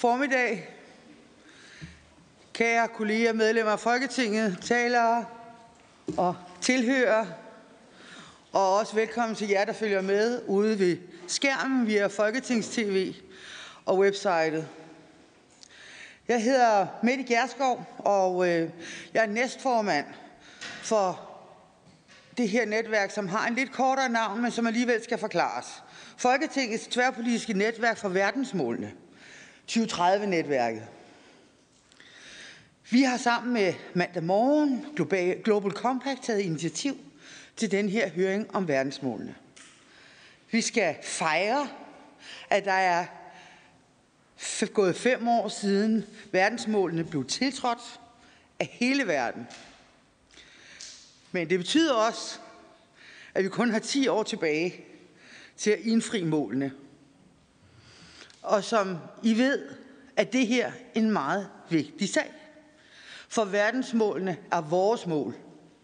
formiddag. Kære kolleger, medlemmer af Folketinget, talere og tilhørere, og også velkommen til jer, der følger med ude ved skærmen via Folketings-TV og websitet. Jeg hedder Mette Gjerskov, og jeg er næstformand for det her netværk, som har en lidt kortere navn, men som alligevel skal forklares. Folketingets tværpolitiske netværk for verdensmålene, 2030-netværket. Vi har sammen med Mandag Morgen Global Compact taget initiativ til den her høring om verdensmålene. Vi skal fejre, at der er gået 5 år siden verdensmålene blev tiltrådt af hele verden. Men det betyder også, at vi kun har 10 år tilbage til at indfri målene. Og som I ved, er det her en meget vigtig sag. For verdensmålene er vores mål.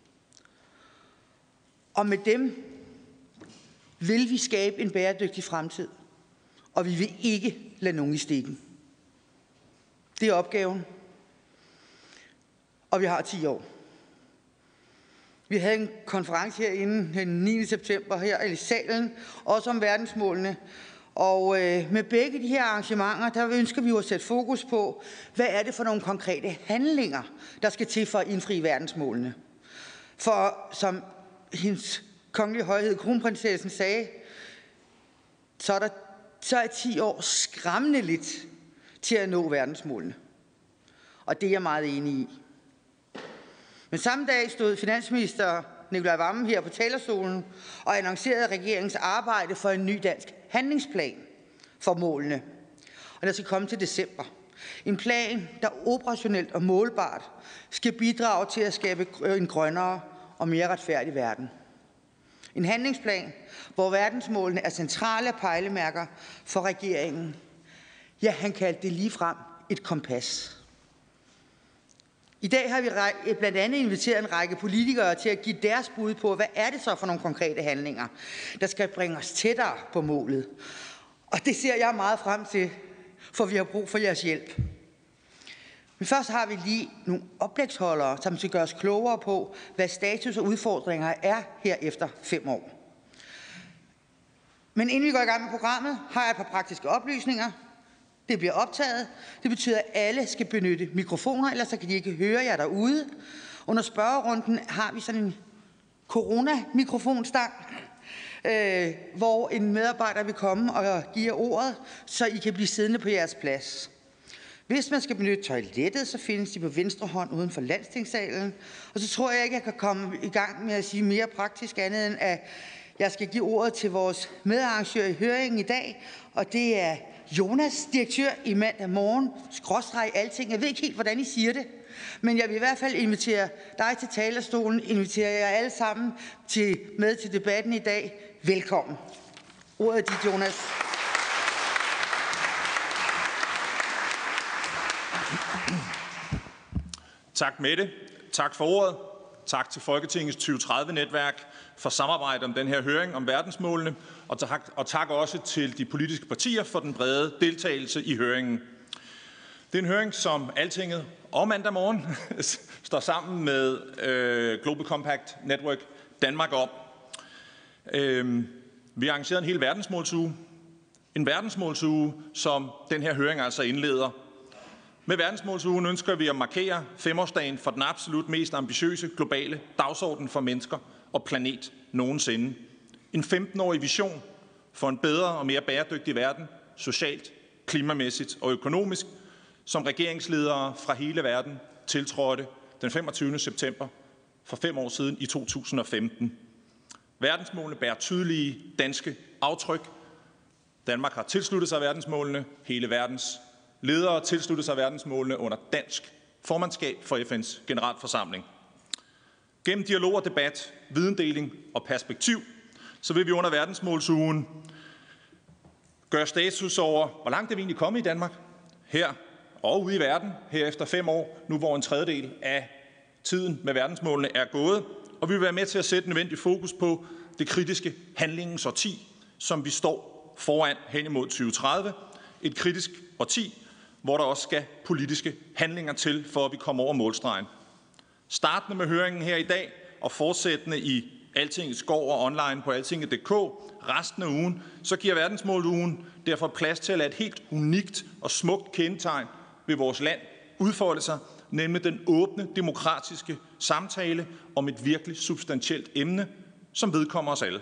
Og med dem vil vi skabe en bæredygtig fremtid. Og vi vil ikke lade nogen i stikken. Det er opgaven. Og vi har 10 år. Vi havde en konference herinde den 9. september her i salen, også om verdensmålene. Og med begge de her arrangementer, der ønsker vi jo at sætte fokus på, hvad er det for nogle konkrete handlinger, der skal til for at indfri verdensmålene. For som hendes kongelige højhed, kronprinsessen, sagde, så er 10 år skræmmende lidt til at nå verdensmålene. Og det er jeg meget enig i. Men samme dag stod finansminister Nicolai Wammen her på talerstolen og annoncerede regeringens arbejde for en ny dansk handlingsplan for målene. Og der skal komme til december. En plan, der operationelt og målbart skal bidrage til at skabe en grønnere og mere retfærdig verden. En handlingsplan, hvor verdensmålene er centrale pejlemærker for regeringen. Ja, han kaldte det ligefrem et kompas. I dag har vi blandt andet inviteret en række politikere til at give deres bud på, hvad er det så for nogle konkrete handlinger, der skal bringe os tættere på målet. Og det ser jeg meget frem til, for vi har brug for jeres hjælp. Men først har vi lige nogle oplægsholdere, som skal gøre os klogere på, hvad status og udfordringer er her efter 5 år. Men inden vi går i gang med programmet, har jeg et par praktiske oplysninger. Det bliver optaget. Det betyder, at alle skal benytte mikrofoner, ellers så kan de ikke høre jer derude. Under spørgerunden har vi sådan en corona-mikrofonstang, hvor en medarbejder vil komme og give jer ordet, så I kan blive siddende på jeres plads. Hvis man skal benytte toilettet, så findes de på venstre hånd uden for Landstingssalen. Og så tror jeg ikke, jeg kan komme i gang med at sige mere praktisk andet end, at jeg skal give ordet til vores medarrangør i høringen i dag, og det er Jonas, direktør i Mandag Morgen, /alting. Jeg ved ikke helt, hvordan I siger det, men jeg vil i hvert fald invitere dig til talerstolen, invitere jer alle sammen med til debatten i dag. Velkommen. Ordet er dit, Jonas. Tak, Mette. Tak for ordet. Tak til Folketingets 2030-netværk for samarbejde om den her høring om verdensmålene, og tak også til de politiske partier for den brede deltagelse i høringen. Det er en høring, som Altinget og Mandag Morgen står sammen med Global Compact Network Danmark om. Vi har arrangeret en hel verdensmålsuge. En verdensmålsuge, som den her høring altså indleder. Med verdensmålsugen ønsker vi at markere 5-årsdagen for den absolut mest ambitiøse globale dagsorden for mennesker og planet nogensinde. En 15-årig vision for en bedre og mere bæredygtig verden, socialt, klimamæssigt og økonomisk, som regeringsledere fra hele verden tiltrådte den 25. september for 5 år siden i 2015. Verdensmålene bærer tydelige danske aftryk. Danmark har tilsluttet sig verdensmålene, hele verdens ledere tilsluttede sig verdensmålene under dansk formandskab for FN's generalforsamling. Gennem dialog og debat, videndeling og perspektiv, så vil vi under verdensmålsugen gøre status over, hvor langt er vi egentlig kommet i Danmark, her og ude i verden, her efter 5 år, nu hvor en tredjedel af tiden med verdensmålene er gået, og vi vil være med til at sætte nødvendig fokus på det kritiske handlingens årti, som vi står foran hen imod 2030. Et kritisk årti, hvor der også skal politiske handlinger til, for at vi kommer over målstregen. Startende med høringen her i dag og fortsættende i Altingets gård og online på altinget.dk resten af ugen, så giver verdensmålugen derfor plads til at lade et helt unikt og smukt kendetegn ved vores land udfolde sig, nemlig den åbne, demokratiske samtale om et virkelig substantielt emne, som vedkommer os alle.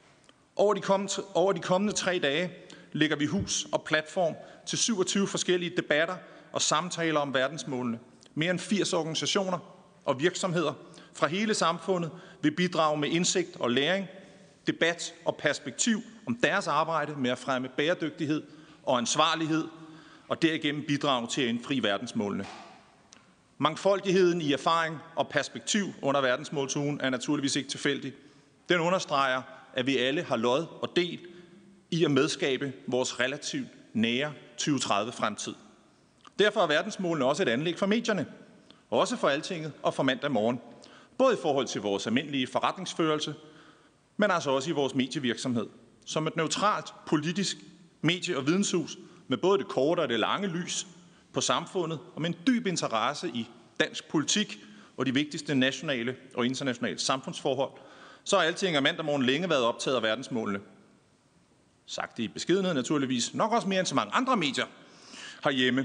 Over de kommende 3 dage lægger vi hus og platform til 27 forskellige debatter og samtaler om verdensmålene. Mere end 80 organisationer og virksomheder fra hele samfundet vil bidrage med indsigt og læring, debat og perspektiv om deres arbejde med at fremme bæredygtighed og ansvarlighed, og derigennem bidrage til at indfri verdensmålene. Mangfoldigheden i erfaring og perspektiv under verdensmålsugen er naturligvis ikke tilfældig. Den understreger, at vi alle har lod og del i at medskabe vores relativt nære 2030-fremtid. Derfor er verdensmålene også et anlæg for medierne, også for Altinget og for mandag morgen. Både i forhold til vores almindelige forretningsførelse, men altså også i vores medievirksomhed. Som et neutralt politisk medie- og videnshus med både det korte og det lange lys på samfundet og med en dyb interesse i dansk politik og de vigtigste nationale og internationale samfundsforhold, så har Altinget og mandag morgen længe været optaget af verdensmålene. Sagt det i beskedenhed naturligvis, nok også mere end så mange andre medier herhjemme.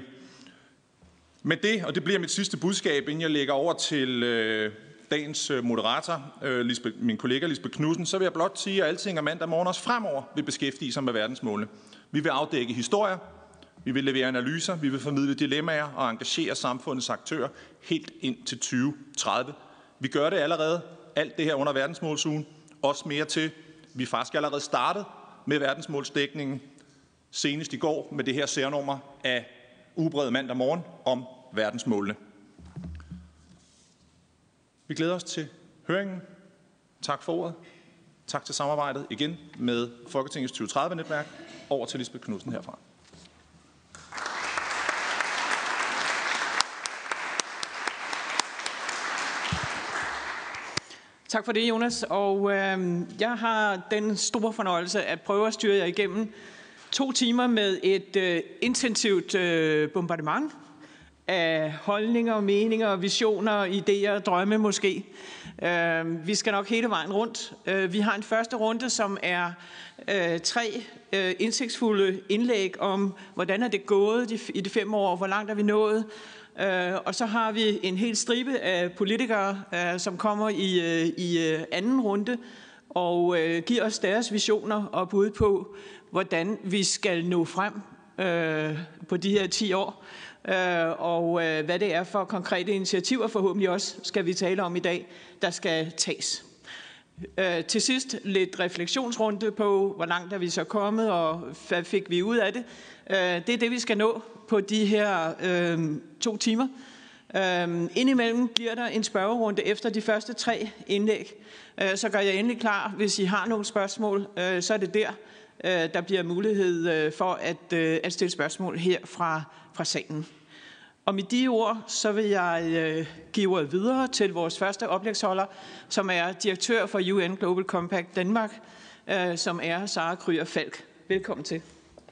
Men det, og det bliver mit sidste budskab, inden jeg lægger over til dagens moderator, min kollega Lisbeth Knudsen, så vil jeg blot sige, at Altinget og mandag morgen også fremover vil beskæftige sig med verdensmålene. Vi vil afdække historier, vi vil levere analyser, vi vil formidle dilemmaer og engagere samfundets aktører helt ind til 2030. Vi gør det allerede, alt det her under verdensmålsugen, også mere til. Vi er faktisk allerede startet med verdensmålsdækningen, senest i går med det her særnummer af Ugebrevet mandag morgen om verdensmålene. Vi glæder os til høringen. Tak for ordet. Tak til samarbejdet igen med Folketingets 2030-netværk. Over til Lisbeth Knudsen herfra. Tak for det, Jonas. Og jeg har den store fornøjelse at prøve at styre jer igennem 2 timer med et intensivt bombardement af holdninger, meninger, visioner, idéer, drømme måske. Vi skal nok hele vejen rundt. Vi har en første runde, som er 3 indsigtsfulde indlæg om, hvordan er det gået i de 5 år, hvor langt er vi nået. Og så har vi en hel stribe af politikere, som kommer i anden runde og giver os deres visioner og bud på, hvordan vi skal nå frem på de her 10 år. Og hvad det er for konkrete initiativer, forhåbentlig også skal vi tale om i dag, der skal tages. Til sidst lidt refleksionsrunde på, hvor langt er vi så kommet, og hvad fik vi ud af det. Det er det, vi skal nå på de her 2 timer. Indimellem bliver der en spørgerunde efter de første 3 indlæg. Så gør jeg endelig klar, hvis I har nogle spørgsmål, så er det der bliver mulighed for at stille spørgsmål her fra salen. Og med de ord, så vil jeg give ordet videre til vores første oplægsholder, som er direktør for UN Global Compact Danmark, som er Sara Krüger Falk. Velkommen til.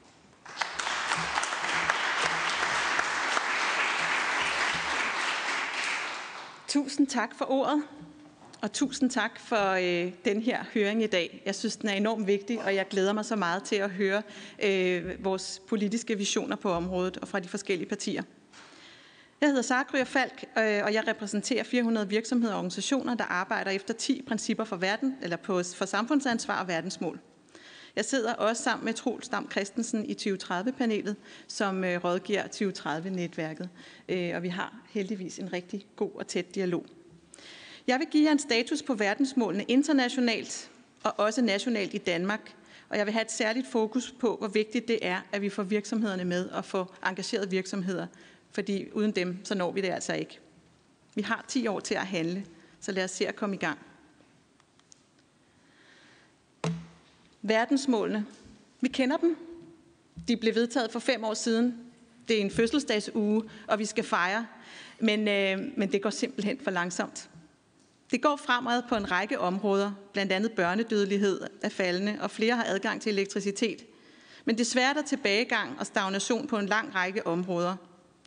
Tusind tak for ordet, og tusind tak for den her høring i dag. Jeg synes, den er enormt vigtig, og jeg glæder mig så meget til at høre vores politiske visioner på området og fra de forskellige partier. Jeg hedder Sara Krüger Falk, og jeg repræsenterer 400 virksomheder og organisationer, der arbejder efter 10 principper for samfundsansvar og verdensmål. Jeg sidder også sammen med Troels Dam Christensen i 2030-panelet, som rådgiver 2030-netværket, og vi har heldigvis en rigtig god og tæt dialog. Jeg vil give jer en status på verdensmålene internationalt og også nationalt i Danmark, og jeg vil have et særligt fokus på, hvor vigtigt det er, at vi får virksomhederne med og får engagerede virksomheder, fordi uden dem, så når vi det altså ikke. Vi har 10 år til at handle, så lad os se at komme i gang. Verdensmålene. Vi kender dem. De blev vedtaget for 5 år siden. Det er en fødselsdagsuge, og vi skal fejre. Men det går simpelthen for langsomt. Det går fremad på en række områder, blandt andet børnedødelighed er faldende, og flere har adgang til elektricitet. Men desværre er der tilbagegang og stagnation på en lang række områder.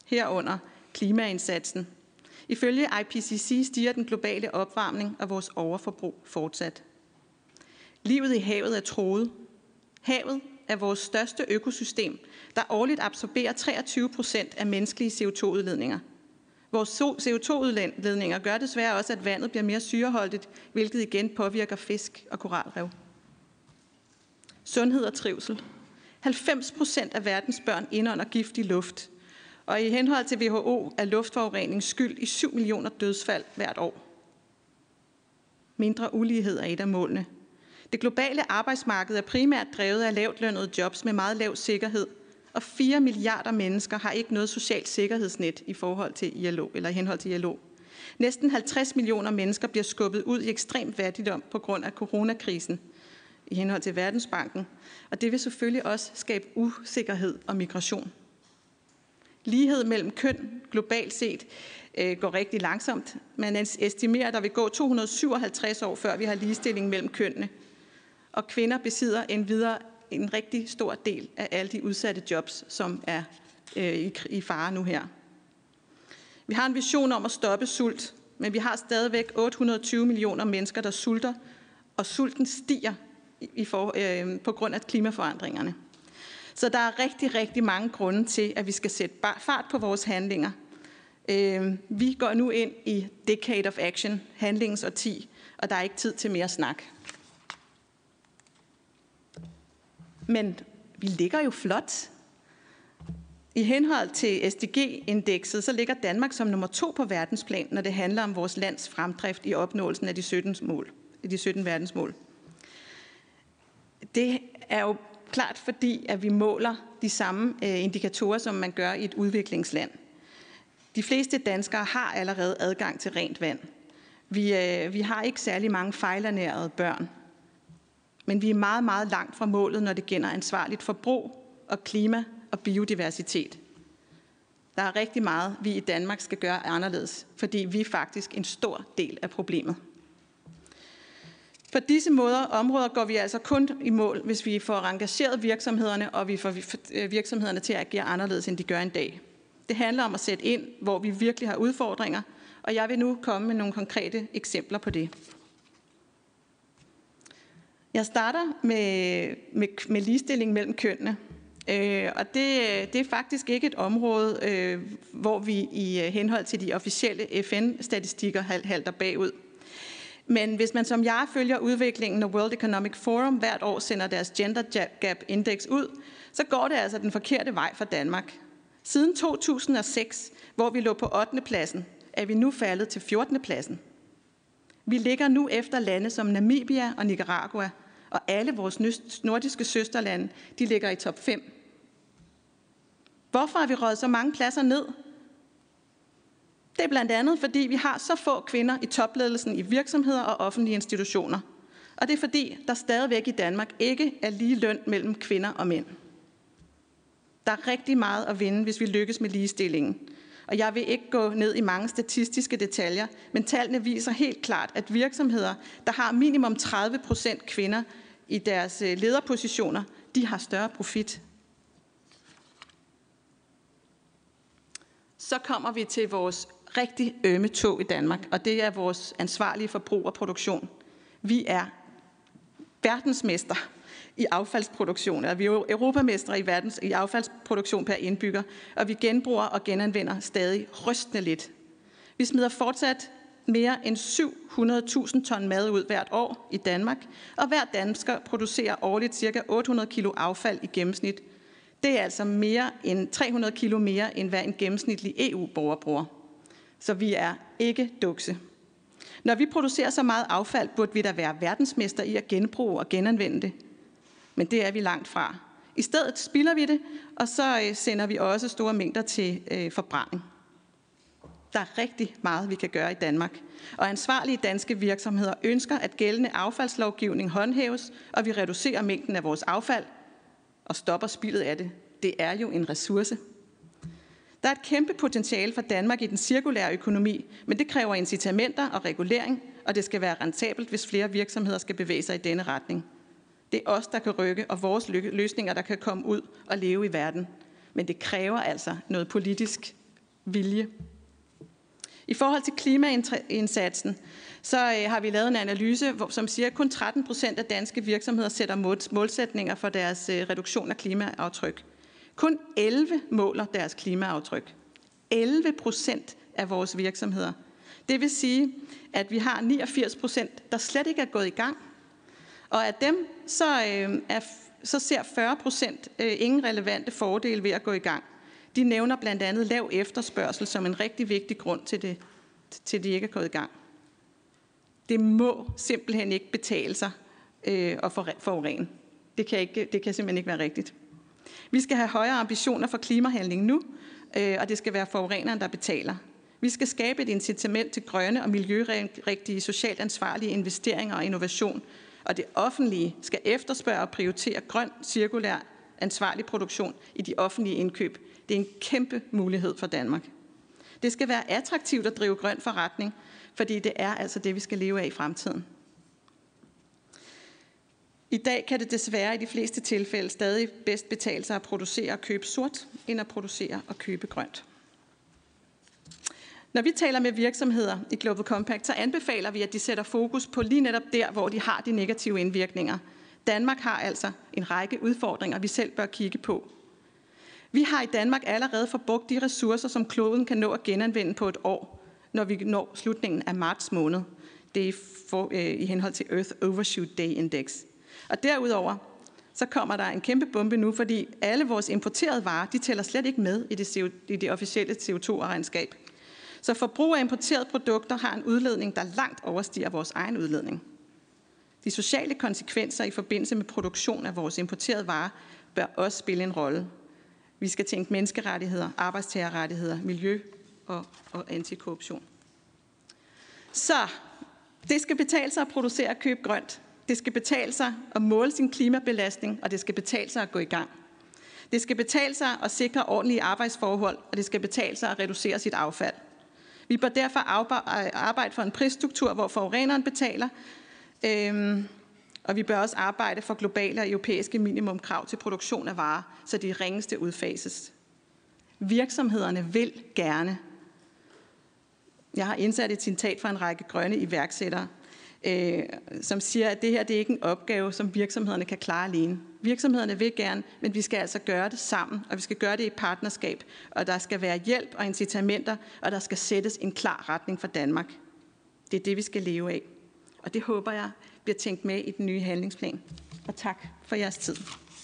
herunder klimaindsatsen. Ifølge IPCC stiger den globale opvarmning og vores overforbrug fortsat. Livet i havet er truet. Havet er vores største økosystem, der årligt absorberer 23% af menneskelige CO2-udledninger. Vores CO2-udledninger gør desværre også, at vandet bliver mere syreholdigt, hvilket igen påvirker fisk og koralrev. Sundhed og trivsel. 90% af verdens børn indånder giftig luft, og i henhold til WHO er luftforurening skyld i 7 millioner dødsfald hvert år. Mindre ulighed er et af målene. Det globale arbejdsmarked er primært drevet af lavtlønnede jobs med meget lav sikkerhed, og 4 milliarder mennesker har ikke noget socialt sikkerhedsnet i forhold til ILO, eller i henhold til ILO. Næsten 50 millioner mennesker bliver skubbet ud i ekstrem fattigdom på grund af coronakrisen i henhold til Verdensbanken, og det vil selvfølgelig også skabe usikkerhed og migration. Lighed mellem køn globalt set går rigtig langsomt. Man estimerer, at der vil gå 257 år, før vi har ligestilling mellem kønnene. Og kvinder besidder endvidere en rigtig stor del af alle de udsatte jobs, som er i fare nu her. Vi har en vision om at stoppe sult, men vi har stadigvæk 820 millioner mennesker, der sulter, og sulten stiger på grund af klimaforandringerne. Så der er rigtig, rigtig mange grunde til, at vi skal sætte fart på vores handlinger. Vi går nu ind i Decade of Action, handlingens årti, og der er ikke tid til mere snak. Men vi ligger jo flot. I henhold til SDG-indekset, så ligger Danmark som nummer 2 på verdensplan, når det handler om vores lands fremdrift i opnåelsen af de 17 verdensmål. Det er jo klart, fordi at vi måler de samme indikatorer, som man gør i et udviklingsland. De fleste danskere har allerede adgang til rent vand. Vi har ikke særlig mange fejlernærede børn. Men vi er meget, meget langt fra målet, når det gælder ansvarligt forbrug og klima og biodiversitet. Der er rigtig meget, vi i Danmark skal gøre anderledes, fordi vi er faktisk en stor del af problemet. På disse områder går vi altså kun i mål, hvis vi får engageret virksomhederne, og vi får virksomhederne til at agere anderledes, end de gør i dag. Det handler om at sætte ind, hvor vi virkelig har udfordringer, og jeg vil nu komme med nogle konkrete eksempler på det. Jeg starter med ligestilling mellem kønnene, og det er faktisk ikke et område, hvor vi i henhold til de officielle FN-statistikker halter bagud. Men hvis man som jeg følger udviklingen, når World Economic Forum hvert år sender deres Gender Gap Index ud, så går det altså den forkerte vej for Danmark. Siden 2006, hvor vi lå på 8. pladsen, er vi nu faldet til 14. pladsen. Vi ligger nu efter lande som Namibia og Nicaragua, og alle vores nordiske søsterlande, de ligger i top 5. Hvorfor har vi røget så mange pladser ned? Det er blandt andet, fordi vi har så få kvinder i topledelsen i virksomheder og offentlige institutioner. Og det er fordi, der stadigvæk i Danmark ikke er lige løn mellem kvinder og mænd. Der er rigtig meget at vinde, hvis vi lykkes med ligestillingen. Og jeg vil ikke gå ned i mange statistiske detaljer, men tallene viser helt klart, at virksomheder, der har minimum 30% kvinder i deres lederpositioner, de har større profit. Så kommer vi til vores rigtig ømme tog i Danmark, og det er vores ansvarlige forbrug og produktion. Vi er verdensmester i affaldsproduktion, eller vi er europamestre i affaldsproduktion per indbygger, og vi genbruger og genanvender stadig rystende lidt. Vi smider fortsat mere end 700.000 ton mad ud hvert år i Danmark, og hver dansker producerer årligt ca. 800 kilo affald i gennemsnit. Det er altså mere end 300 kilo mere, end hvad en gennemsnitlig EU-borger bruger. Så vi er ikke dukse. Når vi producerer så meget affald, burde vi da være verdensmester i at genbruge og genanvende det. Men det er vi langt fra. I stedet spilder vi det, og så sender vi også store mængder til forbrænding. Der er rigtig meget, vi kan gøre i Danmark. Og ansvarlige danske virksomheder ønsker, at gældende affaldslovgivning håndhæves, og vi reducerer mængden af vores affald og stopper spildet af det. Det er jo en ressource. Der er et kæmpe potentiale for Danmark i den cirkulære økonomi, men det kræver incitamenter og regulering, og det skal være rentabelt, hvis flere virksomheder skal bevæge sig i denne retning. Det er os, der kan rykke, og vores løsninger, der kan komme ud og leve i verden. Men det kræver altså noget politisk vilje. I forhold til klimaindsatsen, så har vi lavet en analyse, som siger, at kun 13% af danske virksomheder sætter målsætninger for deres reduktion af klimaaftryk. Kun 11 måler deres klimaaftryk. 11% af vores virksomheder. Det vil sige, at vi har 89%, der slet ikke er gået i gang. Og af dem, så ser 40% ingen relevante fordele ved at gå i gang. De nævner blandt andet lav efterspørgsel som en rigtig vigtig grund til de ikke er gået i gang. Det må simpelthen ikke betale sig at forurene. Det kan simpelthen ikke være rigtigt. Vi skal have højere ambitioner for klimahandling nu, og det skal være forureneren, der betaler. Vi skal skabe et incitament til grønne og miljørigtige, socialt ansvarlige investeringer og innovation, og det offentlige skal efterspørge og prioritere grøn, cirkulær, ansvarlig produktion i de offentlige indkøb. Det er en kæmpe mulighed for Danmark. Det skal være attraktivt at drive grøn forretning, fordi det er altså det, vi skal leve af i fremtiden. I dag kan det desværre i de fleste tilfælde stadig bedst betale sig at producere og købe sort, end at producere og købe grønt. Når vi taler med virksomheder i Global Compact, så anbefaler vi, at de sætter fokus på lige netop der, hvor de har de negative indvirkninger. Danmark har altså en række udfordringer, vi selv bør kigge på. Vi har i Danmark allerede forbrugt de ressourcer, som kloden kan nå at genanvende på et år, når vi når slutningen af marts måned. Det er i henhold til Earth Overshoot Day Index. Og derudover så kommer der en kæmpe bombe nu, fordi alle vores importerede varer, de tæller slet ikke med i det officielle CO2-regnskab. Så forbrug af importerede produkter har en udledning, der langt overstiger vores egen udledning. De sociale konsekvenser i forbindelse med produktion af vores importerede varer bør også spille en rolle. Vi skal tænke menneskerettigheder, arbejdstagerrettigheder, miljø og antikorruption. Så det skal betale sig at producere og købe grønt. Det skal betale sig at måle sin klimabelastning, og det skal betale sig at gå i gang. Det skal betale sig at sikre ordentlige arbejdsforhold, og det skal betale sig at reducere sit affald. Vi bør derfor arbejde for en prisstruktur, hvor forureneren betaler, og vi bør også arbejde for globale og europæiske minimumkrav til produktion af varer, så de ringeste udfases. Virksomhederne vil gerne. Jeg har indsat et citat fra en række grønne iværksættere, som siger, at det her det er ikke en opgave, som virksomhederne kan klare alene. Virksomhederne vil gerne, men vi skal altså gøre det sammen, og vi skal gøre det i partnerskab, og der skal være hjælp og incitamenter, og der skal sættes en klar retning for Danmark. Det er det, vi skal leve af. Og det håber jeg bliver tænkt med i den nye handlingsplan. Og tak for jeres tid.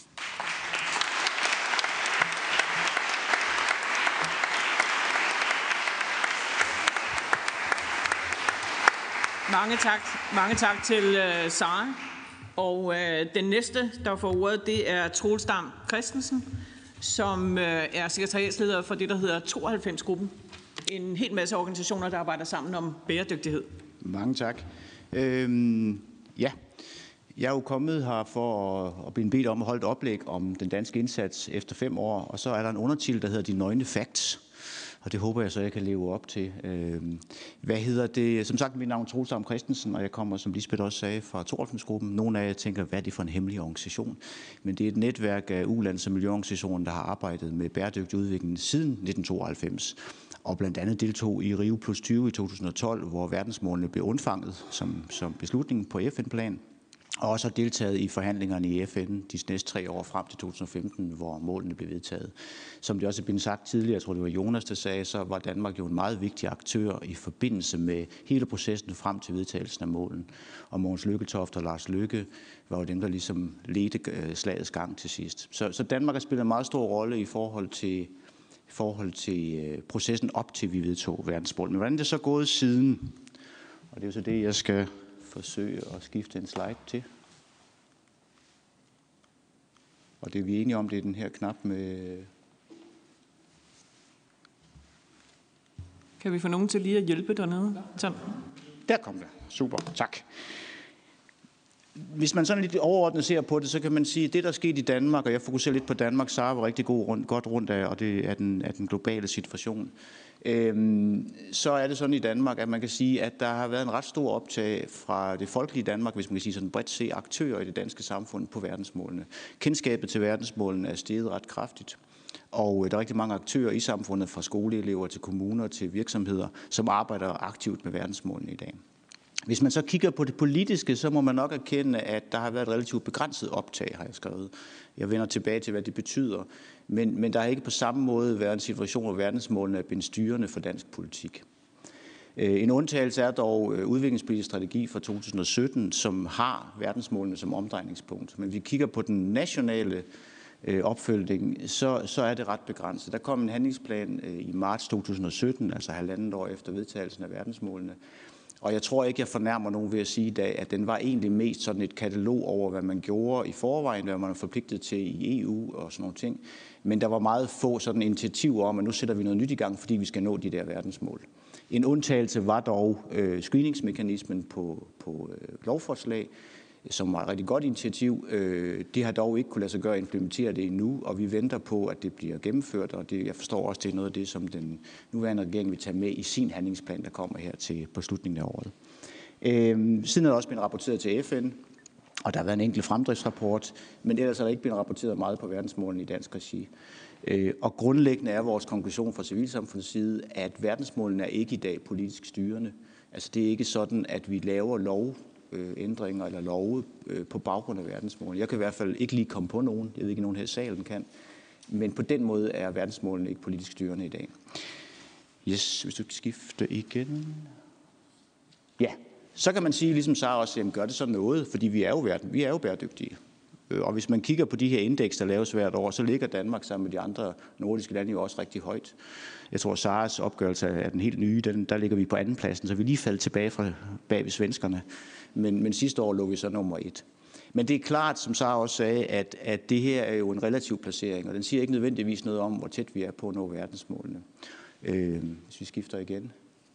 Mange tak til Sara. Og den næste, der får ordet, det er Troels Dam Christensen, som er sekretariatsleder for det, der hedder 92-gruppen. En hel masse organisationer, der arbejder sammen om bæredygtighed. Mange tak. Ja, jeg er jo kommet her for at blive bedt om at holde et oplæg om den danske indsats efter 5 år, og så er der en undertitel, der hedder De nøgne facts. Og det håber jeg så, jeg kan leve op til. Hvad hedder det? Som sagt, mit navn er Troels Dam Christensen, og jeg kommer, som Lisbeth også sagde, fra 92-gruppen. Nogle af jer tænker, hvad er det for en hemmelig organisation? Men det er et netværk af ulands- og miljøorganisationer, der har arbejdet med bæredygtig udvikling siden 1992. Og blandt andet deltog i Rio Plus 20 i 2012, hvor verdensmålene blev undfanget som beslutning på FN-plan. Og også har deltaget i forhandlingerne i FN de næste 3 år frem til 2015, hvor målene blev vedtaget. Som det også er blevet sagt tidligere, jeg tror det var Jonas, der sagde, så var Danmark jo en meget vigtig aktør i forbindelse med hele processen frem til vedtagelsen af målen. Og Mogens Lykketoft og Lars Løkke var jo dem, der ligesom ledte slagets gang til sidst. Så Danmark har spillet en meget stor rolle i forhold til processen op til, vi vedtog verdensmålene. Men hvordan er det så gået siden? Og det er jo så det, jeg skal forsøge at skifte en slide til. Og det vi er enige om, det er den her knap med... Kan vi få nogen til lige at hjælpe dernede? Sådan. Der kom det. Super. Tak. Hvis man sådan lidt overordnet ser på det, så kan man sige, at det, der er sket i Danmark, og jeg fokuserer lidt på Danmark, Sara var rigtig godt rundt af, og det er den globale situation. Så er det sådan i Danmark, at man kan sige, at der har været en ret stor optag fra det folkelige Danmark, hvis man kan sige sådan bredt set, aktører i det danske samfund på verdensmålene. Kendskabet til verdensmålene er steget ret kraftigt, og der er rigtig mange aktører i samfundet, fra skoleelever til kommuner til virksomheder, som arbejder aktivt med verdensmålene i dag. Hvis man så kigger på det politiske, så må man nok erkende, at der har været et relativt begrænset optag, har jeg skrevet. Jeg vender tilbage til, hvad det betyder. Men der har ikke på samme måde været en situation, hvor verdensmålene er blevet styrende for dansk politik. En undtagelse er dog udviklingspolitisk strategi fra 2017, som har verdensmålene som omdrejningspunkt. Men vi kigger på den nationale opfølgning, så er det ret begrænset. Der kom en handlingsplan i marts 2017, altså 1,5 år efter vedtagelsen af verdensmålene. Og jeg tror ikke, jeg fornærmer nogen ved at sige i dag, at den var egentlig mest sådan et katalog over, hvad man gjorde i forvejen, hvad man var forpligtet til i EU og sådan nogle ting. Men der var meget få sådan initiativer om, at nu sætter vi noget nyt i gang, fordi vi skal nå de der verdensmål. En undtagelse var dog screeningsmekanismen på lovforslag, som var et rigtig godt initiativ. Det har dog ikke kunne lade sig gøre at implementere det endnu, og vi venter på, at det bliver gennemført, og jeg forstår også, det er noget af det, som den nuværende regering vil tage med i sin handlingsplan, der kommer her på slutningen af året. Siden er der også blevet rapporteret til FN, og der har været en enkelt fremdriftsrapport, men ellers er der ikke blevet rapporteret meget på verdensmålene i dansk regi. Og grundlæggende er vores konklusion fra civilsamfundets side, at verdensmålene er ikke i dag politisk styrende. Altså det er ikke sådan, at vi laver lovændringer eller love på baggrund af verdensmålene. Jeg kan i hvert fald ikke lige komme på nogen. Jeg ved ikke, nogen her i salen kan. Men på den måde er verdensmålene ikke politisk styrende i dag. Yes, hvis du kan skifte igen. Ja, så kan man sige, ligesom Sara også siger, gør det så noget, fordi vi er jo bæredygtige. Og hvis man kigger på de her indeks, der laves hvert år, så ligger Danmark sammen med de andre nordiske lande jo også rigtig højt. Jeg tror, Saras opgørelse er den helt nye, der ligger vi på andenpladsen, så vi lige faldt tilbage fra bag ved svenskerne. Men sidste år lå vi så nummer 1. Men det er klart, som Sara også sagde, at det her er jo en relativ placering, og den siger ikke nødvendigvis noget om, hvor tæt vi er på at nå verdensmålene. Hvis vi skifter igen.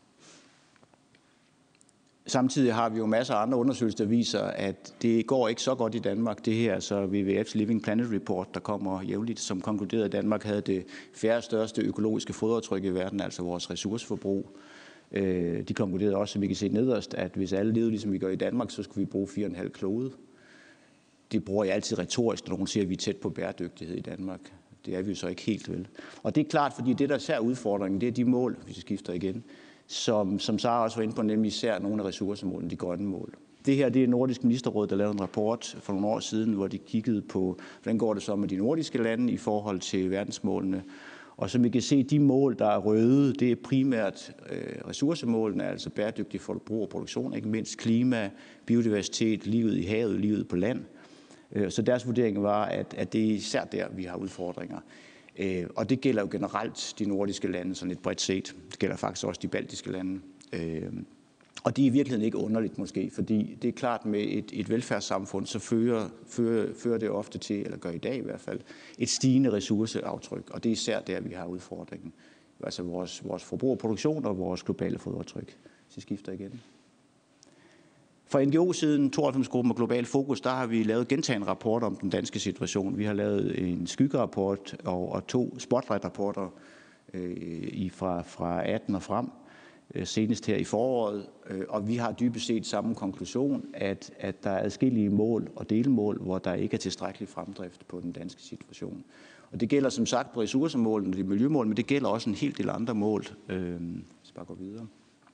Samtidig har vi jo masser af andre undersøgelser, der viser, at det går ikke så godt i Danmark. Det her så WWF's Living Planet Report, der kommer jævnligt, som konkluderede, at Danmark havde det fjerde største økologiske fodaftryk i verden, altså vores ressourceforbrug. De konkluderede også, som vi kan se nederst, at hvis alle levede ligesom vi gør i Danmark, så skulle vi bruge 4,5 klode. Det bruger jeg altid retorisk, når nogen siger, at vi er tæt på bæredygtighed i Danmark. Det er vi jo så ikke helt vel. Og det er klart, fordi det, der er udfordringen, det er de mål, hvis vi skifter igen, som Sara også var inde på, nemlig især nogle af ressourcemålene, de grønne mål. Det her, det er Nordisk Ministerråd, der lavede en rapport for nogle år siden, hvor de kiggede på, hvordan går det så med de nordiske lande i forhold til verdensmålene. Og som I kan se, de mål, der er røde, det er primært ressourcemålene, altså bæredygtig forbrug og produktion, ikke mindst klima, biodiversitet, livet i havet, livet på land. Så deres vurdering var, at det er især der, vi har udfordringer. Og det gælder jo generelt de nordiske lande, sådan et bredt set. Det gælder faktisk også de baltiske lande. Og det er i virkeligheden ikke underligt måske, fordi det er klart med et velfærdssamfund, så fører det ofte til, eller gør i dag i hvert fald, et stigende ressourceaftryk. Og det er især der, vi har udfordringen. Altså vores forbrug og produktion og vores globale fodaftryk. Så skifter igen. Fra NGO-siden, 92-gruppen og Global Fokus, der har vi lavet gentagne rapporter om den danske situation. Vi har lavet en skyggerapport og 2 spotlight-rapporter fra 18 og frem, senest her i foråret. Og vi har dybest set samme konklusion, at der er adskillige mål og delmål, hvor der ikke er tilstrækkelig fremdrift på den danske situation. Og det gælder som sagt på ressourcemålene og de miljømål, men det gælder også en hel del andre mål. Så bare gå videre.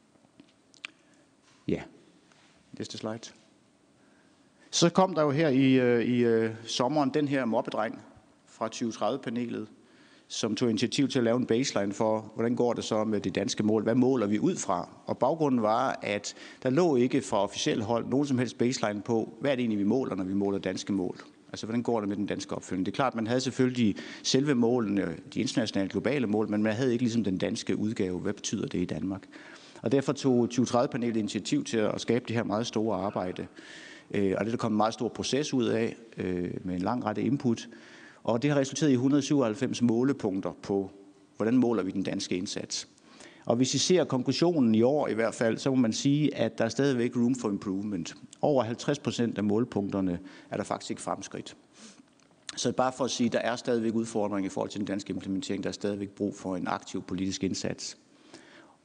Ja. Næste slide. Så kom der jo her i sommeren den her mobbedreng fra 2030-panelet, som tog initiativ til at lave en baseline for, hvordan går det så med det danske mål? Hvad måler vi ud fra? Og baggrunden var, at der lå ikke fra officielt hold nogen som helst baseline på, hvad er det egentlig, vi måler, når vi måler danske mål? Altså, hvordan går det med den danske opfølgning? Det er klart, man havde selvfølgelig selve målene, de internationale globale mål, men man havde ikke ligesom den danske udgave. Hvad betyder det i Danmark? Og derfor tog 2030-panelet initiativ til at skabe det her meget store arbejde. Og det er der kommet en meget stor proces ud af, med en lang rette input. Og det har resulteret i 197 målepunkter på, hvordan måler vi den danske indsats. Og hvis I ser konklusionen i år i hvert fald, så må man sige, at der er stadigvæk room for improvement. Over 50% af målepunkterne er der faktisk ikke fremskridt. Så bare for at sige, at der er stadigvæk udfordringer i forhold til den danske implementering. Der er stadigvæk brug for en aktiv politisk indsats.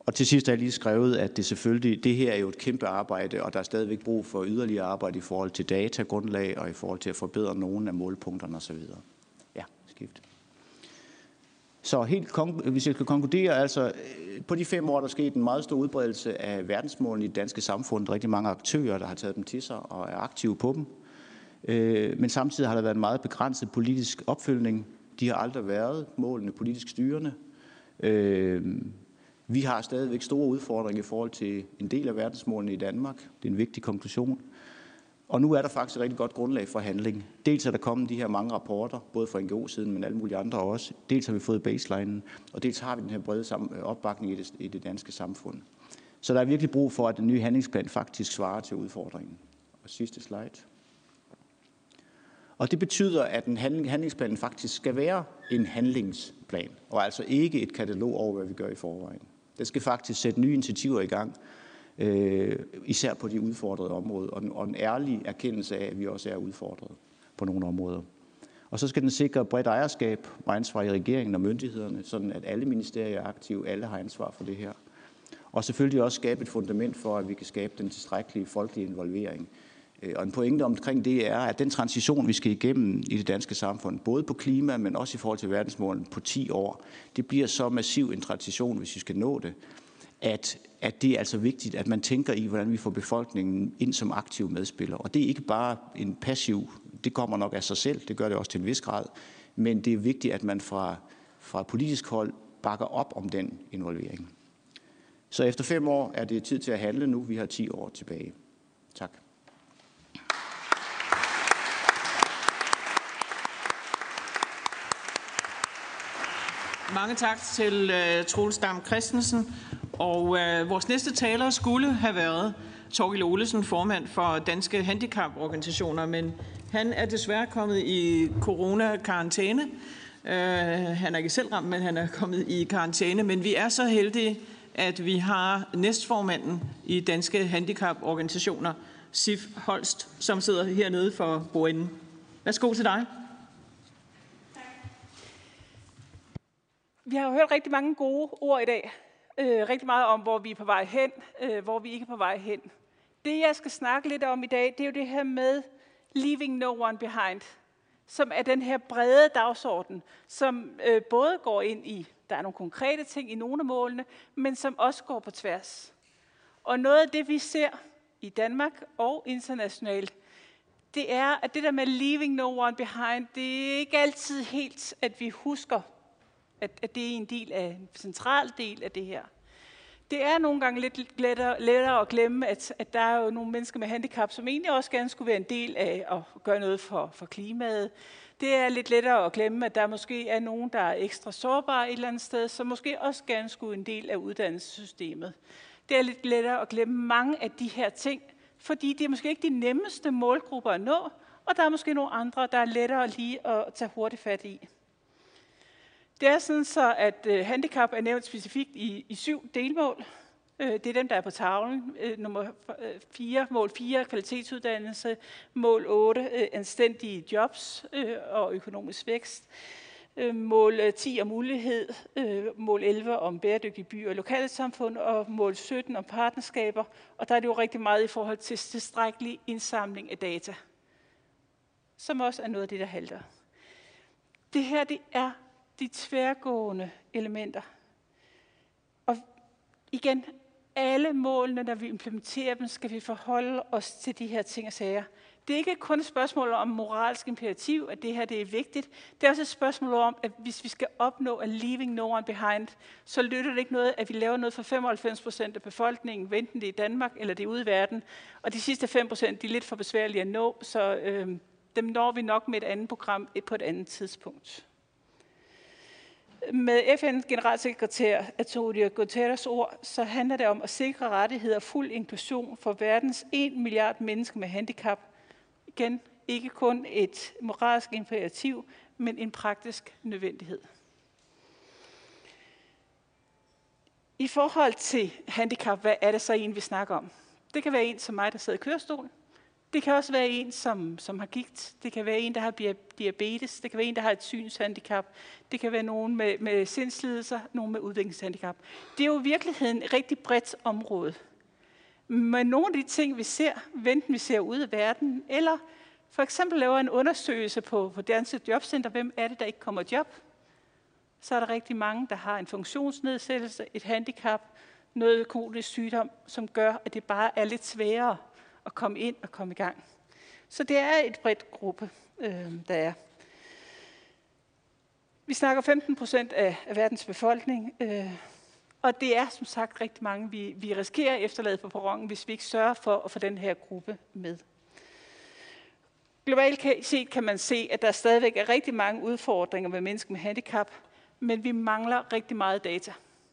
Og til sidst har jeg lige skrevet, at det her er jo et kæmpe arbejde, og der er stadigvæk brug for yderligere arbejde i forhold til datagrundlag og i forhold til at forbedre nogle af målpunkterne osv. Ja, skift. Så hvis jeg skal konkludere, altså på de 5 år, der er sket en meget stor udbredelse af verdensmålene i det danske samfund. Der er rigtig mange aktører, der har taget dem til sig og er aktive på dem. Men samtidig har der været en meget begrænset politisk opfølgning. De har aldrig været målene politisk styrende. Vi har stadigvæk store udfordringer i forhold til en del af verdensmålene i Danmark. Det er en vigtig konklusion. Og nu er der faktisk et rigtig godt grundlag for handling. Dels er der kommet de her mange rapporter, både fra NGO-siden, men alle mulige andre også. Dels har vi fået baselinen, og dels har vi den her brede opbakning i det danske samfund. Så der er virkelig brug for, at den nye handlingsplan faktisk svarer til udfordringen. Og sidste slide. Og det betyder, at handlingsplanen faktisk skal være en handlingsplan, og altså ikke et katalog over, hvad vi gør i forvejen. Den skal faktisk sætte nye initiativer i gang, især på de udfordrede områder, og en ærlig erkendelse af, at vi også er udfordret på nogle områder. Og så skal den sikre bredt ejerskab og ansvar i regeringen og myndighederne, sådan at alle ministerier er aktive, alle har ansvar for det her. Og selvfølgelig også skabe et fundament for, at vi kan skabe den tilstrækkelige folkelige involvering. Og en pointe omkring det er, at den transition, vi skal igennem i det danske samfund, både på klima, men også i forhold til verdensmålene på 10 år, det bliver så massiv en transition, hvis vi skal nå det, at det er altså vigtigt, at man tænker i, hvordan vi får befolkningen ind som aktive medspillere. Og det er ikke bare en passiv, det kommer nok af sig selv, det gør det også til en vis grad, men det er vigtigt, at man fra politisk hold bakker op om den involvering. Så efter 5 år er det tid til at handle nu, vi har 10 år tilbage. Tak. Mange tak til Troels Dam Christensen. Og vores næste taler skulle have været Thorkild Olesen, formand for Danske Handicaporganisationer, men han er desværre kommet i corona-karantæne. Han er ikke selv ramt, men han er kommet i karantæne. Men vi er så heldige, at vi har næstformanden i Danske Handicaporganisationer, Sif Holst, som sidder hernede for bordenden. Værsgo til dig. Vi har jo hørt rigtig mange gode ord i dag. Rigtig meget om, hvor vi er på vej hen, hvor vi ikke er på vej hen. Det, jeg skal snakke lidt om i dag, det er jo det her med leaving no one behind, som er den her brede dagsorden, som både går ind i, der er nogle konkrete ting i nogle af målene, men som også går på tværs. Og noget af det, vi ser i Danmark og internationalt, det er, at det der med leaving no one behind, det er ikke altid helt, at vi husker, at det er en central del af det her. Det er nogle gange lidt lettere at glemme, at der er jo nogle mennesker med handicap, som egentlig også gerne skulle være en del af at gøre noget for klimaet. Det er lidt lettere at glemme, at der måske er nogen, der er ekstra sårbare et eller andet sted, som måske også gerne skulle en del af uddannelsessystemet. Det er lidt lettere at glemme mange af de her ting, fordi det er måske ikke de nemmeste målgrupper at nå, og der er måske nogle andre, der er lettere lige at tage hurtigt fat i. Det er sådan så, at handicap er nævnt specifikt i 7 delmål. Det er dem, der er på tavlen. Mål 4, kvalitetsuddannelse. Mål 8, anstændige jobs og økonomisk vækst. Mål 10 om mulighed. Mål 11 om bæredygtige byer og lokalsamfund. Og mål 17 om partnerskaber. Og der er det jo rigtig meget i forhold til tilstrækkelig indsamling af data, som også er noget af det, der halter. Det her, det er de tværgående elementer. Og igen, alle målene, når vi implementerer dem, skal vi forholde os til de her ting og sager. Det er ikke kun et spørgsmål om moralsk imperativ, at det her det er vigtigt. Det er også et spørgsmål om, at hvis vi skal opnå at leaving no one behind, så lytter det ikke noget, at vi laver noget for 95% af befolkningen, enten det er i Danmark eller det er ude i verden. Og de sidste 5%, de er lidt for besværlige at nå, så dem når vi nok med et andet program på et andet tidspunkt. Med FN-generalsekretær Antonio Guterres ord, så handler det om at sikre rettigheder og fuld inklusion for verdens 1 milliard mennesker med handicap. Igen, ikke kun et moralsk imperativ, men en praktisk nødvendighed. I forhold til handicap, hvad er det så en, vi snakker om? Det kan være en som mig, der sidder i kørestol. Det kan også være en, som har gigt. Det kan være en, der har diabetes. Det kan være en, der har et synshandicap. Det kan være nogen med sindslidelser, nogen med udviklingshandicap. Det er jo i virkeligheden et rigtig bredt område. Men nogle af de ting, vi ser, enten vi ser ude af verden, eller for eksempel laver en undersøgelse på Danske Jobcenter, hvem er det, der ikke kommer job, så er der rigtig mange, der har en funktionsnedsættelse, et handicap, noget kronisk sygdom, som gør, at det bare er lidt sværere at komme ind og komme i gang. Så det er et bredt gruppe, der er. Vi snakker 15% af verdens befolkning, og det er som sagt rigtig mange, vi risikerer at efterlade på perronen, hvis vi ikke sørger for at få den her gruppe med. Globalt set kan man se, at der stadigvæk er rigtig mange udfordringer med mennesker med handicap, men vi mangler rigtig meget data.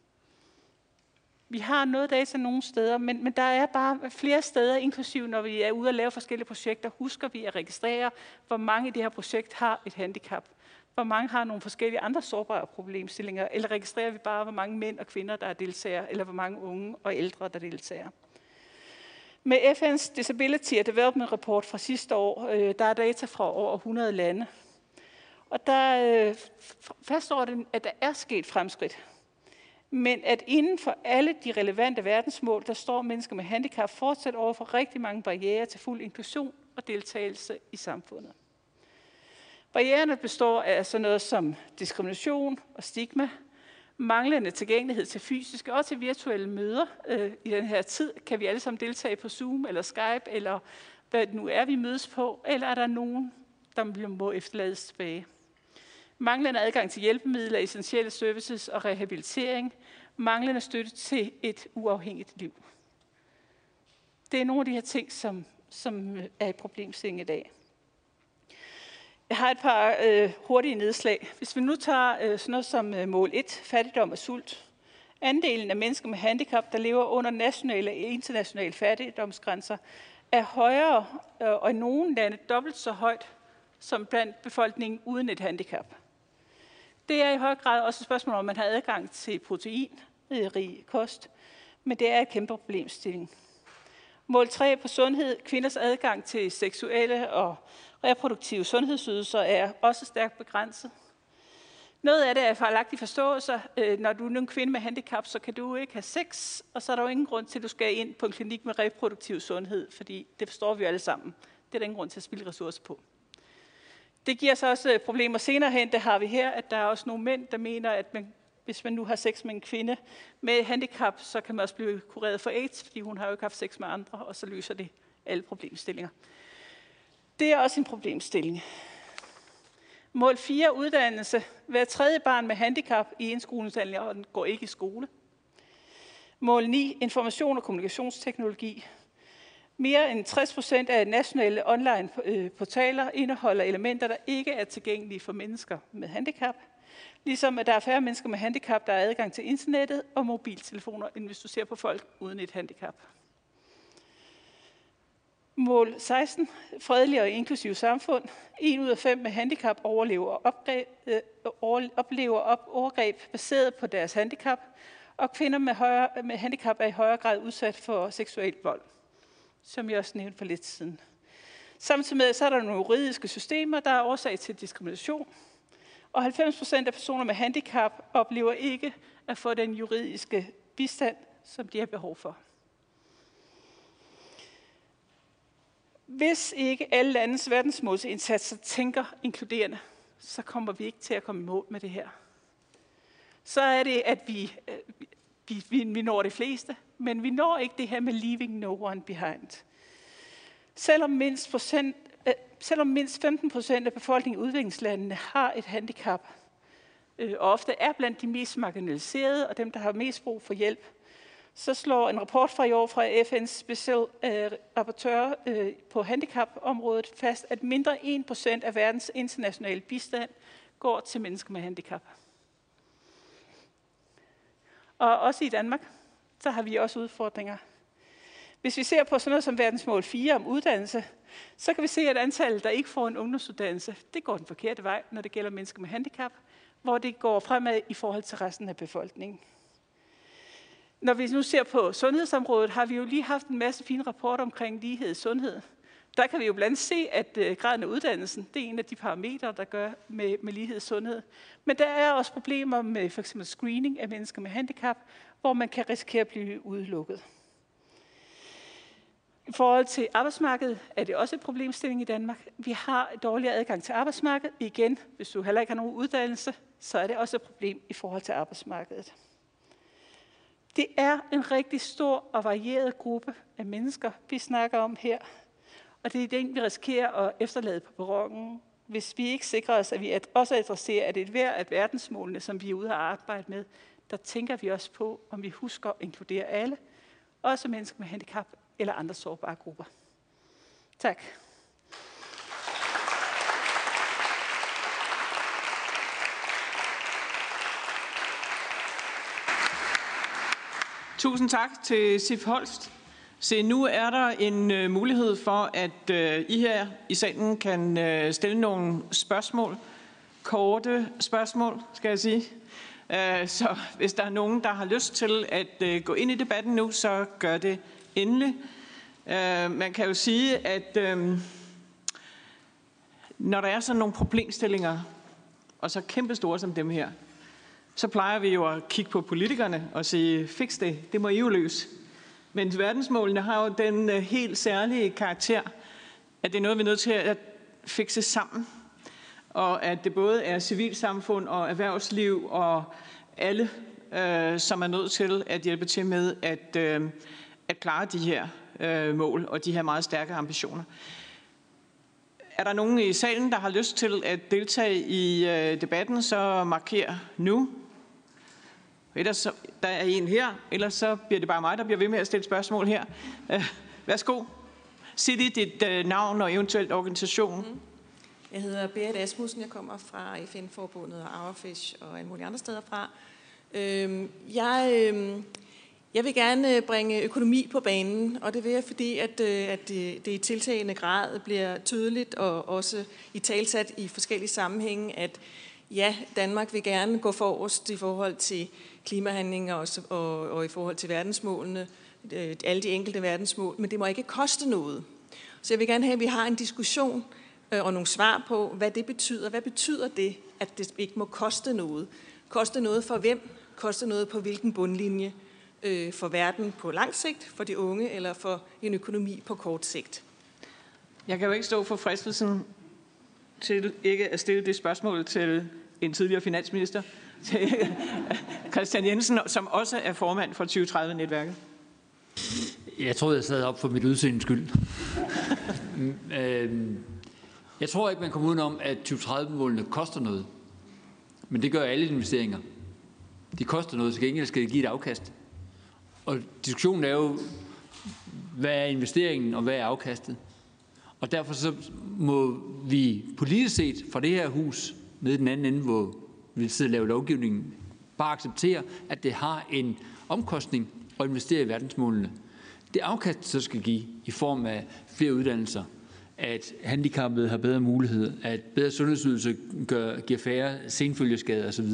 Vi har noget data nogle steder, men der er bare flere steder, inklusive når vi er ude at lave forskellige projekter, husker vi at registrere, hvor mange i det her projekt har et handicap. Hvor mange har nogle forskellige andre sårbare problemstillinger, eller registrerer vi bare, hvor mange mænd og kvinder, der er deltagere, eller hvor mange unge og ældre, der deltager. Med FN's Disability and Development Report fra sidste år, der er data fra over 100 lande. Og der fastslår den, at der er sket fremskridt. Men at inden for alle de relevante verdensmål, der står mennesker med handicap fortsat over for rigtig mange barrierer til fuld inklusion og deltagelse i samfundet. Barriererne består af sådan noget som diskrimination og stigma, manglende tilgængelighed til fysiske og til virtuelle møder. I den her tid kan vi alle sammen deltage på Zoom eller Skype, eller hvad det nu er, vi mødes på, eller er der nogen, der må efterlades tilbage. Manglende adgang til hjælpemidler, essentielle services og rehabilitering, manglende støtte til et uafhængigt liv. Det er nogle af de her ting, som er et problemstilling i dag. Jeg har et par hurtige nedslag. Hvis vi nu tager sådan noget som mål 1, fattigdom og sult. Andelen af mennesker med handicap, der lever under nationale og internationale fattigdomsgrænser, er højere og i nogle lande dobbelt så højt som blandt befolkningen uden et handicap. Det er i høj grad også et spørgsmål, om man har adgang til proteinrig kost, men det er et kæmpe problemstilling. Mål 3 på sundhed. Kvinders adgang til seksuelle og reproduktive sundhedsydelser er også stærkt begrænset. Noget af det er fejlagtige forståelser. Når du er en kvinde med handicap, så kan du ikke have sex, og så er der jo ingen grund til, at du skal ind på en klinik med reproduktiv sundhed, fordi det forstår vi alle sammen. Det er der ingen grund til at spilde ressourcer på. Det giver så også problemer senere hen. Det har vi her, at der er også nogle mænd, der mener, at hvis man nu har sex med en kvinde med handicap, så kan man også blive kureret for AIDS, fordi hun har jo ikke haft sex med andre, og så løser det alle problemstillinger. Det er også en problemstilling. Mål 4, uddannelse. Hver tredje barn med handicap i indskolingsalderen går ikke i skole. Mål 9, information og kommunikationsteknologi. Mere end 60% af nationale online portaler indeholder elementer, der ikke er tilgængelige for mennesker med handicap. Ligesom at der er færre mennesker med handicap, der har adgang til internettet og mobiltelefoner, end hvis du ser på folk uden et handicap. Mål 16. Fredelig og inklusiv samfund. 1 ud af 5 med handicap oplever overgreb baseret på deres handicap, og kvinder med handicap er i højere grad udsat for seksuel vold, som jeg også nævnte for lidt siden. Samtidig med, så er der nogle juridiske systemer, der er årsag til diskrimination, og 90% af personer med handicap oplever ikke at få den juridiske bistand, som de har behov for. Hvis ikke alle landets verdensmålsindsatser tænker inkluderende, så kommer vi ikke til at komme i mål med det her. Så er det, at vi når det fleste, men vi når ikke det her med leaving no one behind. Selvom mindst 15% af befolkningen i udviklingslandene har et handicap, og ofte er blandt de mest marginaliserede og dem, der har mest brug for hjælp, så slår en rapport fra i år fra FN's Special Rapporteur på handicapområdet fast, at mindre 1% af verdens internationale bistand går til mennesker med handicap. Og også i Danmark, så har vi også udfordringer. Hvis vi ser på sådan noget som verdensmål 4 om uddannelse, så kan vi se, at antallet, der ikke får en ungdomsuddannelse, det går den forkerte vej, når det gælder mennesker med handicap, hvor det går fremad i forhold til resten af befolkningen. Når vi nu ser på sundhedsområdet, har vi jo lige haft en masse fine rapporter omkring lighed i sundhed. Der kan vi jo blandt andet se, at graden af uddannelsen, det er en af de parametre, der gør med lighed i sundhed. Men der er også problemer med for eksempel screening af mennesker med handicap, hvor man kan risikere at blive udelukket. I forhold til arbejdsmarkedet er det også et problemstilling i Danmark. Vi har dårligere adgang til arbejdsmarkedet. Igen, hvis du heller ikke har nogen uddannelse, så er det også et problem i forhold til arbejdsmarkedet. Det er en rigtig stor og varieret gruppe af mennesker, vi snakker om her. Og det er den, vi risikerer at efterlade på perronen, hvis vi ikke sikrer os, at vi også adresserer, at et hver af verdensmålene, som vi er ude at arbejde med, der tænker vi også på, om vi husker at inkludere alle, også mennesker med handicap eller andre sårbare grupper. Tak. Tusind tak til Sif Holst. Se, nu er der en mulighed for, at I her i salen kan stille nogle spørgsmål. Korte spørgsmål, skal jeg sige. Så hvis der er nogen, der har lyst til at gå ind i debatten nu, så gør det endelig. Man kan jo sige, at når der er sådan nogle problemstillinger, og så kæmpestore som dem her, så plejer vi jo at kigge på politikerne og sige, fix det, det må I jo løse. Men verdensmålene har jo den helt særlige karakter, at det er noget, vi er nødt til at fikse sammen. Og at det både er civilsamfund og erhvervsliv og alle, som er nødt til at hjælpe til med at klare de her mål og de her meget stærke ambitioner. Er der nogen i salen, der har lyst til at deltage i debatten, så marker nu. Ellers så, der er en her, ellers så bliver det bare mig, der bliver ved med at stille spørgsmål her. Værsgo. Sig lige dit navn og eventuelt organisation. Jeg hedder Berit Asmussen, jeg kommer fra FN-forbundet og Hourfish og alle mulige andre steder fra. Jeg vil gerne bringe økonomi på banen, og det vil jeg, fordi at det i tiltagende grad bliver tydeligt og også i talsat i forskellige sammenhænge, at ja, Danmark vil gerne gå forrest i forhold til klimahandlinger og i forhold til verdensmålene, alle de enkelte verdensmål, men det må ikke koste noget. Så jeg vil gerne have, at vi har en diskussion og nogle svar på, hvad det betyder. Hvad betyder det, at det ikke må koste noget? Koste noget for hvem? Koste noget på hvilken bundlinje? For verden på lang sigt, for de unge, eller for en økonomi på kort sigt? Jeg kan jo ikke stå for fristelsen til ikke at stille det spørgsmål til en tidligere finansminister, til Christian Jensen, som også er formand for 2030-netværket. Jeg troede, jeg sad op for mit udseendes skyld. Jeg tror ikke, man kommer udenom, at 2030-målene koster noget. Men det gør alle investeringer. De koster noget, så gengæld skal det give et afkast. Og diskussionen er jo, hvad er investeringen, og hvad er afkastet? Og derfor så må vi politisk set fra det her hus, nede i den anden ende, hvor vi sidder og laver lovgivningen, bare acceptere, at det har en omkostning at investere i verdensmålene. Det afkast så skal give i form af flere uddannelser, at handicappede har bedre muligheder, at bedre sundhedsydelse giver færre senfølgeskader osv.,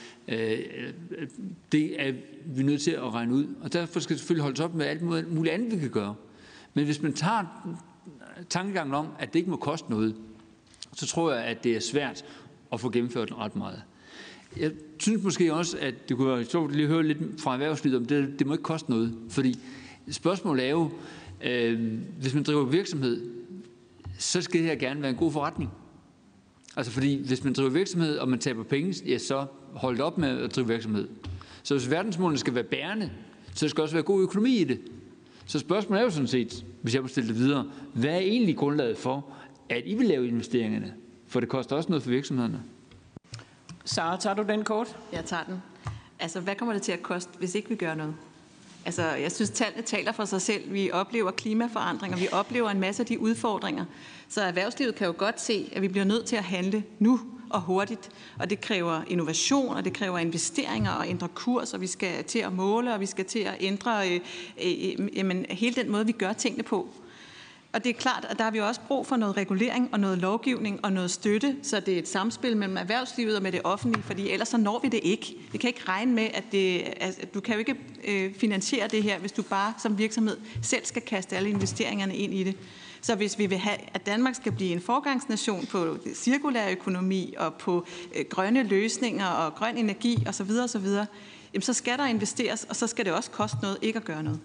det er vi nødt til at regne ud. Og derfor skal det selvfølgelig holdes op med alt muligt andet, vi kan gøre. Men hvis man tager tankegangen om, at det ikke må koste noget, så tror jeg, at det er svært at få gennemført ret meget. Jeg synes måske også, at det kunne være sjovt lige at høre lidt fra erhvervslivet om det må ikke koste noget. Fordi spørgsmålet er jo, hvis man driver virksomhed, så skal det her gerne være en god forretning. Altså fordi, hvis man driver virksomhed, og man taber penge, ja, så hold op med at drive virksomhed. Så hvis verdensmålene skal være bærende, så skal også være god økonomi i det. Så spørgsmålet er jo sådan set, hvis jeg må stille det videre, hvad er egentlig grundlaget for, at I vil lave investeringerne? For det koster også noget for virksomhederne. Sara, tager du den kort? Jeg tager den. Altså, hvad kommer det til at koste, hvis ikke vi gør noget? Altså, jeg synes, tallene taler for sig selv. Vi oplever klimaforandringer, vi oplever en masse af de udfordringer. Så erhvervslivet kan jo godt se, at vi bliver nødt til at handle nu og hurtigt. Og det kræver innovation, og det kræver investeringer og ændre kurs, og vi skal til at måle, og vi skal til at ændre hele den måde, vi gør tingene på. Og det er klart, at der har vi også brug for noget regulering og noget lovgivning og noget støtte, så det er et samspil mellem erhvervslivet og med det offentlige, fordi ellers så når vi det ikke. Vi kan ikke regne med, at du kan jo ikke finansiere det her, hvis du bare som virksomhed selv skal kaste alle investeringerne ind i det. Så hvis vi vil have, at Danmark skal blive en forgangsnation på cirkulær økonomi og på grønne løsninger og grøn energi osv., jamen så skal der investeres, og så skal det også koste noget ikke at gøre noget.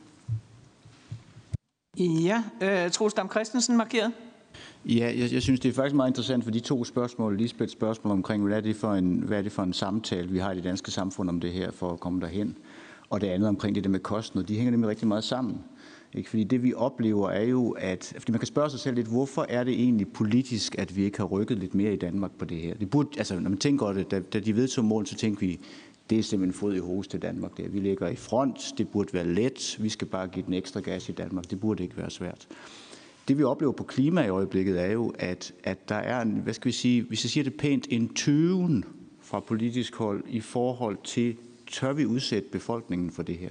Ja, Troels Dam Christensen markeret. Ja, jeg synes, det er faktisk meget interessant for de to spørgsmål. Lisbeths spørgsmål omkring, hvad er det for en samtale, vi har i det danske samfund om det her, for at komme derhen. Og det andet omkring det der med kosten, og de hænger nemlig rigtig meget sammen. Ikke? Fordi det vi oplever er jo, at fordi man kan spørge sig selv lidt, hvorfor er det egentlig politisk, at vi ikke har rykket lidt mere i Danmark på det her? Det burde, altså, når man tænker over det, da de vedtog mål, så tænkte vi, det er simpelthen fod i hos til Danmark. Vi ligger i front, det burde være let, vi skal bare give den ekstra gas i Danmark, det burde ikke være svært. Det vi oplever på klima i øjeblikket er jo, at der er en, hvad skal vi sige, hvis jeg siger det pænt, en tøven fra politisk hold i forhold til, tør vi udsætte befolkningen for det her?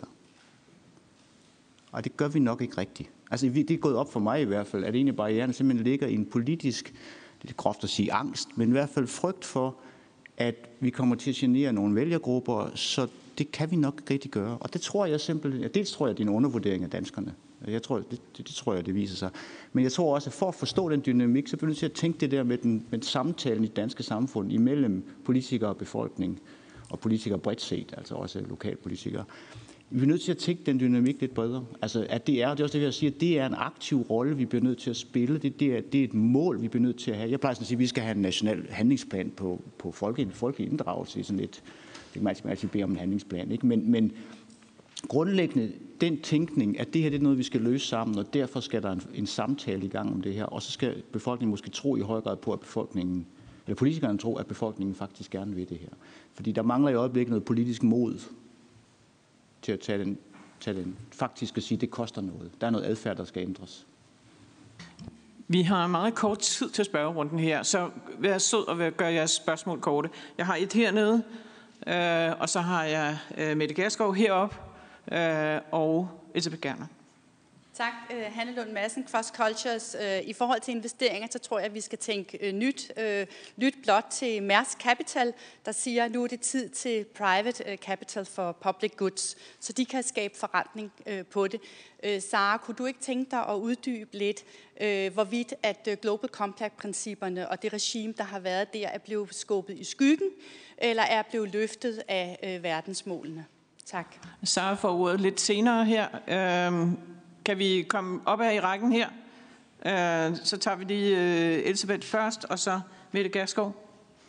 Og det gør vi nok ikke rigtigt. Altså det er gået op for mig i hvert fald, at en af barriererne simpelthen ligger i en politisk, det er groft at sige angst, men i hvert fald frygt for, at vi kommer til at genere nogle vælgergrupper, så det kan vi nok ikke rigtig gøre. Og det tror jeg simpelthen, dels tror jeg, det er en undervurdering af danskerne. Det tror jeg, det viser sig. Men jeg tror også, at for at forstå den dynamik, så bliver vi nødt til at tænke det der med samtalen i det danske samfund imellem politikere og befolkning, og politikere bredt set, altså også lokalpolitikere. Vi er nødt til at tænke den dynamik lidt bredere. Altså, at det er også det, jeg siger, det er en aktiv rolle, vi bliver nødt til at spille. Det er et mål, vi bliver nødt til at have. Jeg plejer at sige, at vi skal have en national handlingsplan på folkelig inddragelse i sådan et. Det kan man altid bede om en handlingsplan, ikke? Men grundlæggende den tænkning, at det her det er noget, vi skal løse sammen, og derfor skal der en samtale i gang om det her. Og så skal befolkningen måske tro i høj grad på, at politikerne tror, at befolkningen faktisk gerne vil det her. Fordi der mangler i øjeblikket noget politisk mod til at tage den faktisk at sige, at det koster noget. Der er noget adfærd, der skal ændres. Vi har meget kort tid til spørgerunden her, så vær sød og gør jeres spørgsmål korte. Jeg har et hernede, og så har jeg Mette Gjerskov heroppe, og Elisabeth Gerner. Tak, Hanne Lund Madsen, Cross Cultures. I forhold til investeringer, så tror jeg, at vi skal tænke nyt. Lyt blot til Mærsk Capital, der siger, at nu er det tid til private capital for public goods, så de kan skabe forretning på det. Sara, kunne du ikke tænke dig at uddybe lidt, hvorvidt at Global Compact-principperne og det regime, der har været der, er blevet skubbet i skyggen, eller er blevet løftet af verdensmålene? Tak. Sara får ordet lidt senere her. Kan vi komme op ad i rækken her? Så tager vi lige Elisabeth først, og så Mette Gjerskov.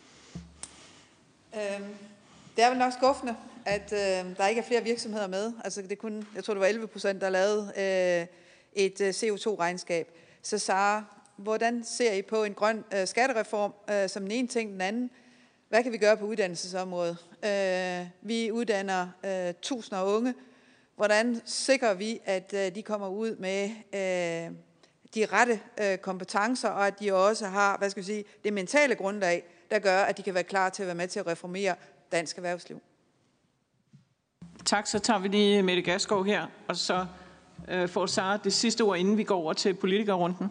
Det er vel nok skuffende, at der ikke er flere virksomheder med. Altså det kun, jeg tror det var 11%, der lavede et CO2-regnskab. Så Sara, hvordan ser I på en grøn skattereform som den ene ting, den anden? Hvad kan vi gøre på uddannelsesområdet? Vi uddanner tusinder af unge. Hvordan sikrer vi, at de kommer ud med de rette kompetencer, og at de også har, hvad skal vi sige, det mentale grundlag, der gør, at de kan være klar til at være med til at reformere dansk erhvervsliv? Tak, så tager vi lige Mette Gjerskov her, og så får Sara det sidste ord, inden vi går over til politikerrunden.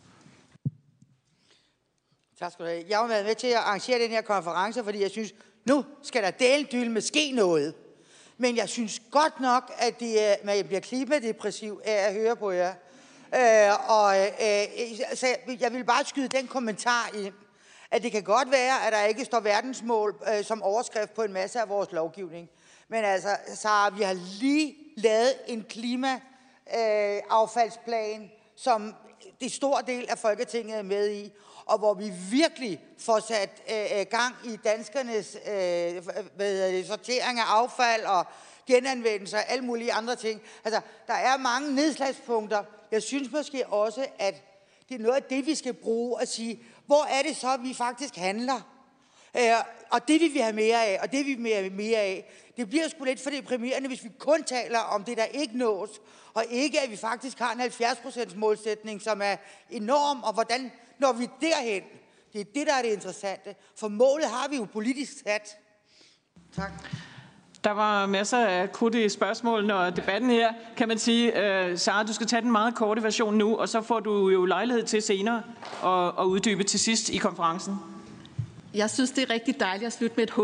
Tak skal du have. Jeg har været med til at arrangere den her konference, fordi jeg synes, nu skal der dele med ske noget. Men jeg synes godt nok, at man bliver klimadepressiv af at høre på jer. Så jeg vil bare skyde den kommentar ind, at det kan godt være, at der ikke står verdensmål som overskrift på en masse af vores lovgivning. Men altså, Sara, vi har lige lavet en klimaaffaldsplan, som det stor del af Folketinget er med i, og hvor vi virkelig får sat gang i danskernes sortering af affald og genanvendelse og alle mulige andre ting. Altså, der er mange nedslagspunkter. Jeg synes måske også, at det er noget af det, vi skal bruge at sige, hvor er det så, vi faktisk handler? Og det vil vi have mere af, og det vil vi have mere af. Det bliver sgu lidt for deprimerende, hvis vi kun taler om det, der ikke nås, og ikke at vi faktisk har en 70% målsætning, som er enorm, og hvordan når vi derhen. Det er det, der er det interessante. For målet har vi jo politisk sat. Tak. Der var masser af krudte spørgsmål og debatten her, kan man sige. Sara, du skal tage den meget korte version nu, og så får du jo lejlighed til senere at uddybe til sidst i konferencen. Jeg synes, det er rigtig dejligt at slutte med et håb,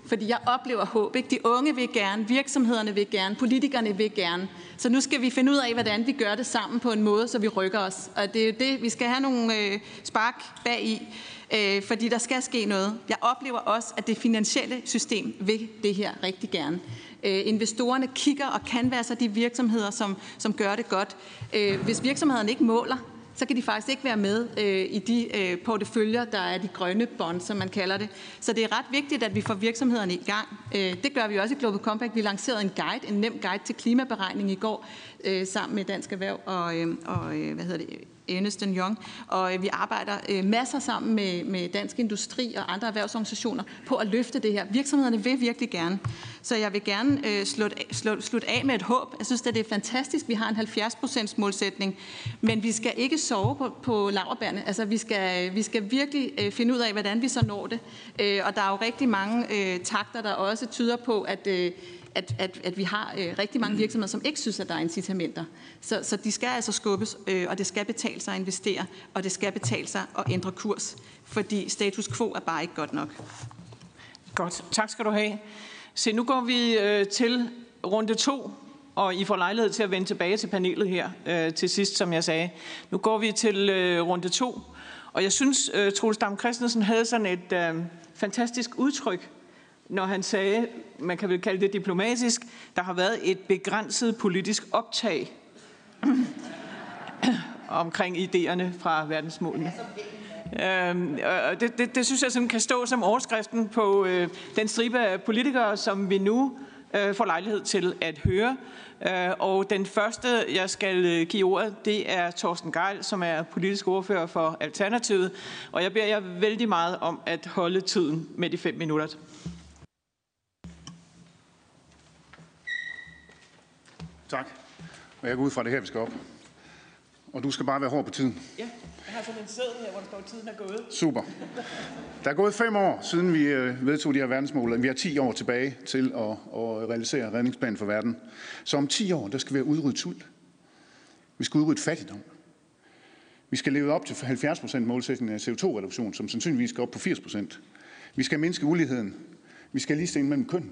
Fordi jeg oplever håb. Ikke? De unge vil gerne, virksomhederne vil gerne, politikerne vil gerne. Så nu skal vi finde ud af, hvordan vi gør det sammen på en måde, så vi rykker os. Og det er jo det, vi skal have nogle spark bag i, fordi der skal ske noget. Jeg oplever også, at det finansielle system vil det her rigtig gerne. Investorerne kigger og canvasser de virksomheder, som gør det godt. Hvis virksomhederne ikke måler, så kan de faktisk ikke være med i de porteføljer, der er de grønne bonds, som man kalder det. Så det er ret vigtigt, at vi får virksomhederne i gang. Det gør vi også i Global Compact. Vi lancerede en nem guide til klimaberegning i går, sammen med Dansk Erhverv og Ernst & Young, og vi arbejder masser sammen med Dansk Industri og andre erhvervsorganisationer på at løfte det her. Virksomhederne vil virkelig gerne. Så jeg vil gerne slutte af med et håb. Jeg synes, at det er fantastisk, vi har en 70% målsætning, men vi skal ikke sove på laurbærrene. Altså, vi skal virkelig finde ud af, hvordan vi så når det. Og der er jo rigtig mange takter, der også tyder på, at vi har rigtig mange virksomheder, som ikke synes, at der er incitamenter. Så de skal altså skubbes, og det skal betale sig at investere, og det skal betale sig at ændre kurs, fordi status quo er bare ikke godt nok. Godt, tak skal du have. Så nu går vi til runde 2, og I får lejlighed til at vende tilbage til panelet her til sidst, som jeg sagde. Nu går vi til runde 2, og jeg synes, Troels Dam Christensen havde sådan et fantastisk udtryk, når han sagde, man kan vel kalde det diplomatisk, der har været et begrænset politisk optag omkring idéerne fra verdensmålene. Det synes jeg sådan kan stå som overskriften på den stribe af politikere, som vi nu får lejlighed til at høre. Og den første, jeg skal give ordet, det er Torsten Gejl, som er politisk ordfører for Alternativet. Og jeg beder jer vældig meget om at holde tiden med de 5 minutter. Tak. Og jeg går ud fra det her, vi skal op. Og du skal bare være hård på tiden. Ja, jeg har sådan en seddel her, hvor der står, at tiden er gået. Super. Der er gået 5 år, siden vi vedtog de her verdensmål. Vi har 10 år tilbage til at realisere redningsplanen for verden. Så om 10 år, der skal vi have udryddet sult. Vi skal udrydde fattigdom. Vi skal leve op til 70% målsætningen af CO2-reduktion, som sandsynligvis skal op på 80%. Vi skal mindske uligheden. Vi skal ligestilling mellem køn.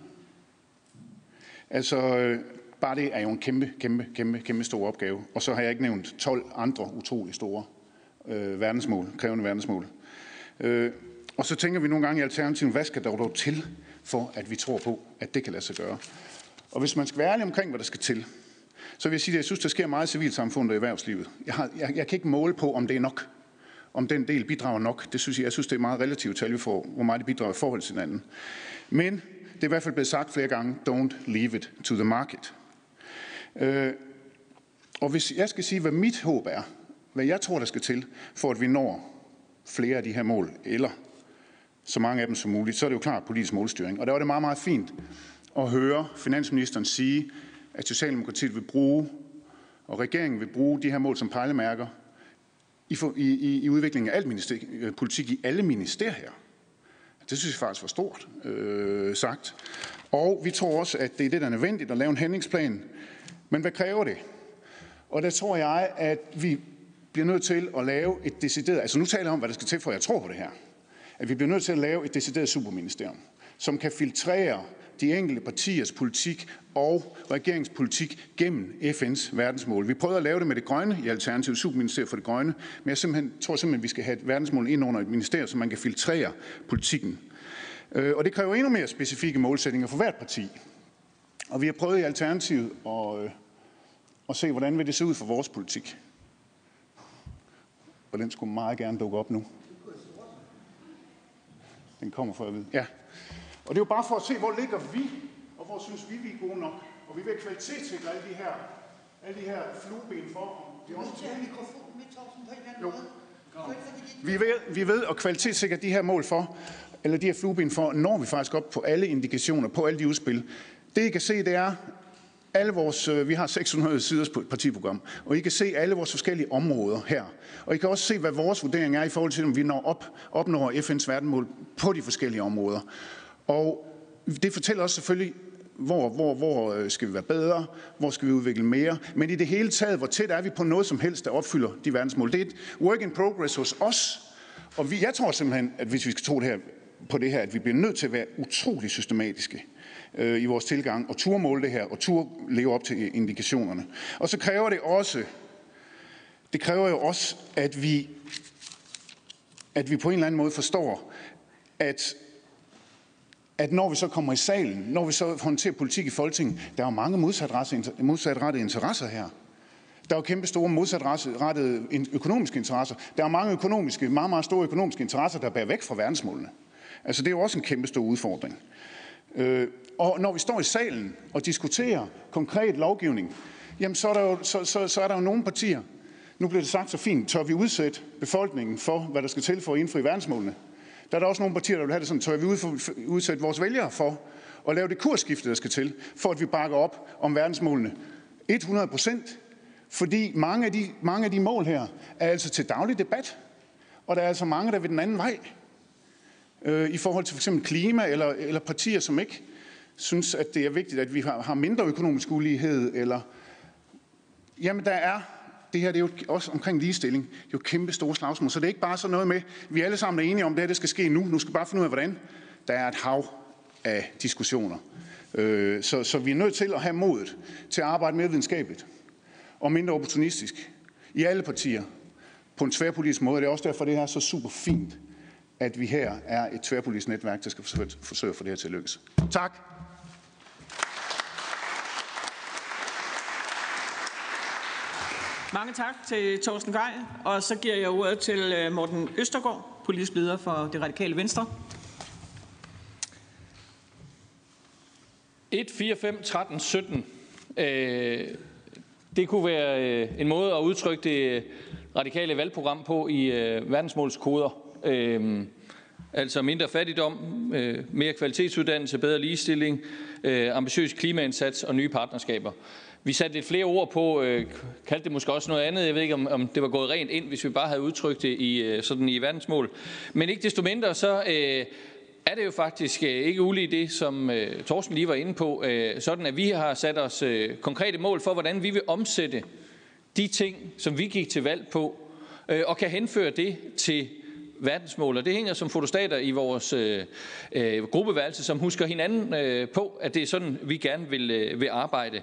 Altså, bare det er jo en kæmpe stor opgave. Og så har jeg ikke nævnt 12 andre utrolig store krævende verdensmål. Og så tænker vi nogle gange i Alternativet, hvad skal der dog til, for at vi tror på, at det kan lade sig gøre? Og hvis man skal være ærlig omkring, hvad der skal til, så vil jeg sige, at jeg synes, der sker meget i civilsamfundet og erhvervslivet. Jeg kan ikke måle på, om det er nok. Om den del bidrager nok. Jeg synes, det er meget relativt tal, vi får, hvor meget det bidrager i forhold til hinanden. Men det er i hvert fald blevet sagt flere gange, don't leave it to the market. Og hvis jeg skal sige, hvad mit håb er, hvad jeg tror, der skal til, for at vi når flere af de her mål, eller så mange af dem som muligt, så er det jo klart politisk målstyring. Og der var det meget, meget fint at høre finansministeren sige, at Socialdemokratiet vil bruge, og regeringen vil bruge de her mål som pejlemærker i udviklingen af alt politik i alle ministerier. Det synes jeg faktisk var stort sagt. Og vi tror også, at det er det, der er nødvendigt at lave en handlingsplan. Men hvad kræver det? Og der tror jeg, at vi bliver nødt til at lave et decideret, altså nu taler jeg om, hvad der skal til, for jeg tror på det her, at vi bliver nødt til at lave et decideret superministerium, som kan filtrere de enkelte partiers politik og regeringspolitik gennem FN's verdensmål. Vi prøvede at lave det med det grønne i Alternativet, superministeriet for det grønne, men jeg tror simpelthen, at vi skal have et verdensmål ind under et ministerium, så man kan filtrere politikken. Og det kræver endnu mere specifikke målsætninger for hvert parti. Og vi har prøvet i Alternativet at se, hvordan vil det se ud for vores politik. Og den skulle meget gerne dukke op nu. Den kommer for at vide. Ja. Og det er jo bare for at se, hvor ligger vi, og hvor synes vi er gode nok. Og vi vil kvalitetssikre alle de her flueben for. Vi ved at kvalitetssikre de her mål for, eller de her flueben for, når vi faktisk op på alle indikationer, på alle de udspil. Det I kan se, det er vi har 600 siders partiprogram, og I kan se alle vores forskellige områder her. Og I kan også se, hvad vores vurdering er i forhold til, om vi opnår FN's verdensmål på de forskellige områder. Og det fortæller os selvfølgelig, hvor skal vi være bedre, hvor skal vi udvikle mere, men i det hele taget, hvor tæt er vi på noget som helst, der opfylder de verdensmål. Det er et work in progress hos os, og jeg tror simpelthen, at hvis vi skal tro det her, på det her, at vi bliver nødt til at være utrolig systematiske i vores tilgang, og turde måle det her, og turde leve op til indikationerne. Og så kræver det kræver jo også, at vi på en eller anden måde forstår, at når vi så kommer i salen, når vi så håndterer politik i Folketinget, der er jo mange modsatrettede interesser her. Der er jo kæmpe store modsatrettede økonomiske interesser. Der er mange meget, meget store økonomiske interesser, der bærer væk fra verdensmålene. Altså det er jo også en kæmpe stor udfordring. Og når vi står i salen og diskuterer konkret lovgivning, jamen så er der jo nogle partier, nu bliver det sagt så fint, tør vi udsætte befolkningen for, hvad der skal til for at indfri verdensmålene. Der er der også nogle partier, der vil have det sådan, tør vi udsætte vores vælgere for at lave det kursskifte, der skal til, for at vi bakker op om verdensmålene 100%. Fordi mange af de mål her er altså til daglig debat, og der er altså mange, der vil den anden vej i forhold til f.eks. klima eller partier, som ikke synes, at det er vigtigt, at vi har mindre økonomisk ulighed. Eller jamen det her det er jo også omkring ligestilling, det er jo kæmpe store slagsmål, så det er ikke bare sådan noget med, vi alle sammen er enige om, det her det skal ske nu skal bare finde ud af, hvordan. Der er et hav af diskussioner. Så vi er nødt til at have modet til at arbejde mere videnskabeligt og mindre opportunistisk i alle partier på en tværpolitisk måde. Det er også derfor, det her er så super fint, at vi her er et tværpolitisk netværk, der skal forsøge at få det her til at lykkes. Tak. Mange tak til Torsten Gejl, og så giver jeg ordet til Morten Østergaard, politisk leder for Det Radikale Venstre. 1, 4, 5, 13, 17. Det kunne være en måde at udtrykke det radikale valgprogram på i verdensmålskoder. Altså mindre fattigdom, mere kvalitetsuddannelse, bedre ligestilling, ambitiøs klimaindsats og nye partnerskaber. Vi satte lidt flere ord på, kaldte det måske også noget andet. Jeg ved ikke, om det var gået rent ind, hvis vi bare havde udtrykt det i verdensmål. Men ikke desto mindre, så er det jo faktisk ikke ulig det, som Torsten lige var inde på, sådan at vi har sat os konkrete mål for, hvordan vi vil omsætte de ting, som vi gik til valg på, og kan henføre det til verdensmål. Og det hænger som fotostater i vores gruppeværelse, som husker hinanden på, at det er sådan, vi gerne vil arbejde.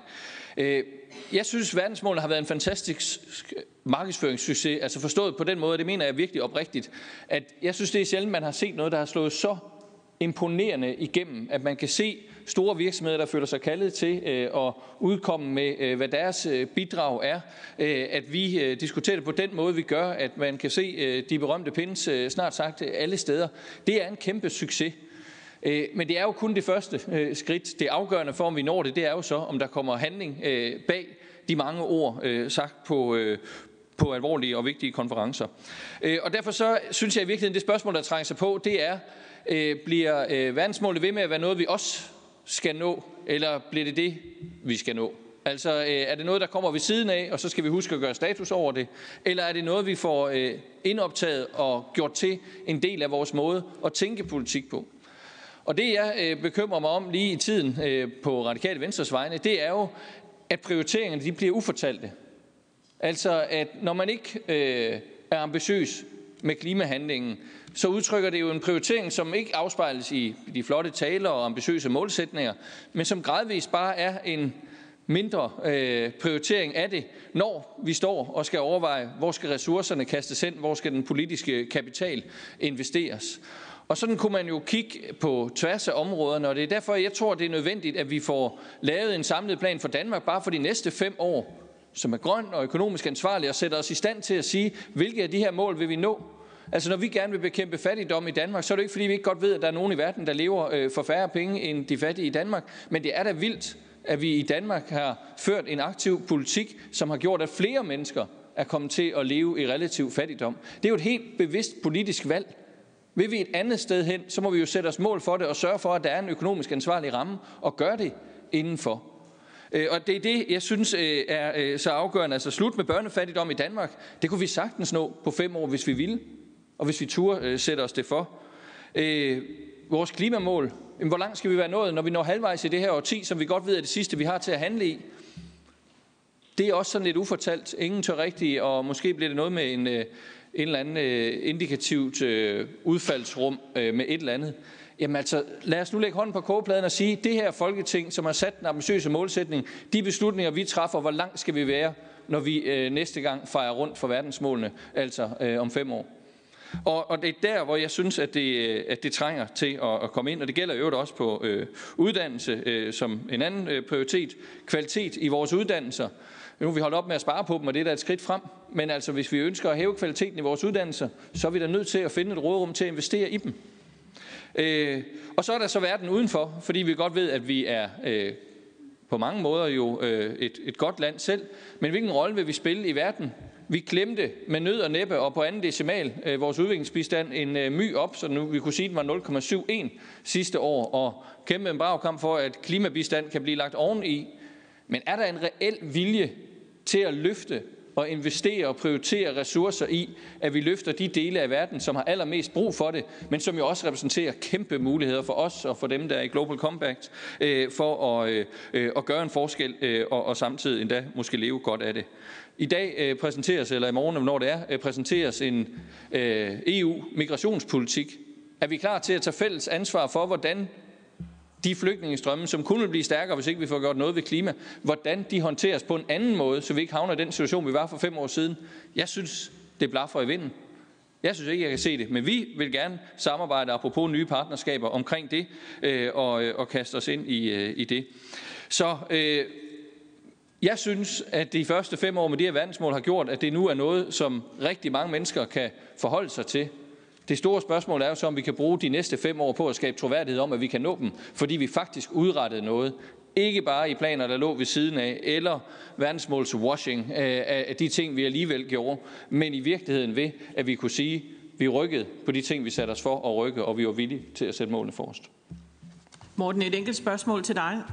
Jeg synes, verdensmålene har været en fantastisk markedsføringssucces, altså forstået på den måde, det mener jeg virkelig oprigtigt, at jeg synes, det er sjældent, man har set noget, der har slået så imponerende igennem, at man kan se store virksomheder, der føler sig kaldet til at udkomme med, hvad deres bidrag er. At vi diskuterer det på den måde, vi gør, at man kan se de berømte pins snart sagt alle steder. Det er en kæmpe succes. Men det er jo kun det første skridt. Det afgørende for, om vi når det, det er jo så, om der kommer handling bag de mange ord sagt på alvorlige og vigtige konferencer. Og derfor så synes jeg i virkeligheden, det spørgsmål, der trænger sig på, det er, bliver verdensmålet ved med at være noget, vi også skal nå, eller bliver det, vi skal nå? Altså, er det noget, der kommer ved siden af, og så skal vi huske at gøre status over det? Eller er det noget, vi får indoptaget og gjort til en del af vores måde at tænke politik på? Og det, jeg bekymrer mig om lige i tiden på Radikale Venstres vegne, det er jo, at prioriteringerne de bliver ufortalte. Altså, at når man ikke er ambitiøs med klimahandlingen, så udtrykker det jo en prioritering, som ikke afspejles i de flotte taler og ambitiøse målsætninger, men som gradvist bare er en mindre prioritering af det, når vi står og skal overveje, hvor skal ressourcerne kastes hen, hvor skal den politiske kapital investeres. Og sådan kunne man jo kigge på tværs af områderne, og det er derfor, jeg tror, det er nødvendigt, at vi får lavet en samlet plan for Danmark bare for de næste 5 år, som er grøn og økonomisk ansvarlig, og sætter os i stand til at sige, hvilke af de her mål vil vi nå. Altså når vi gerne vil bekæmpe fattigdom i Danmark, så er det ikke fordi, vi ikke godt ved, at der er nogen i verden, der lever for færre penge end de fattige i Danmark. Men det er da vildt, at vi i Danmark har ført en aktiv politik, som har gjort, at flere mennesker er kommet til at leve i relativ fattigdom. Det er jo et helt bevidst politisk valg. Vil vi et andet sted hen, så må vi jo sætte os mål for det og sørge for, at der er en økonomisk ansvarlig ramme og gøre det indenfor. Og det er det, jeg synes er så afgørende. Altså slut med børnefattigdom i Danmark, det kunne vi sagtens nå på 5 år, hvis vi ville, og hvis vi turde sætte os det for. Vores klimamål, hvor langt skal vi være nået, når vi når halvvejs i det her årti, som vi godt ved er det sidste, vi har til at handle i? Det er også sådan lidt ufortalt. Ingen tør rigtigt, og måske bliver det noget med eller anden indikativt udfaldsrum med et eller andet. Jamen altså, lad os nu lægge hånden på kogepladen og sige, det her Folketing, som har sat den ambitiøse målsætning, de beslutninger, vi træffer, hvor langt skal vi være, når vi næste gang fejrer rundt for verdensmålene, altså om 5 år. Og det er der, hvor jeg synes, at det trænger til at komme ind, og det gælder jo også på uddannelse som en anden prioritet. Kvalitet i vores uddannelser. Nu har vi holdt op med at spare på dem, og det er da et skridt frem. Men altså, hvis vi ønsker at hæve kvaliteten i vores uddannelser, så er vi da nødt til at finde et råderum til at investere i dem. Og så er der så verden udenfor, fordi vi godt ved, at vi er på mange måder jo et godt land selv. Men hvilken rolle vil vi spille i verden? Vi klemte med nød og næppe og på anden decimal vores udviklingsbistand en my op, så nu vi kunne sige, at den var 0,71 sidste år, og kæmpe en brav kamp for, at klimabistand kan blive lagt oveni. Men er der en reel vilje til at løfte og investere og prioritere ressourcer i, at vi løfter de dele af verden, som har allermest brug for det, men som jo også repræsenterer kæmpe muligheder for os og for dem, der er i Global Compact, for at gøre en forskel og samtidig endda måske leve godt af det. I dag præsenteres, eller i morgen, når det er, præsenteres en EU-migrationspolitik. Er vi klar til at tage fælles ansvar for, hvordan de flygtningestrømme, som kun vil blive stærkere, hvis ikke vi får gjort noget ved klima, hvordan de håndteres på en anden måde, så vi ikke havner i den situation, vi var for 5 år siden? Jeg synes, det blaffer i vinden. Jeg synes ikke, jeg kan se det, men vi vil gerne samarbejde, apropos nye partnerskaber, omkring det, og kaste os ind i det. Så jeg synes, at de første 5 år med de her verdensmål har gjort, at det nu er noget, som rigtig mange mennesker kan forholde sig til. Det store spørgsmål er jo så, om vi kan bruge de næste 5 år på at skabe troværdighed om, at vi kan nå dem, fordi vi faktisk udrettede noget. Ikke bare i planer, der lå ved siden af, eller verdensmålswashing af de ting, vi alligevel gjorde, men i virkeligheden ved, at vi kunne sige, at vi rykkede på de ting, vi satte os for at rykke, og vi var villige til at sætte målene forrest. Morten, et enkelt spørgsmål til dig.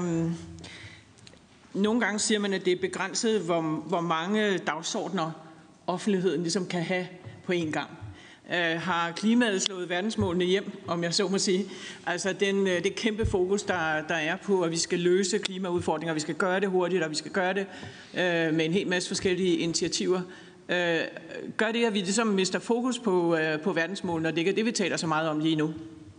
Nogle gange siger man, at det er begrænset, hvor mange dagsordner offentligheden ligesom kan have på én gang. Har klimaet slået verdensmålene hjem, om jeg så må sige? Altså det kæmpe fokus, der er på, at vi skal løse klimaudfordringer, vi skal gøre det hurtigt, og vi skal gøre det med en hel masse forskellige initiativer. Gør det, at vi ligesom mister fokus på verdensmålene, og det ikke er det, vi taler så meget om lige nu?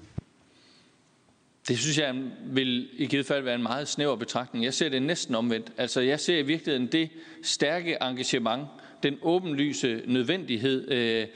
Det synes jeg vil i givet fald være en meget snæver betragtning. Jeg ser det næsten omvendt. Altså jeg ser i virkeligheden det stærke engagement, den åbenlyse nødvendighed,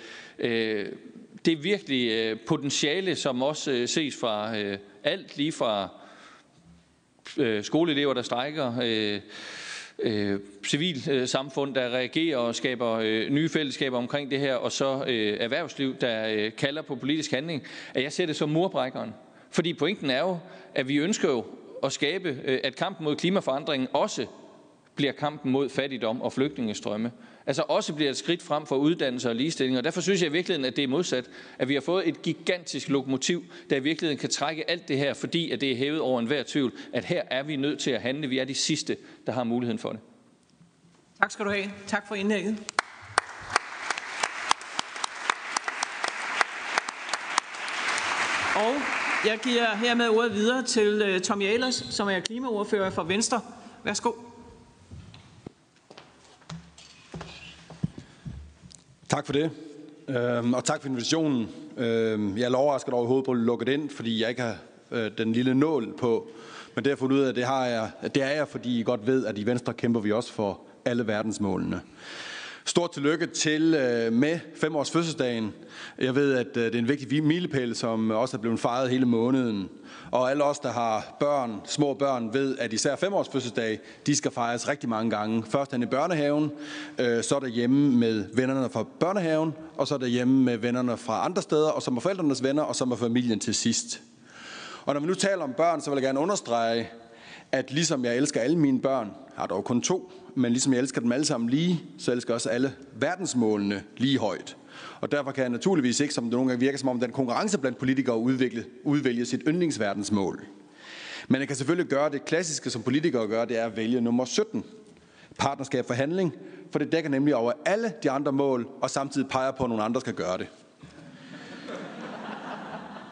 det virkelig potentiale, som også ses fra alt, lige fra skoleelever, der strejker, civilsamfund, der reagerer og skaber nye fællesskaber omkring det her, og så erhvervsliv, der kalder på politisk handling, at jeg ser det som murbrækkeren. Fordi pointen er jo, at vi ønsker jo at skabe, at kampen mod klimaforandringen også bliver kampen mod fattigdom og flygtningestrømme. Altså også bliver et skridt frem for uddannelse og ligestilling. Og derfor synes jeg i virkeligheden, at det er modsat. At vi har fået et gigantisk lokomotiv, der i virkeligheden kan trække alt det her, fordi at det er hævet over enhver tvivl, at her er vi nødt til at handle. Vi er de sidste, der har muligheden for det. Tak skal du have. Tak for indlægget. Og jeg giver hermed ordet videre til Tommy Ahlers, som er klimaordfører for Venstre. Værsgo. Tak for det, og tak for invitationen. Jeg er overrasket overhovedet på at lukke det ind, fordi jeg ikke har den lille nål på. Men det har jeg fundet ud af, det er jeg, fordi I godt ved, at i Venstre kæmper vi også for alle verdensmålene. Stort tillykke til med 5-års fødselsdagen. Jeg ved, at det er en vigtig milepæl, som også er blevet fejret hele måneden. Og alle os, der har børn, små børn, ved, at især 5-års fødselsdag, de skal fejres rigtig mange gange. Først i børnehaven, så er der hjemme med vennerne fra børnehaven, og så er der hjemme med vennerne fra andre steder, og så med forældrenes venner, og så med familien til sidst. Og når vi nu taler om børn, så vil jeg gerne understrege, at ligesom jeg elsker alle mine børn, jeg har dog kun 2, men ligesom jeg elsker dem alle sammen lige, så elsker jeg også alle verdensmålene lige højt. Og derfor kan jeg naturligvis ikke, som det nogle gange virker som om, den konkurrence blandt politikere udvælge sit yndlingsverdensmål. Men jeg kan selvfølgelig gøre det klassiske, som politikere gør, det er at vælge nummer 17. Partnerskab for handling, for det dækker nemlig over alle de andre mål, og samtidig peger på, at nogle andre skal gøre det.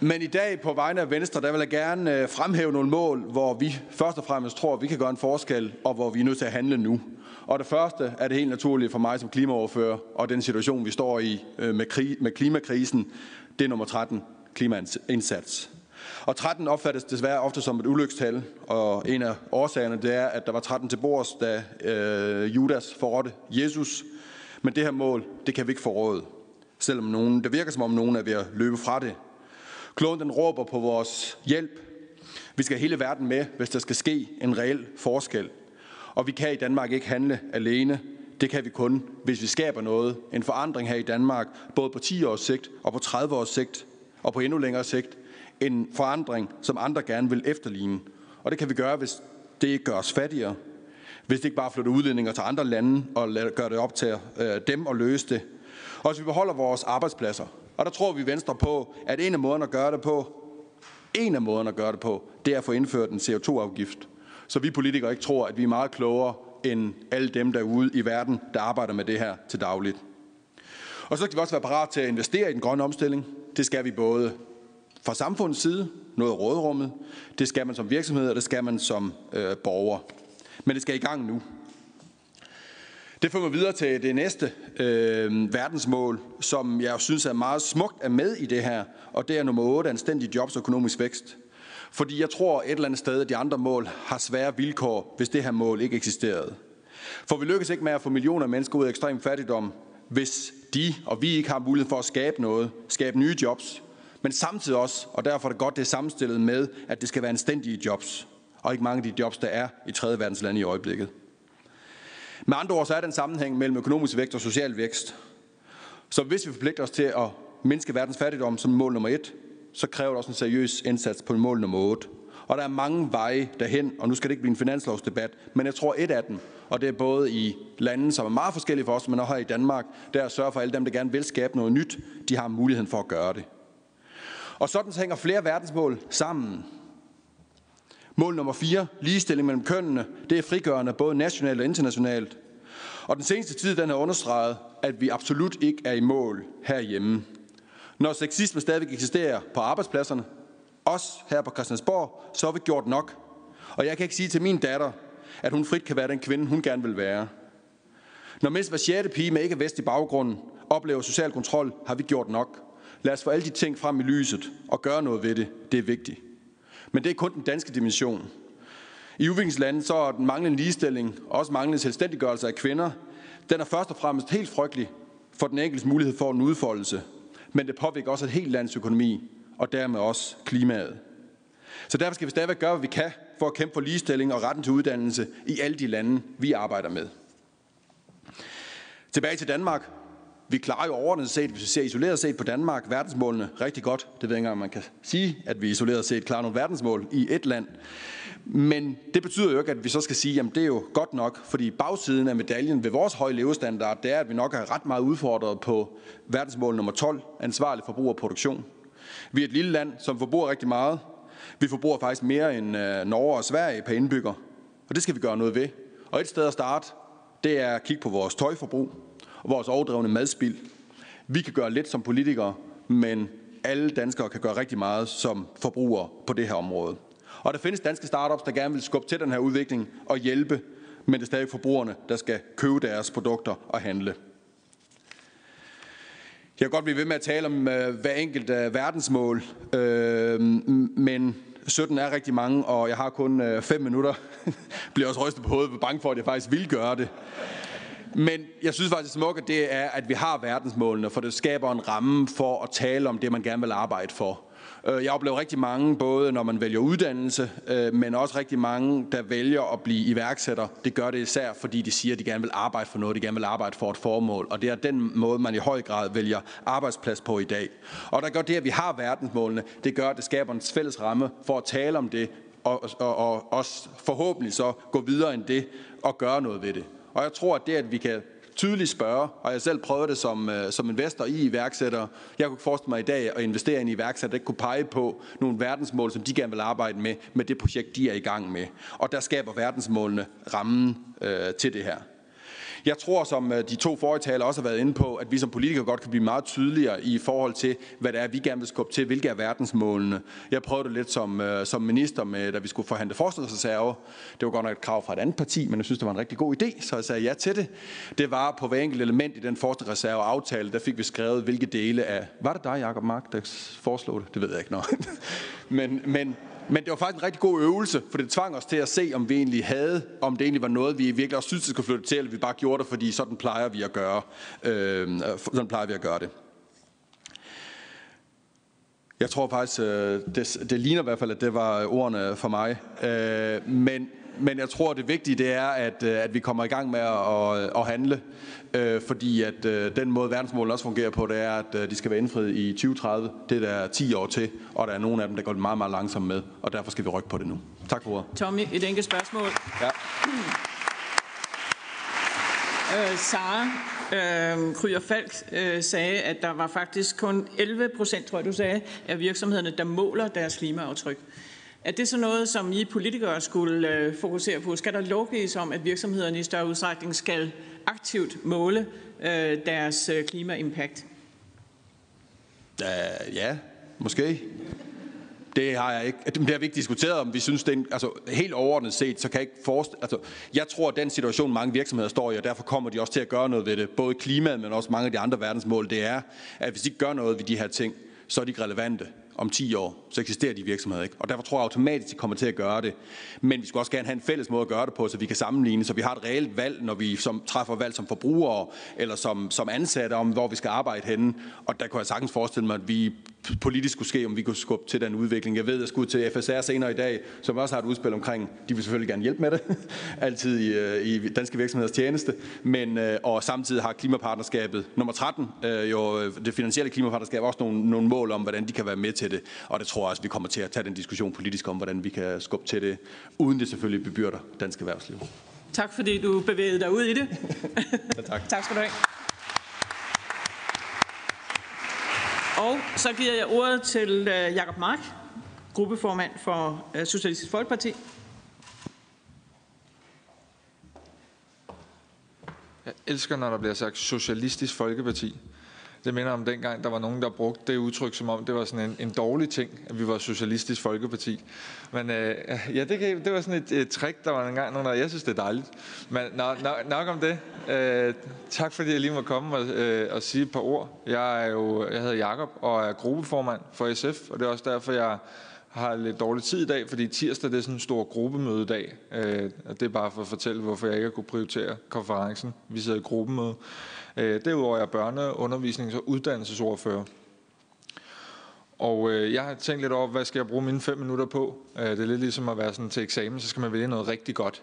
Men i dag på vegne af Venstre, der vil jeg gerne fremhæve nogle mål, hvor vi først og fremmest tror, at vi kan gøre en forskel, og hvor vi er nødt til at handle nu. Og det første er det helt naturligt for mig som klimaordfører, og den situation, vi står i med klimakrisen, det er nummer 13, klimaindsats. Og 13 opfattes desværre ofte som et ulykstal, og en af årsagerne det er, at der var 13 til bords, da Judas forrådte Jesus. Men det her mål, det kan vi ikke forråde, selvom det virker som om nogen er ved at løbe fra det. Kloden den råber på vores hjælp. Vi skal have hele verden med, hvis der skal ske en reel forskel. Og vi kan i Danmark ikke handle alene. Det kan vi kun, hvis vi skaber noget. En forandring her i Danmark, både på 10 års sigt og på 30 års sigt og på endnu længere sigt. En forandring, som andre gerne vil efterligne. Og det kan vi gøre, hvis det ikke gør os fattigere. Hvis det ikke bare flytter udledninger til andre lande og gør det op til dem at løse det. Og hvis vi beholder vores arbejdspladser. Og der tror vi i Venstre på, at en af måderne at gøre det på, det er at få indført en CO2-afgift. Så vi politikere ikke tror, at vi er meget klogere end alle dem derude i verden, der arbejder med det her til dagligt. Og så skal vi også være parat til at investere i den grønne omstilling. Det skal vi både fra samfundets side, noget af råderummet. Det skal man som virksomhed, og det skal man som borger. Men det skal i gang nu. Det fører mig videre til det næste verdensmål, som jeg synes er meget smukt er med i det her. Og det er nummer 8, anstændig jobs og økonomisk vækst. Fordi jeg tror et eller andet sted, at de andre mål har svære vilkår, hvis det her mål ikke eksisterede. For vi lykkes ikke med at få millioner af mennesker ud af ekstrem fattigdom, hvis de og vi ikke har mulighed for at skabe noget, skabe nye jobs. Men samtidig også, og derfor er det godt, det er sammenstillet med, at det skal være anstændige jobs, og ikke mange af de jobs, der er i 3. verdens lande i øjeblikket. Med andre ord, så er der en sammenhæng mellem økonomisk vækst og social vækst. Så hvis vi forpligter os til at mindske verdens fattigdom som mål nummer 1, så kræver det også en seriøs indsats på mål nummer 8. Og der er mange veje derhen, og nu skal det ikke blive en finanslovsdebat, men jeg tror et af dem, og det er både i lande, som er meget forskellige for os, men også her i Danmark, der er at sørge for, at alle dem, der gerne vil skabe noget nyt, de har muligheden for at gøre det. Og sådan hænger flere verdensmål sammen. Mål nummer 4, ligestilling mellem kønnene, det er frigørende både nationalt og internationalt. Og den seneste tid, den har understreget, at vi absolut ikke er i mål herhjemme. Når sexisme stadig eksisterer på arbejdspladserne, også her på Christiansborg, så har vi gjort nok. Og jeg kan ikke sige til min datter, at hun frit kan være den kvinde, hun gerne vil være. Når mindst hver 6. pige med ikke-vestlig baggrund oplever social kontrol, har vi gjort nok. Lad os få alle de ting frem i lyset og gøre noget ved det. Det er vigtigt. Men det er kun den danske dimension. I udviklingslande så er den manglende ligestilling, også manglende selvstændiggørelse af kvinder, den er først og fremmest helt frygtelig for den enkeltes mulighed for en udfoldelse. Men det påvirker også et helt lands økonomi, og dermed også klimaet. Så derfor skal vi stadigvæk gøre, hvad vi kan for at kæmpe for ligestilling og retten til uddannelse i alle de lande, vi arbejder med. Tilbage til Danmark. Vi klarer jo overordnet set, hvis vi ser isoleret set på Danmark, verdensmålene rigtig godt. Det ved jeg ikke engang, man kan sige, at vi isoleret set klarer nogle verdensmål i et land. Men det betyder jo ikke, at vi så skal sige, at det er jo godt nok, fordi bagsiden af medaljen ved vores høje levestandard, det er, at vi nok er ret meget udfordret på verdensmål nummer 12, ansvarlig forbrug og produktion. Vi er et lille land, som forbruger rigtig meget. Vi forbruger faktisk mere end Norge og Sverige per indbygger, og det skal vi gøre noget ved. Og et sted at starte, det er at kigge på vores tøjforbrug og vores overdrevne madspild. Vi kan gøre lidt som politikere, men alle danskere kan gøre rigtig meget som forbrugere på det her område. Og der findes danske startups, der gerne vil skubbe til den her udvikling og hjælpe, men det er stadig forbrugerne, der skal købe deres produkter og handle. Jeg kan godt blive ved med at tale om hver enkelt verdensmål, men 17 er rigtig mange, og jeg har kun 5 minutter. Bliver også rystet på hovedet, for bange for, at jeg faktisk vil gøre det. Men jeg synes faktisk, det smukke det er, at vi har verdensmålene, for det skaber en ramme for at tale om det, man gerne vil arbejde for. Jeg oplever rigtig mange, både når man vælger uddannelse, men også rigtig mange, der vælger at blive iværksætter. Det gør det især, fordi de siger, at de gerne vil arbejde for noget, de gerne vil arbejde for et formål. Og det er den måde, man i høj grad vælger arbejdsplads på i dag. Og der gør det, at vi har verdensmålene, det gør, at det skaber en fælles ramme for at tale om det, og også forhåbentlig så gå videre end det og gøre noget ved det. Og jeg tror, at det, at vi kan tydeligt spørge, og jeg selv prøvede det som investor i iværksættere. Jeg kunne forestille mig i dag at investere i en iværksætter, der ikke kunne pege på nogle verdensmål, som de gerne vil arbejde med det projekt, de er i gang med. Og der skaber verdensmålene rammen til det her. Jeg tror, som de to forrige talere også har været inde på, at vi som politikere godt kan blive meget tydeligere i forhold til, hvad det er, vi gerne vil skubbe til, hvilke er verdensmålene. Jeg prøvede det lidt som minister, med, da vi skulle forhandle forskningsreserve. Det var godt nok et krav fra et andet parti, men jeg synes, det var en rigtig god idé, så jeg sagde ja til det. Det var på hver enkelt element i den forskningsreserve-aftale, der fik vi skrevet, hvilke dele af... Var det dig, Jacob Mark, der foreslog det? Det ved jeg ikke noget. Men det var faktisk en rigtig god øvelse, for det tvang os til at se, om vi egentlig havde, om det egentlig var noget, vi virkelig også synes, det skulle flytte til, eller vi bare gjorde det, fordi sådan plejer vi at gøre, det. Jeg tror faktisk, det ligner i hvert fald, at det var ordene for mig. Men jeg tror, det vigtige det er, at vi kommer i gang med at handle, fordi at den måde, verdensmålene også fungerer på, det er, at de skal være indfriet i 2030. Det er der 10 år til, og der er nogle af dem, der går meget, meget langsomt med, og derfor skal vi rykke på det nu. Tak for ordet. Tommy, et enkelt spørgsmål. Ja. Sara Kryer Falk sagde, at der var faktisk kun 11%, tror jeg du sagde, af virksomhederne, der måler deres klimaaftryk. Er det så noget, som I politikere skulle fokusere på? Skal der lovgives om, at virksomhederne i større udstrækning skal aktivt måle deres klimaimpact? Ja, måske. Det har jeg ikke. Det har vi ikke diskuteret om. Vi synes, det er helt overordnet set, så kan jeg ikke forestille... jeg tror, at den situation, mange virksomheder står i, og derfor kommer de også til at gøre noget ved det, både klimaet, men også mange af de andre verdensmål, det er, at hvis de ikke gør noget ved de her ting, så er de ikke relevante. Om 10 år, så eksisterer de virksomheder ikke. Og derfor tror jeg automatisk, de kommer til at gøre det. Men vi skal også gerne have en fælles måde at gøre det på, så vi kan sammenligne, så vi har et reelt valg, når vi træffer valg som forbrugere, eller som ansatte om, hvor vi skal arbejde henne. Og der kunne jeg sagtens forestille mig, at vi politisk skulle ske, om vi kunne skubbe til den udvikling. Jeg ved, at jeg skulle til FSR senere i dag, som også har et udspil omkring, de vil selvfølgelig gerne hjælpe med det, altid i danske virksomheders tjeneste, og samtidig har klimapartnerskabet nummer 13, jo det finansielle klimapartnerskab, også nogle mål om, hvordan de kan være med til det. Og det tror jeg også, vi kommer til at tage den diskussion politisk om, hvordan vi kan skubbe til det, uden det selvfølgelig bebyrder dansk erhvervsliv. Tak fordi du bevægede dig ud i det. Ja, tak. Tak skal du have. Og så giver jeg ordet til Jacob Mark, gruppeformand for Socialistisk Folkeparti. Jeg elsker, når der bliver sagt Socialistisk Folkeparti. Det minder om dengang, der var nogen, der brugte det udtryk, som om det var sådan en dårlig ting, at vi var Socialistisk Folkeparti. Men ja, det var sådan et trick, der var engang nogen, der... Jeg synes, det er dejligt. Men nok om det. Tak fordi jeg lige må komme og sige et par ord. Jeg hedder Jakob og er gruppeformand for SF, og det er også derfor, jeg har lidt dårlig tid i dag, fordi tirsdag det er sådan en stor gruppemødedag. Og det er bare for at fortælle, hvorfor jeg ikke har kunne prioritere konferencen. Vi sidder i gruppemøde. Derudover er jeg børne-, undervisnings- og uddannelsesordfører. Og jeg har tænkt lidt over, hvad skal jeg bruge mine 5 minutter på? Det er lidt ligesom at være sådan til eksamen, så skal man vælge noget rigtig godt.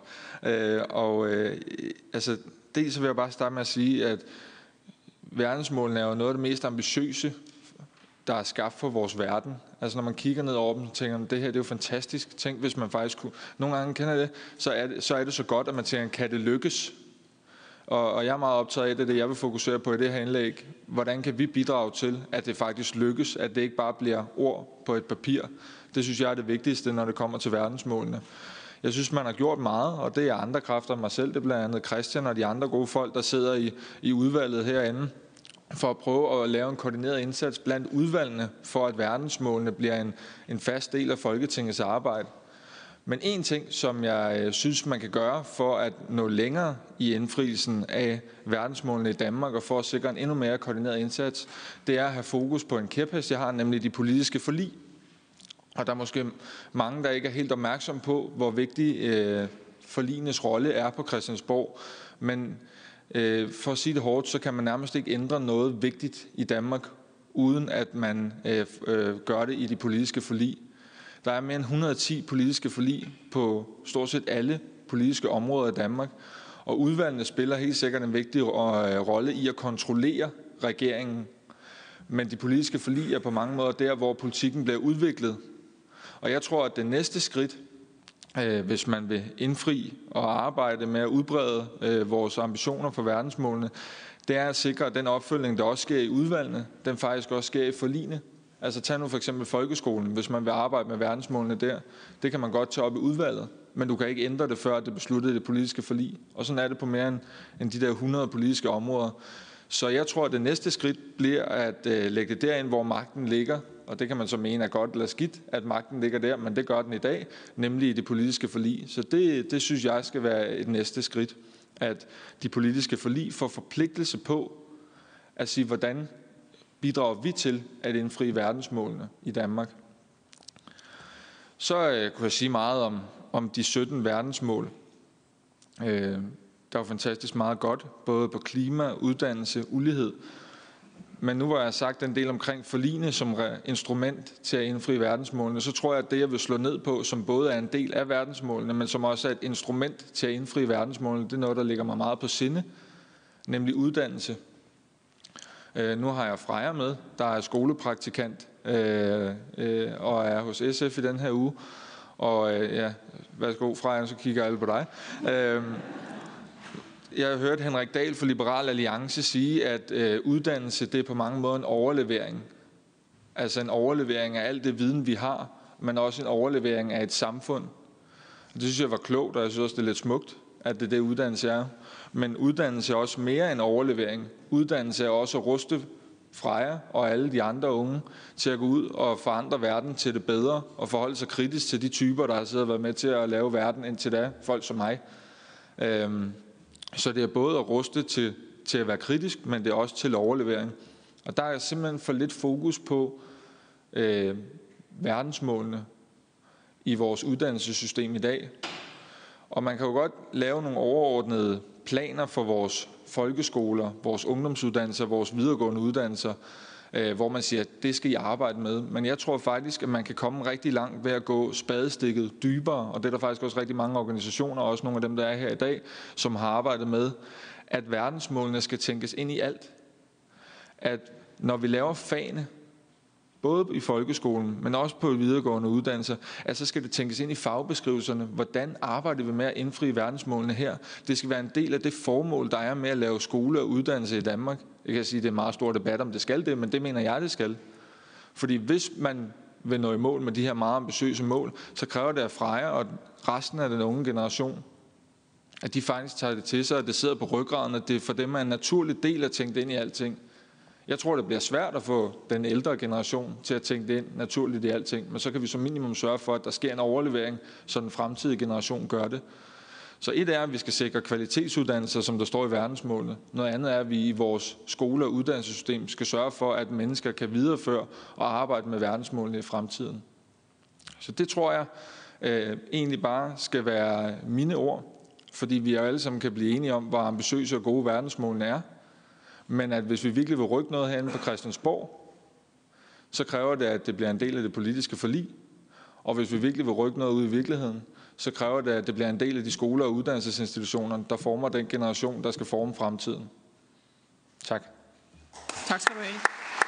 Dels så vil jeg bare starte med at sige, at verdensmålene er jo noget af det mest ambitiøse, der er skabt for vores verden. Altså når man kigger ned over dem, så tænker man, det her det er jo fantastisk. Tænk, hvis man faktisk kunne... Nogle gange kender det, så er det så godt, at man tænker, kan det lykkes? Og jeg er meget optaget af det, jeg vil fokusere på i det her indlæg. Hvordan kan vi bidrage til, at det faktisk lykkes, at det ikke bare bliver ord på et papir? Det synes jeg er det vigtigste, når det kommer til verdensmålene. Jeg synes, man har gjort meget, og det er andre kræfter end mig selv. Det er blandt andet Christian og de andre gode folk, der sidder i udvalget herinde, for at prøve at lave en koordineret indsats blandt udvalgene, for at verdensmålene bliver en fast del af Folketingets arbejde. Men en ting, som jeg synes, man kan gøre for at nå længere i indfrielsen af verdensmålene i Danmark og for at sikre en endnu mere koordineret indsats, det er at have fokus på en kæphest. Jeg har nemlig de politiske forlig. Og der er måske mange, der ikke er helt opmærksom på, hvor vigtig forligenes rolle er på Christiansborg. Men for at sige det hårdt, så kan man nærmest ikke ændre noget vigtigt i Danmark, uden at man gør det i de politiske forlig. Der er mere end 110 politiske forlig på stort set alle politiske områder i Danmark, og udvalgene spiller helt sikkert en vigtig rolle i at kontrollere regeringen. Men de politiske forlig er på mange måder der, hvor politikken bliver udviklet. Og jeg tror, at det næste skridt, hvis man vil indfri og arbejde med at udbrede vores ambitioner for verdensmålene, det er at sikre, at den opfølgning, der også sker i udvalgene, den faktisk også sker i forligene. Altså tag nu for eksempel folkeskolen, hvis man vil arbejde med verdensmålene der. Det kan man godt tage op i udvalget, men du kan ikke ændre det, før det besluttede det politiske forlig. Og sådan er det på mere end de der 100 politiske områder. Så jeg tror, at det næste skridt bliver at lægge det derind, hvor magten ligger. Og det kan man så mene er godt eller skidt, at magten ligger der, men det gør den i dag, nemlig i det politiske forlig. Så det synes jeg skal være et næste skridt, at de politiske forlig får forpligtelse på at sige, hvordan bidrager vi til at indfri verdensmålene i Danmark. Så kunne jeg sige meget om de 17 verdensmål. Der var fantastisk meget godt, både på klima, uddannelse, ulighed. Men nu hvor jeg har sagt en del omkring forligene som instrument til at indfri verdensmålene, så tror jeg, at det, jeg vil slå ned på, som både er en del af verdensmålene, men som også er et instrument til at indfri verdensmålene, det er noget, der ligger mig meget på sinde, nemlig uddannelse. Nu har jeg Freja med, der er skolepraktikant og er hos SF i den her uge. Og ja, værsgo Freja, så kigger alle på dig. Jeg har hørt Henrik Dahl fra Liberal Alliance sige, at uddannelse det er på mange måder en overlevering. Altså en overlevering af alt det viden, vi har, men også en overlevering af et samfund. Det synes jeg var klogt, og jeg synes også, det er lidt smukt, at det er det, uddannelse er. Men uddannelse er også mere end overlevering. Uddannelse er også at ruste Freja og alle de andre unge til at gå ud og forandre verden til det bedre, og forholde sig kritisk til de typer, der har siddet og været med til at lave verden indtil da, folk som mig. Så det er både at ruste til at være kritisk, men det er også til overlevering. Og der er simpelthen for lidt fokus på verdensmålene i vores uddannelsessystem i dag. Og man kan jo godt lave nogle overordnede planer for vores folkeskoler, vores ungdomsuddannelser, vores videregående uddannelser, hvor man siger, at det skal I arbejde med. Men jeg tror faktisk, at man kan komme rigtig langt ved at gå spadestikket dybere, og det er der faktisk også rigtig mange organisationer, også nogle af dem, der er her i dag, som har arbejdet med, at verdensmålene skal tænkes ind i alt. At når vi laver fagene, både i folkeskolen, men også på videregående uddannelser, at så skal det tænkes ind i fagbeskrivelserne. Hvordan arbejder vi med at indfri verdensmålene her? Det skal være en del af det formål, der er med at lave skole og uddannelse i Danmark. Jeg kan sige, at det er en meget stor debat, om det skal det, men det mener jeg, det skal. Fordi hvis man vil nå i mål med de her meget ambitiøse mål, så kræver det af Freja og resten af den unge generation, at de faktisk tager det til sig, at det sidder på ryggraden, at det for dem er en naturlig del at tænke det ind i alting. Jeg tror, det bliver svært at få den ældre generation til at tænke det ind naturligt i alting, men så kan vi som minimum sørge for, at der sker en overlevering, så den fremtidige generation gør det. Så et er, at vi skal sikre kvalitetsuddannelser, som der står i verdensmålene. Noget andet er, at vi i vores skole- og uddannelsessystem skal sørge for, at mennesker kan videreføre og arbejde med verdensmålene i fremtiden. Så det tror jeg egentlig bare skal være mine ord, fordi vi alle sammen kan blive enige om, hvor ambitiøse og gode verdensmålene er. Men at hvis vi virkelig vil rykke noget herinde på Christiansborg, så kræver det, at det bliver en del af det politiske forlig. Og hvis vi virkelig vil rykke noget ud i virkeligheden, så kræver det, at det bliver en del af de skoler og uddannelsesinstitutioner, der former den generation, der skal forme fremtiden. Tak. Tak skal du have.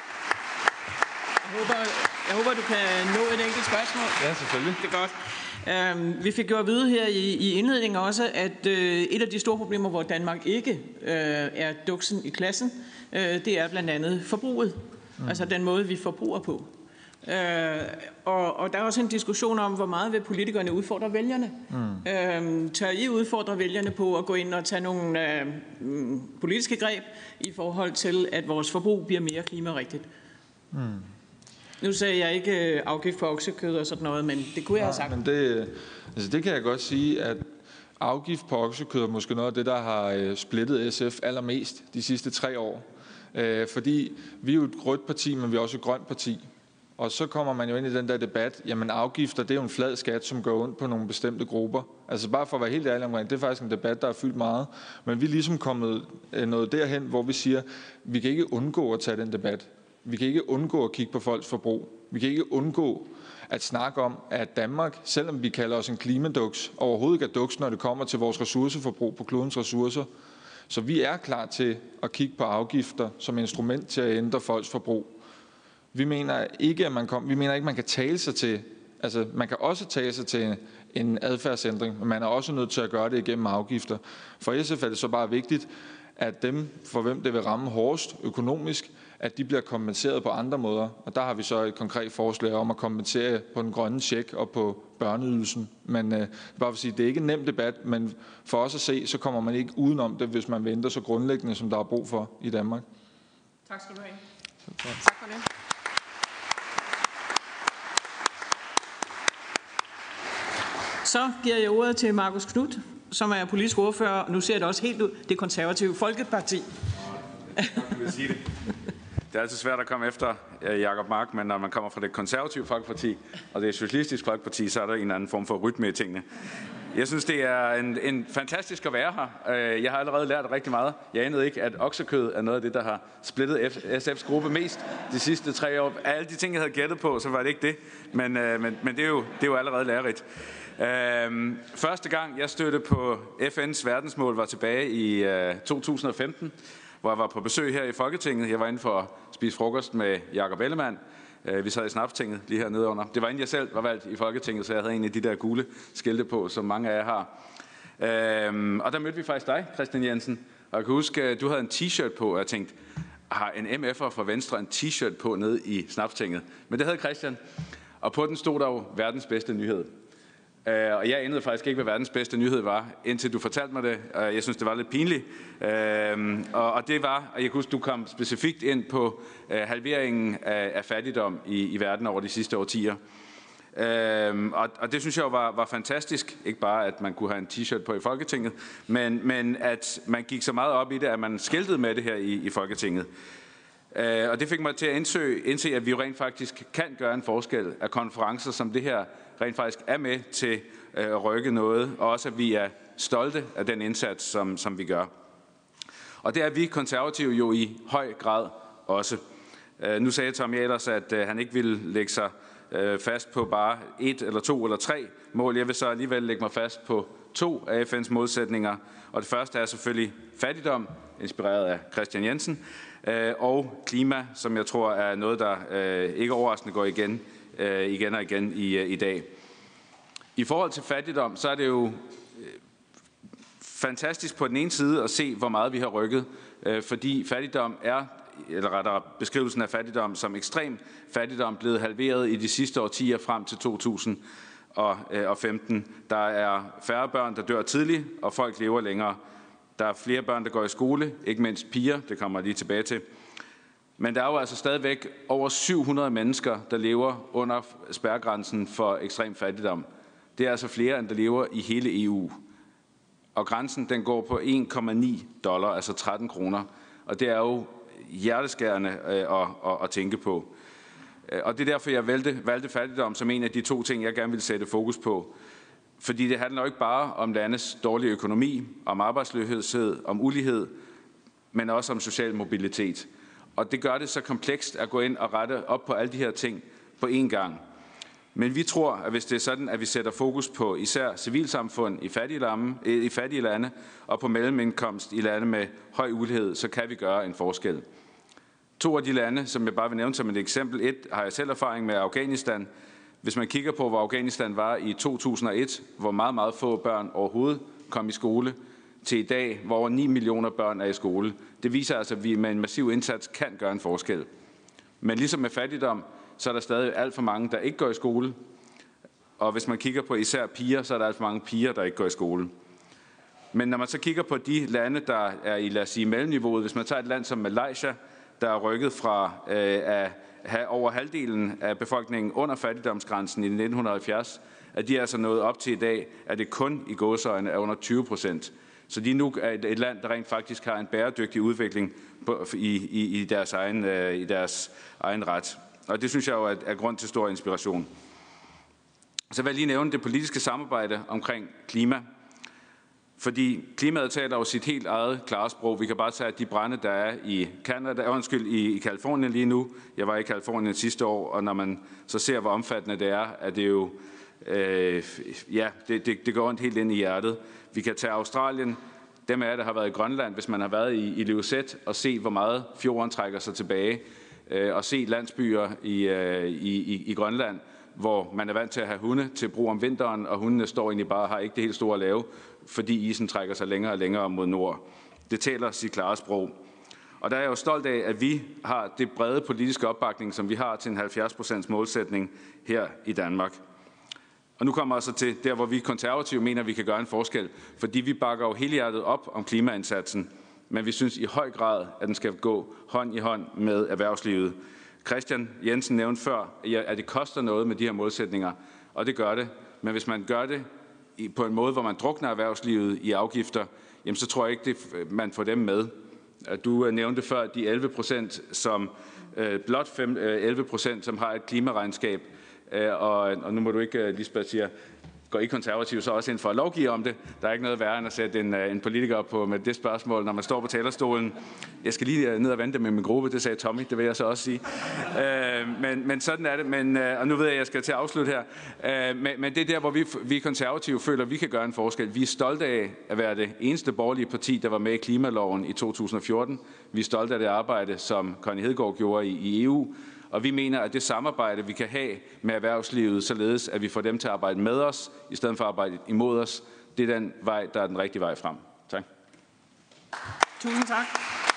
Jeg håber, du kan nå et enkelt spørgsmål. Ja, selvfølgelig. Det er godt. Vi fik jo at vide her i indledningen også, at et af de store problemer, hvor Danmark ikke er duksen i klassen, det er blandt andet forbruget. Altså den måde, vi forbruger på. Og der er også en diskussion om, hvor meget vil politikerne udfordre vælgerne. Tør I udfordre vælgerne på at gå ind og tage nogle politiske greb i forhold til, at vores forbrug bliver mere klimarigtigt? Nu sagde jeg ikke afgift på oksekød og sådan noget, men det kunne jeg have sagt. Men det kan jeg godt sige, at afgift på oksekød er måske noget af det, der har splittet SF allermest de sidste 3 år. Fordi vi er jo et rødt parti, men vi er også et grønt parti. Og så kommer man jo ind i den der debat, jamen afgifter, det er jo en flad skat, som går ondt på nogle bestemte grupper. Altså bare for at være helt ærlig omkring, det er faktisk en debat, der er fyldt meget. Men vi er ligesom kommet noget derhen, hvor vi siger, vi kan ikke undgå at tage den debat. Vi kan ikke undgå at kigge på folks forbrug. Vi kan ikke undgå at snakke om, at Danmark, selvom vi kalder os en klimaduks, overhovedet ikke er duks, når det kommer til vores ressourceforbrug på klodens ressourcer. Så vi er klar til at kigge på afgifter som instrument til at ændre folks forbrug. Vi mener ikke, at man kan tale sig til, altså man kan også tale sig til en adfærdsændring, men man er også nødt til at gøre det igennem afgifter. For SF er det så bare vigtigt, at dem, for hvem det vil ramme hårdest økonomisk, at de bliver kompenseret på andre måder. Og der har vi så et konkret forslag om at kompensere på den grønne check og på børneydelsen. Men bare for at sige, det er ikke en nem debat, men for os at se, så kommer man ikke udenom det, hvis man venter så grundlæggende, som der er brug for i Danmark. Tak skal du have. Tak for det. Så giver jeg ordet til Marcus Knuth, som er politisk ordfører, og nu ser det også helt ud, det konservative Folkeparti. Det er altid svært at komme efter Jacob Mark, men når man kommer fra det konservative Folkeparti, og det er Socialistisk Folkeparti, så er der en anden form for rytme i tingene. Jeg synes, det er en fantastisk at være her. Jeg har allerede lært rigtig meget. Jeg anede ikke, at oksekød er noget af det, der har splittet SF's gruppe mest de sidste 3 år. Alle de ting, jeg havde gættet på, så var det ikke det. Men det er jo allerede lærerigt. Første gang, jeg stødte på FN's verdensmål, var tilbage i 2015, hvor jeg var på besøg her i Folketinget. Jeg var inde for at spise frokost med Jakob Ellemann. Vi sad i Snapstinget lige hernede under. Det var inden jeg selv var valgt i Folketinget, så jeg havde en af de der gule skilte på, som mange af jer har. Og der mødte vi faktisk dig, Christian Jensen. Og jeg kan huske, at du havde en t-shirt på, og jeg tænkte, har en MF'er fra Venstre en t-shirt på nede i Snapstinget? Men det havde Christian. Og på den stod der jo verdens bedste nyhed. Og jeg anede faktisk ikke, hvad verdens bedste nyhed var, indtil du fortalte mig det. Jeg synes, det var lidt pinligt. Og det var, og jeg kan huske, du kom specifikt ind på halveringen af fattigdom i verden over de sidste årtier. Og det synes jeg var fantastisk. Ikke bare, at man kunne have en t-shirt på i Folketinget, men at man gik så meget op i det, at man skiltede med det her i Folketinget. Og det fik mig til at indse, at vi jo rent faktisk kan gøre en forskel, at konferencer som det her rent faktisk er med til at rykke noget, og også at vi er stolte af den indsats, som vi gør. Og det er vi konservative jo i høj grad også. Nu sagde Tommy Ahlers, at han ikke ville lægge sig fast på bare 1 eller 2 eller 3 mål. Jeg vil så alligevel lægge mig fast på 2 af FN's målsætninger. Og det første er selvfølgelig fattigdom, inspireret af Christian Jensen, og klima, som jeg tror er noget, der ikke overraskende går igen og igen i dag. I forhold til fattigdom, så er det jo fantastisk på den ene side at se, hvor meget vi har rykket, fordi fattigdom er, eller rettere beskrivelsen af fattigdom som ekstrem fattigdom, blevet halveret i de sidste årtier frem til 2015. Der er færre børn, der dør tidligt, og folk lever længere. Der er flere børn, der går i skole, ikke mindst piger, det kommer jeg lige tilbage til. Men der er jo altså stadigvæk over 700 mennesker, der lever under spærregrænsen for ekstrem fattigdom. Det er altså flere, end der lever i hele EU. Og grænsen den går på $1,9, altså 13 kroner. Og det er jo hjerteskærende at tænke på. Og det er derfor, jeg valgte fattigdom som en af de 2 ting, jeg gerne vil sætte fokus på. Fordi det handler jo ikke bare om landets dårlige økonomi, om arbejdsløshed, om ulighed, men også om social mobilitet. Og det gør det så komplekst at gå ind og rette op på alle de her ting på én gang. Men vi tror, at hvis det er sådan, at vi sætter fokus på især civilsamfund i fattige lande og på mellemindkomst i lande med høj ulighed, så kan vi gøre en forskel. 2 af de lande, som jeg bare vil nævne som et eksempel, et har jeg selv erfaring med Afghanistan. Hvis man kigger på, hvor Afghanistan var i 2001, hvor meget, meget få børn overhovedet kom i skole, til i dag, hvor over 9 millioner børn er i skole. Det viser altså, at vi med en massiv indsats kan gøre en forskel. Men ligesom med fattigdom, så er der stadig alt for mange, der ikke går i skole. Og hvis man kigger på især piger, så er der alt for mange piger, der ikke går i skole. Men når man så kigger på de lande, der er i, lad os sige, mellemniveauet, hvis man tager et land som Malaysia, der er rykket fra at have over halvdelen af befolkningen under fattigdomsgrænsen i 1970, at de er altså nået op til i dag, at det kun i gåseøjne er under 20%. Så de nu er et land, der rent faktisk har en bæredygtig udvikling i deres egen ret. Og det synes jeg jo er grund til stor inspiration. Så vil jeg lige nævne det politiske samarbejde omkring klima. Fordi klimaet taler jo sit helt eget klare sprog. Vi kan bare tage de brande, der er i Californien lige nu. Jeg var i Californien sidste år, og når man så ser, hvor omfattende det er det jo, det går ondt helt ind i hjertet. Vi kan tage Australien. Dem af jer, der har været i Grønland, hvis man har været i Ilulissat og se, hvor meget fjorden trækker sig tilbage, og se landsbyer i Grønland, hvor man er vant til at have hunde til brug om vinteren, og hundene står egentlig bare og har ikke det helt store at lave, fordi isen trækker sig længere og længere mod nord. Det taler sit klare sprog. Og der er jeg jo stolt af, at vi har det brede politiske opbakning, som vi har til en 70% målsætning her i Danmark. Og nu kommer jeg så til der, hvor vi konservative mener, at vi kan gøre en forskel, fordi vi bakker jo helhjertet op om klimaindsatsen, men vi synes i høj grad, at den skal gå hånd i hånd med erhvervslivet. Christian Jensen nævnte før, at det koster noget med de her målsætninger, og det gør det. Men hvis man gør det på en måde, hvor man drukner erhvervslivet i afgifter, jamen så tror jeg ikke, man får dem med. Du nævnte før de 11%, som blot 11%, som har et klimaregnskab. Og nu må du ikke, Lisbeth, sige, går I konservative så også ind for at lovgive om det? Der er ikke noget værre end at sætte en politiker på med det spørgsmål, når man står på talerstolen. Jeg skal lige ned og vente med min gruppe, det sagde Tommy, det vil jeg så også sige. Men sådan er det, og nu ved jeg, at jeg skal til at afslutte her. Men det er der, hvor vi konservative føler, at vi kan gøre en forskel. Vi er stolte af at være det eneste borgerlige parti, der var med i klimaloven i 2014. Vi er stolte af det arbejde, som Connie Hedegaard gjorde i EU. Og vi mener, at det samarbejde, vi kan have med erhvervslivet, således at vi får dem til at arbejde med os, i stedet for at arbejde imod os, det er den vej, der er den rigtige vej frem. Tak. Tusind tak.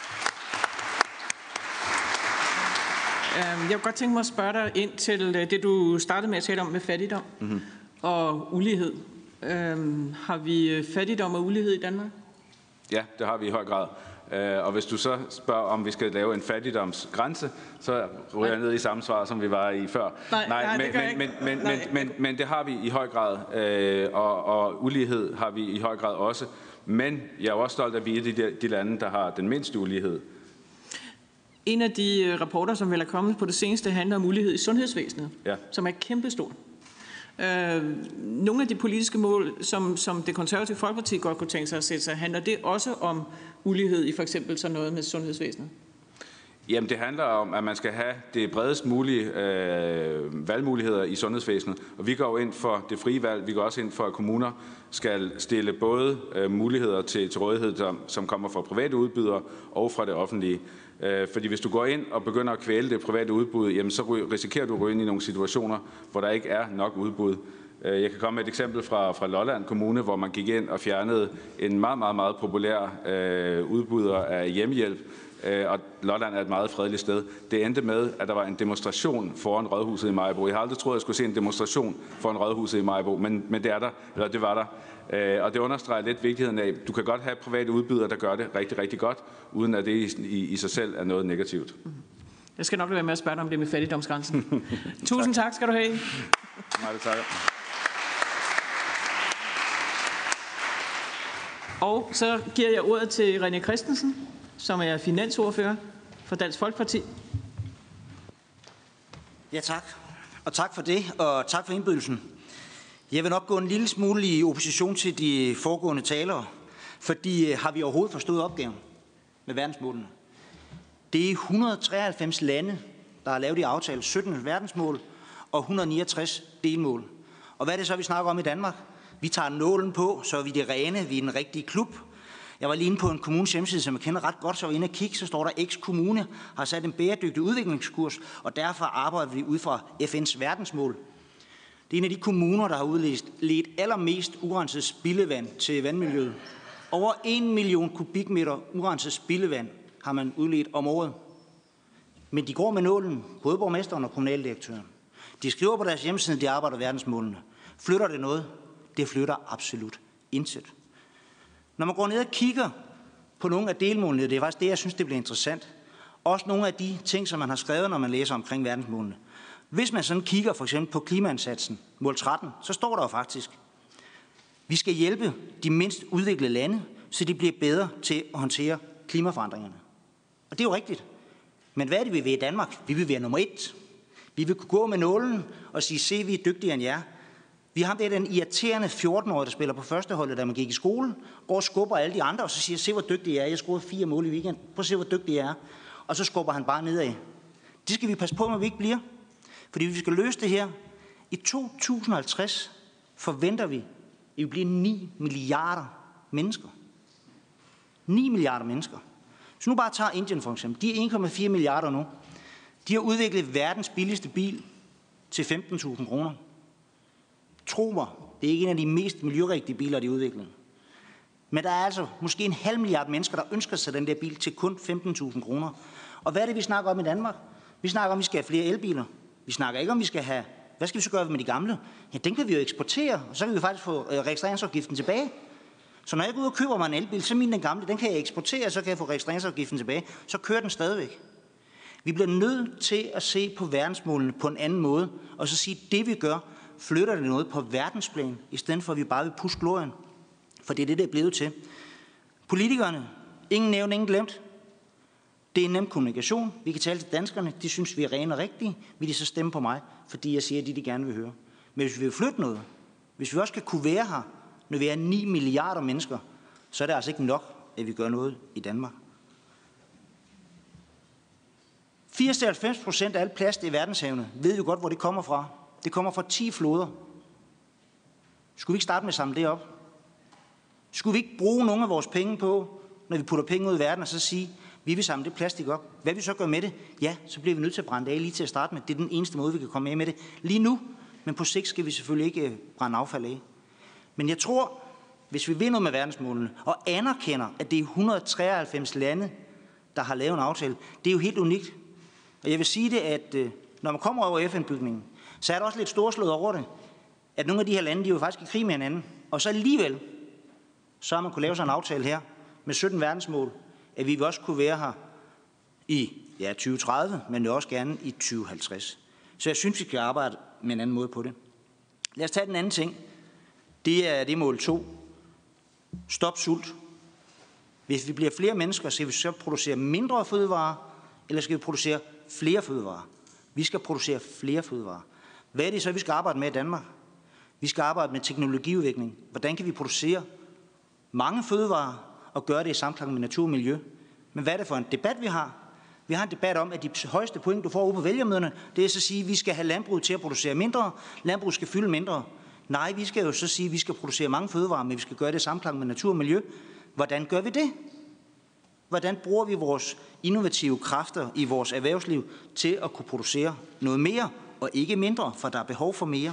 Jeg kunne godt tænke mig at spørge dig ind til det, du startede med at tale om med fattigdom og ulighed. Har vi fattigdom og ulighed i Danmark? Ja, det har vi i høj grad. Og hvis du så spørger, om vi skal lave en fattigdomsgrænse, så ryger jeg ned i samme svar, som vi var i før. Men det har vi i høj grad, og ulighed har vi i høj grad også. Men jeg er også stolt af, at vi er et af de lande, der har den mindste ulighed. En af de rapporter, som vel er kommet på det seneste, handler om ulighed i sundhedsvæsenet, som er kæmpestor. Nogle af de politiske mål, som det konservative Folkeparti godt kunne tænke sig at sætte sig, handler det også om ulighed i for eksempel sådan noget med sundhedsvæsenet? Jamen det handler om, at man skal have det bredest mulige valgmuligheder i sundhedsvæsenet. Og vi går jo ind for det frie valg. Vi går også ind for, at kommuner skal stille både muligheder til rådighed, som kommer fra private udbydere og fra det offentlige. Fordi hvis du går ind og begynder at kvæle det private udbud, jamen så risikerer du at gå ind i nogle situationer, hvor der ikke er nok udbud. Jeg kan komme med et eksempel fra Lolland Kommune, hvor man gik ind og fjernede en meget, meget, meget populær udbyder af hjemmehjælp. Og Lolland er et meget fredeligt sted. Det endte med, at der var en demonstration foran Rådhuset i Maribo. Jeg har aldrig troet, at jeg skulle se en demonstration foran Rådhuset i Maribo, men det er der, eller det var der. Og det understreger lidt vigtigheden af, at du kan godt have private udbydere, der gør det rigtig, rigtig godt, uden at det i sig selv er noget negativt. Jeg skal nok lade være med at spørge dig om det med fattigdomsgrænsen. Tusind tak skal du have. Meget tak. Og så giver jeg ordet til René Christensen, som er finansordfører for Dansk Folkeparti. Ja, tak. Og tak for det, og tak for indbydelsen. Jeg vil nok gå en lille smule i opposition til de foregående talere, fordi har vi overhovedet forstået opgaven med verdensmålene? Det er 193 lande, der har lavet de aftale, 17 verdensmål og 169 delmål. Og hvad er det så, vi snakker om i Danmark? Vi tager nålen på, så er vi det rene, vi er den rigtige klub. Jeg var lige inde på en kommunes hjemmeside, som jeg kender ret godt, så var inde og kigge, så står der, X kommune har sat en bæredygtig udviklingskurs, og derfor arbejder vi ud fra FN's verdensmål. Det er en af de kommuner, der har udledt allermest urenset spildevand til vandmiljøet. Over 1 million kubikmeter urenset spildevand har man udledt om året. Men de går med nålen, både borgmesteren og kommunaldirektøren. De skriver på deres hjemmeside, at de arbejder verdensmålene. Flytter det noget? Det flytter absolut intet. Når man går ned og kigger på nogle af delmålene, det er faktisk det, jeg synes, det bliver interessant. Også nogle af de ting, som man har skrevet, når man læser omkring verdensmålene. Hvis man sådan kigger for eksempel på klimaindsatsen, mål 13, så står der jo faktisk, vi skal hjælpe de mindst udviklede lande, så de bliver bedre til at håndtere klimaforandringerne. Og det er jo rigtigt. Men hvad er det, vi vil i Danmark? Vi vil være nummer 1. Vi vil kunne gå med nålen og sige, se, vi er dygtigere end jer. Vi har den irriterende 14-årige, der spiller på førsteholdet, da man gik i skole, går og skubber alle de andre, og så siger, se hvor dygtig jeg er. Jeg scorede 4 mål i weekenden. Prøv at se, hvor dygtig jeg er. Og så skubber han bare nedad. Det skal vi passe på, at vi ikke bliver. Fordi vi skal løse det her. I 2050 forventer vi, at vi bliver 9 milliarder mennesker. 9 milliarder mennesker. Så nu bare tager Indien for eksempel. De er 1,4 milliarder nu. De har udviklet verdens billigste bil til 15.000 kroner. Tro mig, det er ikke en af de mest miljørigtige biler, de udvikler. Men der er altså måske 0,5 milliard mennesker, der ønsker sig den der bil til kun 15.000 kroner. Og hvad er det, vi snakker om i Danmark? Vi snakker om, at vi skal have flere elbiler. Vi snakker ikke om, vi skal have... Hvad skal vi så gøre med de gamle? Ja, den kan vi jo eksportere, og så kan vi faktisk få registreringsafgiften tilbage. Så når jeg går ud og køber mig en elbil, så min den gamle, den kan jeg eksportere, så kan jeg få registreringsafgiften tilbage. Så kører den stadigvæk. Vi bliver nødt til at se på verdensmålene på en anden måde, og så sige, at det vi gør, flytter det noget på verdensplan, i stedet for at vi bare vil puske glorien. For det er det, det er blevet til. Politikerne, ingen nævnt, ingen glemt. Det er nem kommunikation. Vi kan tale til danskerne, de synes, vi er rene og rigtige. Vil de så stemme på mig, fordi jeg siger, at de gerne vil høre. Men hvis vi vil flytte noget, hvis vi også skal kunne være her, når vi er 9 milliarder mennesker, så er det altså ikke nok, at vi gør noget i Danmark. 80-90% af alt plast i verdenshavene, ved vi godt, hvor det kommer fra. Det kommer fra 10 floder. Skulle vi ikke starte med at samle det op? Skulle vi ikke bruge nogle af vores penge på, når vi putter penge ud i verden, og så sige, vi vil samle det plastik op. Hvad vi så gør med det? Ja, så bliver vi nødt til at brænde det af lige til at starte med. Det er den eneste måde, vi kan komme af med det lige nu. Men på sigt skal vi selvfølgelig ikke brænde affald af. Men jeg tror, hvis vi vil noget med verdensmålene, og anerkender, at det er 193 lande, der har lavet en aftale, det er jo helt unikt. Og jeg vil sige det, at når man kommer over FN-bygningen, så er der også lidt storslået over det, at nogle af de her lande, de er jo faktisk i krig med hinanden. Og så alligevel, så har man kunne lave sådan en aftale her, med 17 verdensmål, at vi vil også kunne være her i 2030, men jo også gerne i 2050. Så jeg synes, vi skal arbejde med en anden måde på det. Lad os tage den anden ting. Det er mål 2. Stop sult. Hvis vi bliver flere mennesker, skal vi så producere mindre fødevarer, eller skal vi producere flere fødevarer? Vi skal producere flere fødevarer. Hvad er det så, vi skal arbejde med i Danmark? Vi skal arbejde med teknologiudvikling. Hvordan kan vi producere mange fødevarer og gøre det i samklang med natur og miljø? Men hvad er det for en debat, vi har? Vi har en debat om, at de højeste point, du får ude på vælgermøderne, det er så at sige, at vi skal have landbruget til at producere mindre. Landbruget skal fylde mindre. Nej, vi skal jo så sige, at vi skal producere mange fødevarer, men vi skal gøre det i samklang med natur og miljø. Hvordan gør vi det? Hvordan bruger vi vores innovative kræfter i vores erhvervsliv til at kunne producere noget mere og ikke mindre, for der er behov for mere?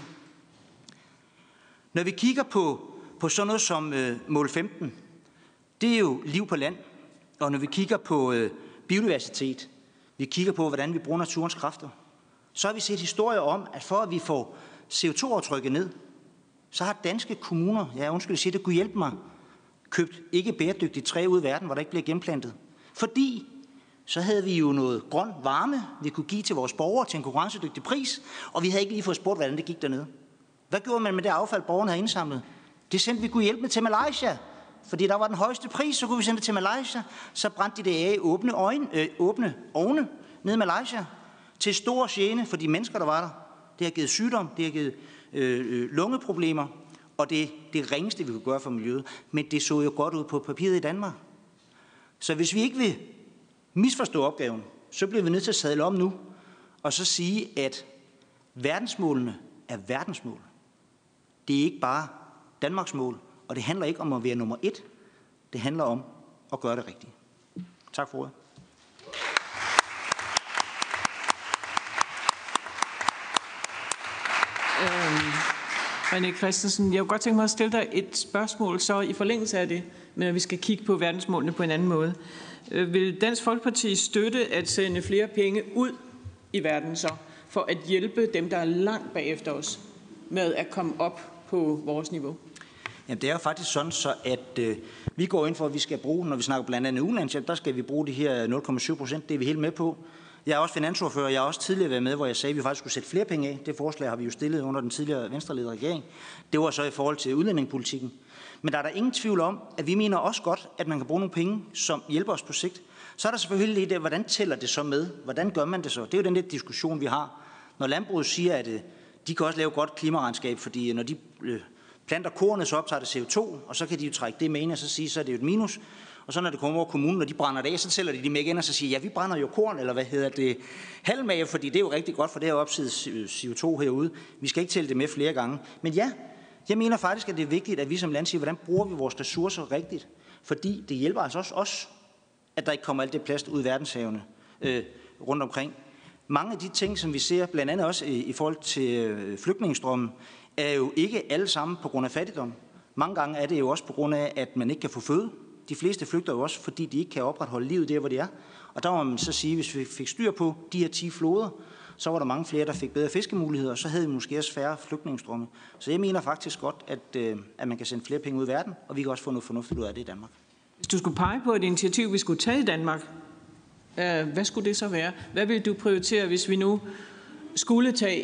Når vi kigger på sådan noget som mål 15, det er jo liv på land. Og når vi kigger på biodiversitet, vi kigger på, hvordan vi bruger naturens kræfter, så har vi set historier om, at for at vi får CO2-aftrykket ned, så har danske kommuner, jeg siger det, kunne hjælpe mig, købt ikke bæredygtigt træ ud i verden, hvor der ikke bliver genplantet. Fordi så havde vi jo noget grøn varme, vi kunne give til vores borgere til en konkurrencedygtig pris, og vi havde ikke lige fået spurgt, hvordan det gik dernede. Hvad gjorde man med det affald, borgerne havde indsamlet? Det sendte vi kunne hjælpe med til Malaysia, fordi der var den højeste pris, så kunne vi sende det til Malaysia. Så brændte de det af i åbne ovne nede i Malaysia, til stor gene for de mennesker, der var der. Det har givet sygdom, det har givet lungeproblemer, og det er det ringeste, vi kunne gøre for miljøet. Men det så jo godt ud på papiret i Danmark. Så hvis vi ikke vil misforstå opgaven, så bliver vi nødt til at sadle om nu, og så sige, at verdensmålene er verdensmål. Det er ikke bare Danmarks mål, og det handler ikke om at være nummer 1. Det handler om at gøre det rigtigt. Tak for ordet. René Christensen, jeg kunne godt tænke mig at stille dig et spørgsmål, så i forlængelse af det, men at vi skal kigge på verdensmålene på en anden måde. Vil Dansk Folkeparti støtte at sende flere penge ud i verden så, for at hjælpe dem, der er langt bagefter os, med at komme op på vores niveau? Jamen, det er jo faktisk sådan, så at vi går ind for, at vi skal bruge, når vi snakker blandt andet ulandshjælp, der skal vi bruge de her 0,7%. Det er vi helt med på. Jeg er også finansordfører, jeg har også tidligere været med, hvor jeg sagde, at vi faktisk skulle sætte flere penge af. Det forslag har vi jo stillet under den tidligere venstreledede regering. Det var så i forhold til udlændingepolitikken. Men der er der ingen tvivl om, at vi mener også godt, at man kan bruge nogle penge, som hjælper os på sigt. Så er der selvfølgelig det, hvordan tæller det så med? Hvordan gør man det så? Det er jo den der diskussion, vi har. Når landbruget siger, at de kan også lave godt klimaregnskab, fordi når de planter kornet, så optager det CO2, og så kan de jo trække det med ind og så sige, så er det jo et minus. Og så når det kommer over kommunen, når de brænder det af, så tæller de med igen og så siger, ja, vi brænder jo korn, eller halmage, fordi det er jo rigtig godt, for det er jo opsidet CO2 herude. Vi skal ikke tælle det med flere gange. Men ja, jeg mener faktisk, at det er vigtigt, at vi som land siger, hvordan bruger vi vores ressourcer rigtigt? Fordi det hjælper altså også os, at der ikke kommer alt det plast ud i verdenshavene rundt omkring. Mange af de ting, som vi ser, blandt andet også i forhold til flygtningestrømmen, er jo ikke alle sammen på grund af fattigdom. Mange gange er det jo også på grund af, at man ikke kan få føde. De fleste flygter jo også, fordi de ikke kan opretholde livet der, hvor de er. Og der må man så sige, at hvis vi fik styr på de her 10 floder, så var der mange flere, der fik bedre fiskemuligheder, og så havde vi måske også færre flygtningestrømme. Så jeg mener faktisk godt, at man kan sende flere penge ud i verden, og vi kan også få noget fornuftigt ud af det i Danmark. Hvis du skulle pege på et initiativ, vi skulle tage i Danmark, hvad skulle det så være? Hvad vil du prioritere, hvis vi nu skulle tage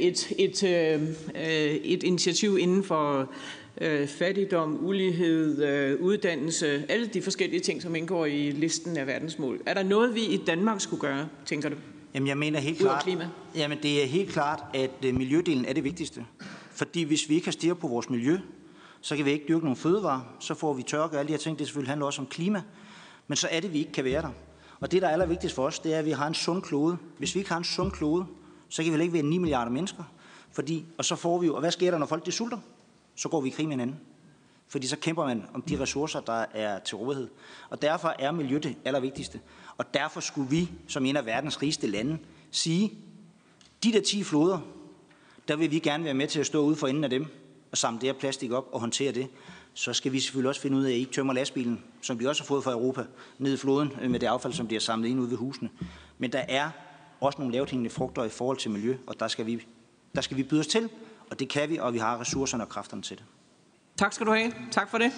et initiativ inden for fattigdom, ulighed, uddannelse, alle de forskellige ting, som indgår i listen af verdensmål? Er der noget, vi i Danmark skulle gøre, tænker du? Jamen, jeg mener helt klart, det er helt klart, at miljødelen er det vigtigste. Fordi hvis vi ikke har styr på vores miljø, så kan vi ikke dyrke nogen fødevarer, så får vi tørke og alle de her ting. Det selvfølgelig handler også om klima, men så er det, vi ikke kan være der. Og det, der er allervigtigst for os, det er, at vi har en sund klode. Hvis vi ikke har en sund klode, så kan vi ikke være 9 milliarder mennesker. Og så får vi jo, og hvad sker der, når folk de sulter? Så går vi i krig med hinanden. Fordi så kæmper man om de ressourcer, der er til rådighed. Og derfor er miljø det allervigtigste. Og derfor skulle vi, som en af verdens rigeste lande, sige, de der 10 floder, der vil vi gerne være med til at stå ude for enden af dem, og samle det her plastik op og håndtere det. Så skal vi selvfølgelig også finde ud af, at I ikke tømmer lastbilen, som de også har fået fra Europa, ned i floden med det affald, som de har samlet ind ude ved husene. Men der er også nogle lavthængende frugter i forhold til miljø, og der skal vi byde os til, og det kan vi, og vi har ressourcerne og kræfterne til det. Tak skal du have. Tak for det.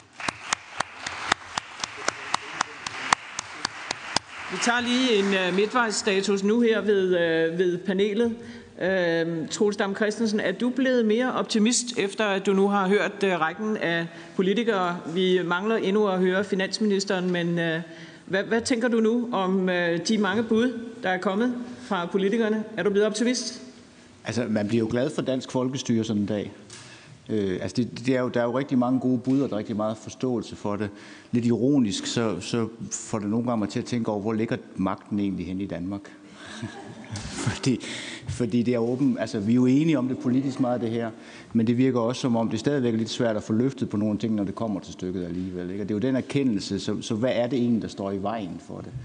Vi tager lige en midtvejsstatus nu her ved panelet. Troels Dam Christensen, er du blevet mere optimist, efter at du nu har hørt rækken af politikere? Vi mangler endnu at høre finansministeren, men hvad tænker du nu om de mange bud, der er kommet fra politikerne? Er du blevet optimist? Altså, man bliver jo glad for dansk folkestyre sådan en dag. Der er jo rigtig mange gode bud, og der er rigtig meget forståelse for det. Lidt ironisk, så får det nogle gange mig til at tænke over, hvor ligger magten egentlig hen i Danmark? fordi det er åbent. Altså, vi er jo enige om det politisk meget, det her, men det virker også som om, det stadigvæk er lidt svært at få løftet på nogle ting, når det kommer til stykket alligevel. Ikke? Og det er jo den erkendelse, så hvad er det egentlig, der står i vejen for det?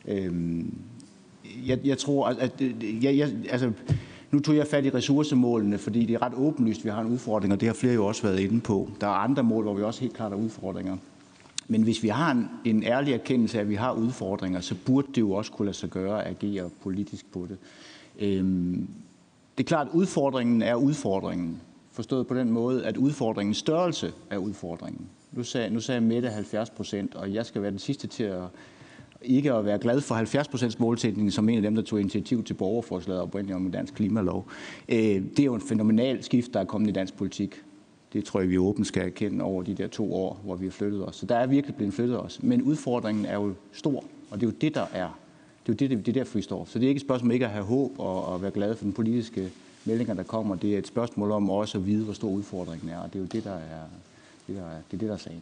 Jeg tror, at nu tog jeg fat i ressourcemålene, fordi det er ret åbenlyst, at vi har en udfordring, og det har flere jo også været inde på. Der er andre mål, hvor vi også helt klart har udfordringer. Men hvis vi har en ærlig erkendelse af, at vi har udfordringer, så burde det jo også kunne lade sig gøre at agere politisk på det. Det er klart, at udfordringen er udfordringen. Forstået på den måde, at udfordringens størrelse er udfordringen. Nu sagde Mette 70%, og jeg skal være den sidste til at ikke at være glad for 70% målsætningen, som en af dem, der tog initiativ til borgerforslaget oprindeligt om en dansk klimalov. Det er jo en fænomenal skift, der er kommet i dansk politik. Det tror jeg, vi åbent skal erkende over de der 2 år, hvor vi har flyttet os. Så der er virkelig blevet flyttet os. Men udfordringen er jo stor, og det er jo det, der er. Det er jo det, derfor vi står. Så det er ikke et spørgsmål om ikke at have håb og være glad for den politiske meldinger, der kommer. Det er et spørgsmål om også at vide, hvor stor udfordringen er. Og det er jo det, der er sagen.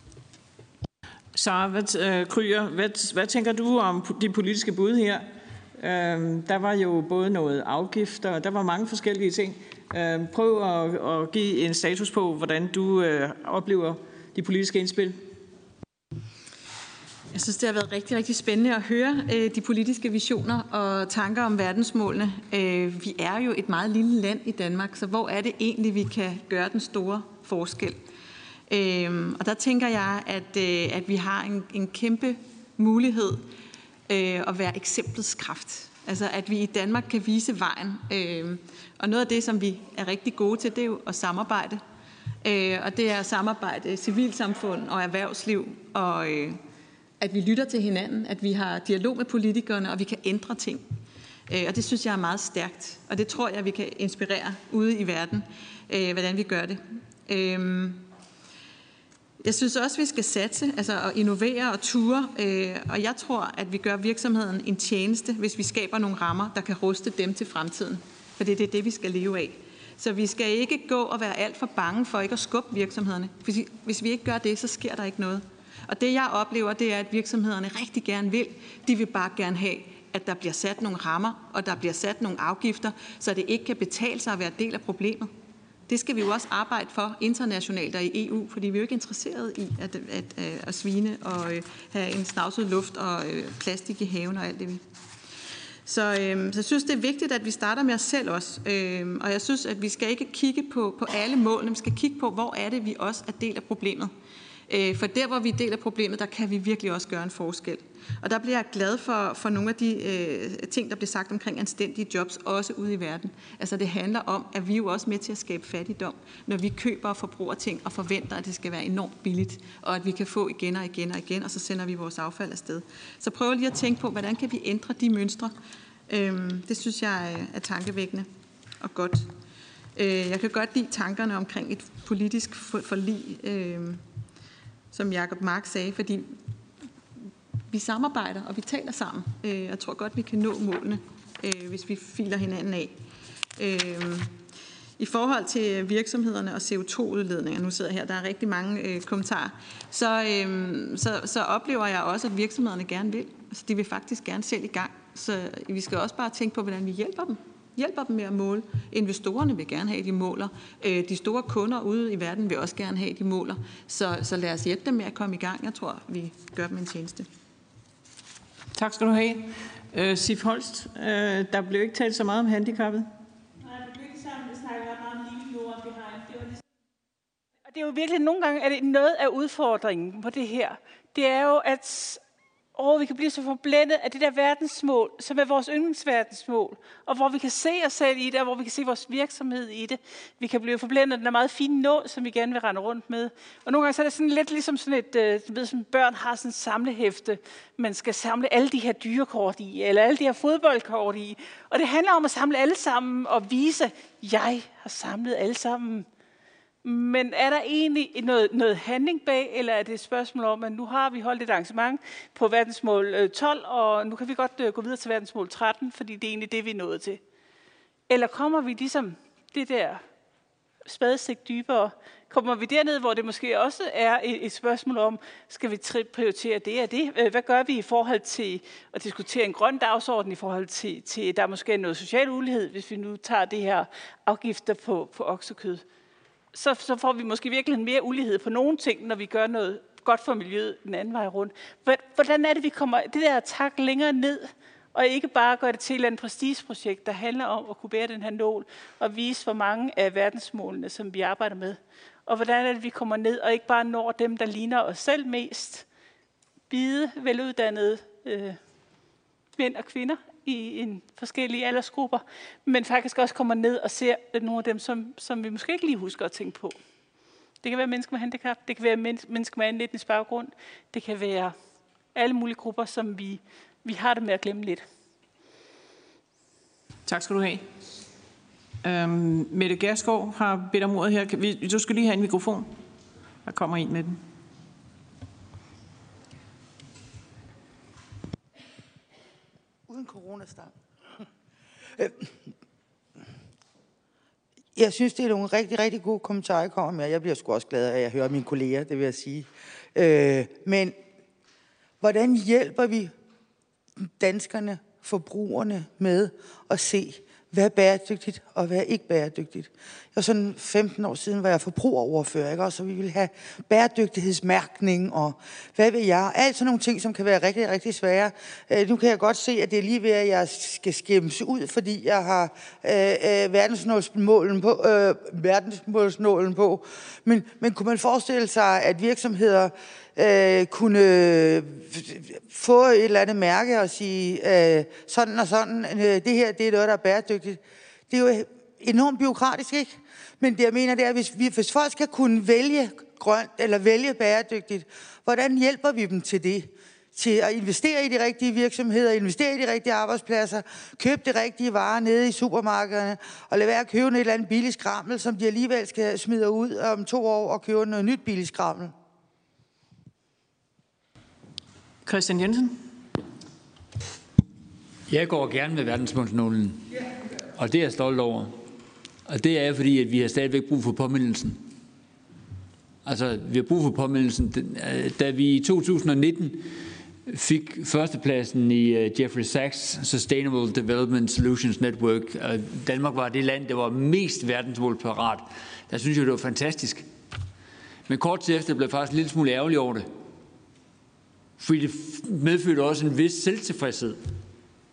Sara Krüger, hvad tænker du om de politiske bud her? Der var jo både noget afgifter, og der var mange forskellige ting. Prøv at give en status på, hvordan du oplever de politiske indspil. Jeg synes, det har været rigtig, rigtig spændende at høre de politiske visioner og tanker om verdensmålene. Vi er jo et meget lille land i Danmark, så hvor er det egentlig, vi kan gøre den store forskel? Og der tænker jeg, at vi har en kæmpe mulighed at være eksemplets kraft. Altså at vi i Danmark kan vise vejen. Og noget af det, som vi er rigtig gode til, det er jo at samarbejde. Og det er at samarbejde civilsamfund og erhvervsliv, og at vi lytter til hinanden, at vi har dialog med politikerne, og vi kan ændre ting. Og det synes jeg er meget stærkt. Og det tror jeg, vi kan inspirere ude i verden, hvordan vi gør det. Jeg synes også, vi skal satse, altså at innovere og ture, og jeg tror, at vi gør virksomheden en tjeneste, hvis vi skaber nogle rammer, der kan ruste dem til fremtiden. For det er det, vi skal leve af. Så vi skal ikke gå og være alt for bange for ikke at skubbe virksomhederne. Hvis vi ikke gør det, så sker der ikke noget. Og det, jeg oplever, det er, at virksomhederne rigtig gerne vil. De vil bare gerne have, at der bliver sat nogle rammer, og der bliver sat nogle afgifter, så det ikke kan betale sig at være del af problemet. Det skal vi jo også arbejde for internationalt og i EU, fordi vi er jo ikke interesseret i at svine og have en snavset luft og plastik i haven og alt det. Så jeg synes, det er vigtigt, at vi starter med os selv også. Og jeg synes, at vi skal ikke kigge på alle målene, vi skal kigge på, hvor er det, vi også er del af problemet. For der, hvor vi er del af problemet, der kan vi virkelig også gøre en forskel. Og der bliver jeg glad for nogle af de ting, der bliver sagt omkring anstændige jobs, også ude i verden. Altså det handler om, at vi er jo også med til at skabe fattigdom, når vi køber og forbruger ting og forventer, at det skal være enormt billigt, og at vi kan få igen og igen og igen, og så sender vi vores affald afsted. Så prøv lige at tænke på, hvordan kan vi ændre de mønstre. Det synes jeg er tankevækkende og godt. Jeg kan godt lide tankerne omkring et politisk forlig, som Jacob Mark sagde, fordi vi samarbejder, og vi taler sammen. Jeg tror godt, vi kan nå målene, hvis vi filer hinanden af. I forhold til virksomhederne og CO2-udledninger, nu sidder jeg her, der er rigtig mange kommentarer, så oplever jeg også, at virksomhederne gerne vil. Altså, de vil faktisk gerne selv i gang. Så vi skal også bare tænke på, hvordan vi hjælper dem med at måle. Investorerne vil gerne have, de måler. De store kunder ude i verden vil også gerne have, de måler. Så lad os hjælpe dem med at komme i gang. Jeg tror, vi gør dem en tjeneste. Tak skal du have. Sif Holst, der blev ikke talt så meget om handicappet. Nej, det blev ikke sammen. Vi snakker meget om lige nu, vi har. Og det er jo virkelig, nogle gange er det noget af udfordringen på det her. Det er jo, at vi kan blive så forblændet af det der verdensmål, som er vores yndlingsverdensmål, og hvor vi kan se os selv i det, og hvor vi kan se vores virksomhed i det. Vi kan blive forblændet af den meget fine nål, som vi gerne vil rende rundt med. Og nogle gange så er det sådan lidt ligesom sådan et, som børn har sådan et samlehæfte, man skal samle alle de her dyrekort i, eller alle de her fodboldkort i. Og det handler om at samle alle sammen og vise, jeg har samlet alle sammen. Men er der egentlig noget handling bag, eller er det et spørgsmål om, at nu har vi holdt et arrangement på verdensmål 12, og nu kan vi godt gå videre til verdensmål 13, fordi det er egentlig det, vi er nået til? Eller kommer vi ligesom det der spadestik dybere? Kommer vi derned, hvor det måske også er et spørgsmål om, skal vi prioritere det og det? Hvad gør vi i forhold til at diskutere en grøn dagsorden, i forhold til der er måske noget social ulighed, hvis vi nu tager det her afgifter på oksekød? Så får vi måske virkelig mere ulighed på nogle ting, når vi gør noget godt for miljøet den anden vej rundt. Hvordan er det, vi kommer det der tak længere ned, og ikke bare gøre det til et eller andet prestigeprojekt, der handler om at kunne bære den her nål og vise, hvor mange af verdensmålene, som vi arbejder med. Og hvordan er det, vi kommer ned og ikke bare når dem, der ligner os selv mest, hvide, veluddannede mænd og kvinder i en forskellige aldersgrupper, men faktisk også kommer ned og ser nogle af dem, som vi måske ikke lige husker at tænke på. Det kan være mennesker med handicap, det kan være mennesker med anden etnisk baggrund, det kan være alle mulige grupper, som vi har det med at glemme lidt. Tak skal du have. Mette Gjerskov har bedt om ordet her. Du skal lige have en mikrofon. Der kommer en med den. Uden coronastang. Jeg synes, det er nogle rigtig, rigtig gode kommentarer, jeg kommer med. Jeg bliver sgu også glad af, at jeg hører mine kolleger, det vil jeg sige. Men hvordan hjælper vi danskerne, forbrugerne med at se, hvad er bæredygtigt og hvad er ikke bæredygtigt? Jeg var sådan 15 år siden, var jeg forbrugerordfører, ikke? Også, så vi ville have bæredygtighedsmærkning og hvad ved jeg. Alt sådan nogle ting, som kan være rigtig, rigtig svære. Nu kan jeg godt se, at det er lige ved, at jeg skal skæmmes ud, fordi jeg har verdensmålsnålen på. Men kunne man forestille sig, at virksomheder kunne få et eller andet mærke og sige, sådan og sådan, det her, det er noget, der er bæredygtigt. Det er jo enormt bureaukratisk, ikke? Men det, jeg mener, det er, hvis folk skal kunne vælge grønt eller vælge bæredygtigt, hvordan hjælper vi dem til det? Til at investere i de rigtige virksomheder, investere i de rigtige arbejdspladser, købe de rigtige varer nede i supermarkederne, og lade være at købe et eller andet billig skrammel, som de alligevel skal smide ud om 2 år og købe noget nyt billig skrammel. Christian Jensen. Jeg går gerne med verdensmålsnålen, og det er jeg stolt over. Og det er fordi, at vi har stadigvæk brug for påmindelsen. Altså, vi har brug for påmindelsen. Da vi i 2019 fik førstepladsen i Jeffrey Sachs Sustainable Development Solutions Network, og Danmark var det land, der var mest verdensmålparat, der synes jeg, det var fantastisk. Men kort tid efter blev jeg faktisk en lille smule ærgerlig over det. Fordi det medførte også en vis selvtilfredshed.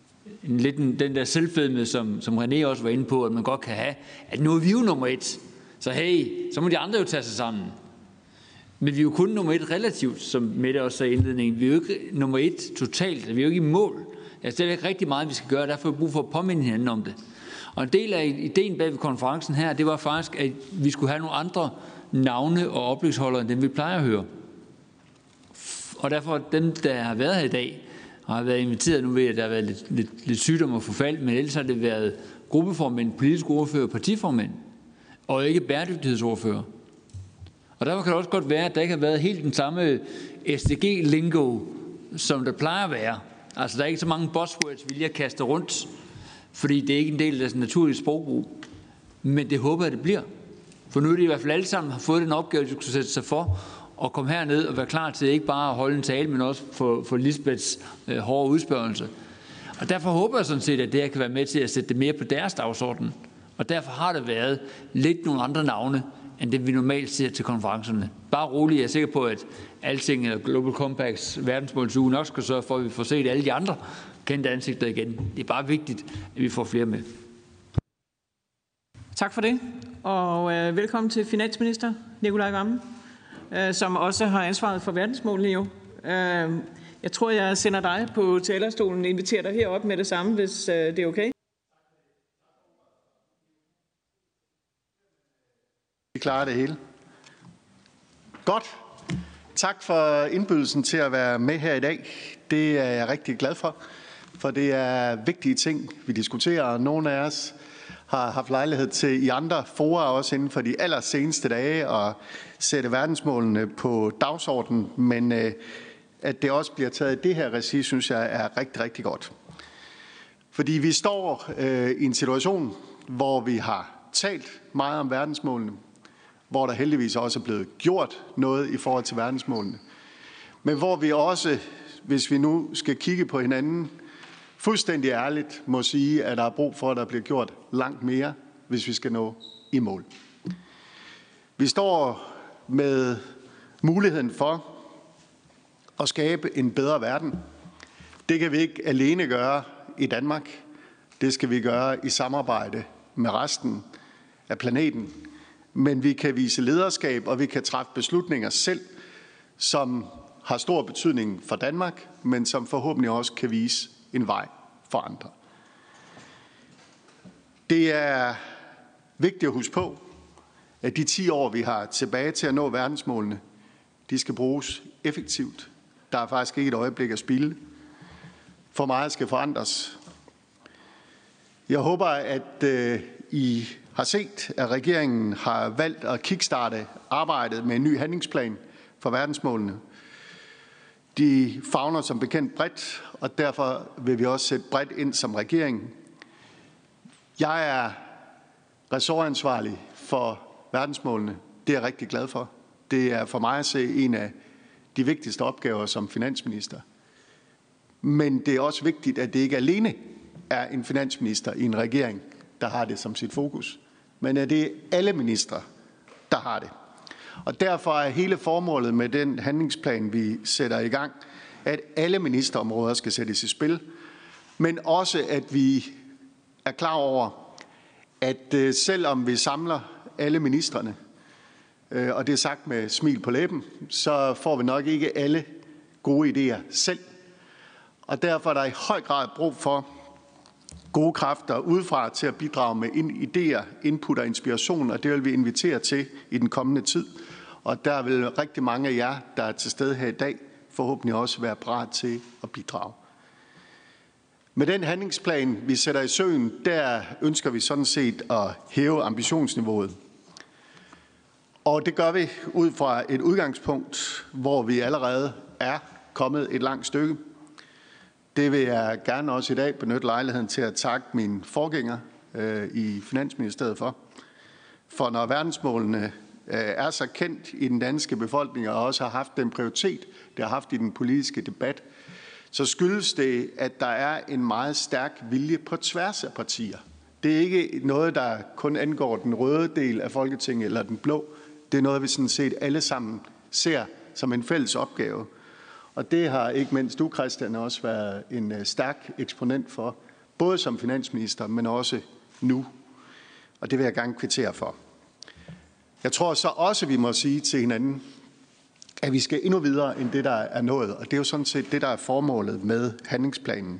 den der selvfedme, som René også var inde på, at man godt kan have, at nu er vi jo nummer 1. Så hey, så må de andre jo tage sig sammen. Men vi er jo kun nummer 1 relativt, som Mette også sagde i indledningen. Vi er jo ikke nummer 1 totalt. Vi er jo ikke i mål. Der er stadigvæk rigtig meget, vi skal gøre, derfor er vi brug for at påminde hinanden om det. Og en del af ideen bag ved konferencen her, det var faktisk, at vi skulle have nogle andre navne og oplægsholdere, end dem vi plejer at høre. Og derfor dem, der har været her i dag, og har været inviteret, nu ved jeg, at der har været lidt sygdom og forfald, men ellers har det været gruppeformænd, politiske ordfører og partiformænd, og ikke bæredygtighedsordfører. Og derfor kan det også godt være, at der ikke har været helt den samme SDG-lingo, som der plejer at være. Altså, der er ikke så mange buzzwords, vi lige har kastet rundt, fordi det er ikke en del af deres naturlige sprogbrug. Men det håber jeg, det bliver. For nu er det i hvert fald alle sammen har fået den opgave, de skulle sætte sig for, at komme herned og være klar til ikke bare at holde en tale, men også for Lisbeths hårde udspørgelse. Og derfor håber jeg sådan set, at det her kan være med til at sætte det mere på deres dagsorden. Og derfor har det været lidt nogle andre navne, end det vi normalt ser til konferencerne. Bare roligt, jeg er sikker på, at Alting eller Global Compacts verdensmålsuge nok skal sørge for, at vi får set alle de andre kendte ansigter igen. Det er bare vigtigt, at vi får flere med. Tak for det, og velkommen til finansminister Nicolai Wammen, som også har ansvaret for verdensmålene jo. Jeg tror, jeg sender dig på talerstolen og inviterer dig herop med det samme, hvis det er okay. Vi klarer det hele. Godt. Tak for indbydelsen til at være med her i dag. Det er jeg rigtig glad for det er vigtige ting, vi diskuterer, og nogle af os har haft lejlighed til i andre fora, også inden for de allerseneste dage, at sætte verdensmålene på dagsordenen, men at det også bliver taget i det her regi, synes jeg er rigtig, rigtig godt. Fordi vi står i en situation, hvor vi har talt meget om verdensmålene, hvor der heldigvis også er blevet gjort noget i forhold til verdensmålene, men hvor vi også, hvis vi nu skal kigge på hinanden, fuldstændig ærligt må sige, at der er brug for, at der bliver gjort langt mere, hvis vi skal nå i mål. Vi står med muligheden for at skabe en bedre verden. Det kan vi ikke alene gøre i Danmark. Det skal vi gøre i samarbejde med resten af planeten. Men vi kan vise lederskab, og vi kan træffe beslutninger selv, som har stor betydning for Danmark, men som forhåbentlig også kan vise en vej for andre. Det er vigtigt at huske på, at de 10 år, vi har tilbage til at nå verdensmålene, de skal bruges effektivt. Der er faktisk ikke et øjeblik at spilde. For meget skal forandres. Jeg håber, at I har set, at regeringen har valgt at kickstarte arbejdet med en ny handlingsplan for verdensmålene. De favner som bekendt bredt, og derfor vil vi også sætte bredt ind som regering. Jeg er ressortansvarlig for verdensmålene. Det er jeg rigtig glad for. Det er for mig at se en af de vigtigste opgaver som finansminister. Men det er også vigtigt, at det ikke alene er en finansminister i en regering, der har det som sit fokus, men at det er alle ministre, der har det. Og derfor er hele formålet med den handlingsplan, vi sætter i gang, at alle ministerområder skal sættes i spil, men også at vi er klar over, at selvom vi samler alle ministrene, og det er sagt med smil på læben, så får vi nok ikke alle gode idéer selv. Og derfor er der i høj grad brug for gode kræfter udefra til at bidrage med idéer, input og inspiration, og det vil vi invitere til i den kommende tid. Og der vil rigtig mange af jer, der er til stede her i dag, forhåbentlig også være parat til at bidrage. Med den handlingsplan, vi sætter i søen, der ønsker vi sådan set at hæve ambitionsniveauet. Og det gør vi ud fra et udgangspunkt, hvor vi allerede er kommet et langt stykke. Det vil jeg gerne også i dag benytte lejligheden til at takke min forgænger i Finansministeriet for. For når verdensmålene er så kendt i den danske befolkning og også har haft den prioritet, det har haft i den politiske debat, så skyldes det, at der er en meget stærk vilje på tværs af partier. Det er ikke noget, der kun angår den røde del af Folketinget eller den blå. Det er noget, vi sådan set alle sammen ser som en fælles opgave. Og det har ikke mindst du, Christian, også været en stærk eksponent for både som finansminister, men også nu. Og det vil jeg gerne kvittere for. Jeg tror så også, vi må sige til hinanden, at vi skal endnu videre end det, der er nået. Og det er jo sådan set det, der er formålet med handlingsplanen.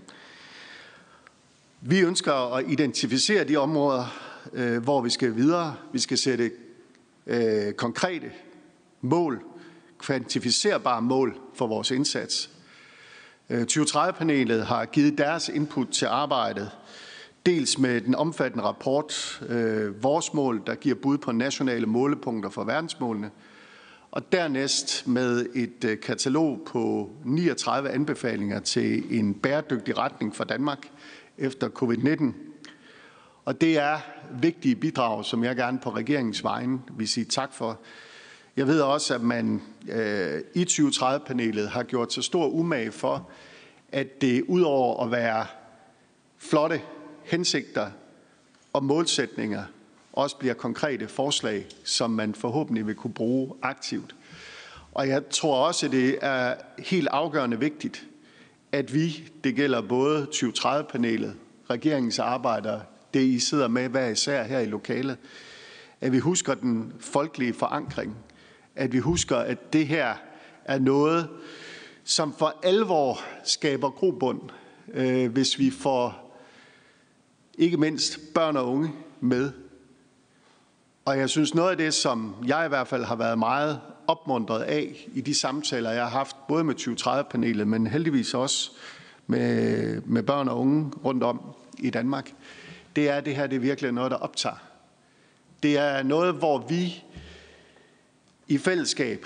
Vi ønsker at identificere de områder, hvor vi skal videre. Vi skal sætte konkrete mål, kvantificerbare mål for vores indsats. 2030-panelet har givet deres input til arbejdet, dels med den omfattende rapport, vores mål, der giver bud på nationale målepunkter for verdensmålene, og dernæst med et katalog på 39 anbefalinger til en bæredygtig retning for Danmark efter covid-19. Og det er vigtige bidrag, som jeg gerne på regeringens vegne vil sige tak for. Jeg ved også, at man i 2030-panelet har gjort så stor umage for, at det udover at være flotte hensigter og målsætninger, også bliver konkrete forslag, som man forhåbentlig vil kunne bruge aktivt. Og jeg tror også, at det er helt afgørende vigtigt, at vi, det gælder både 2030-panelet, regeringens arbejdere, det I sidder med hver især her i lokalet, at vi husker den folkelige forankring, at vi husker, at det her er noget, som for alvor skaber grobund, hvis vi får ikke mindst børn og unge med. Og jeg synes, noget af det, som jeg i hvert fald har været meget opmuntret af i de samtaler, jeg har haft, både med 2030-panelet, men heldigvis også med børn og unge rundt om i Danmark, det er, at det her det er virkelig noget, der optager. Det er noget, hvor vi i fællesskab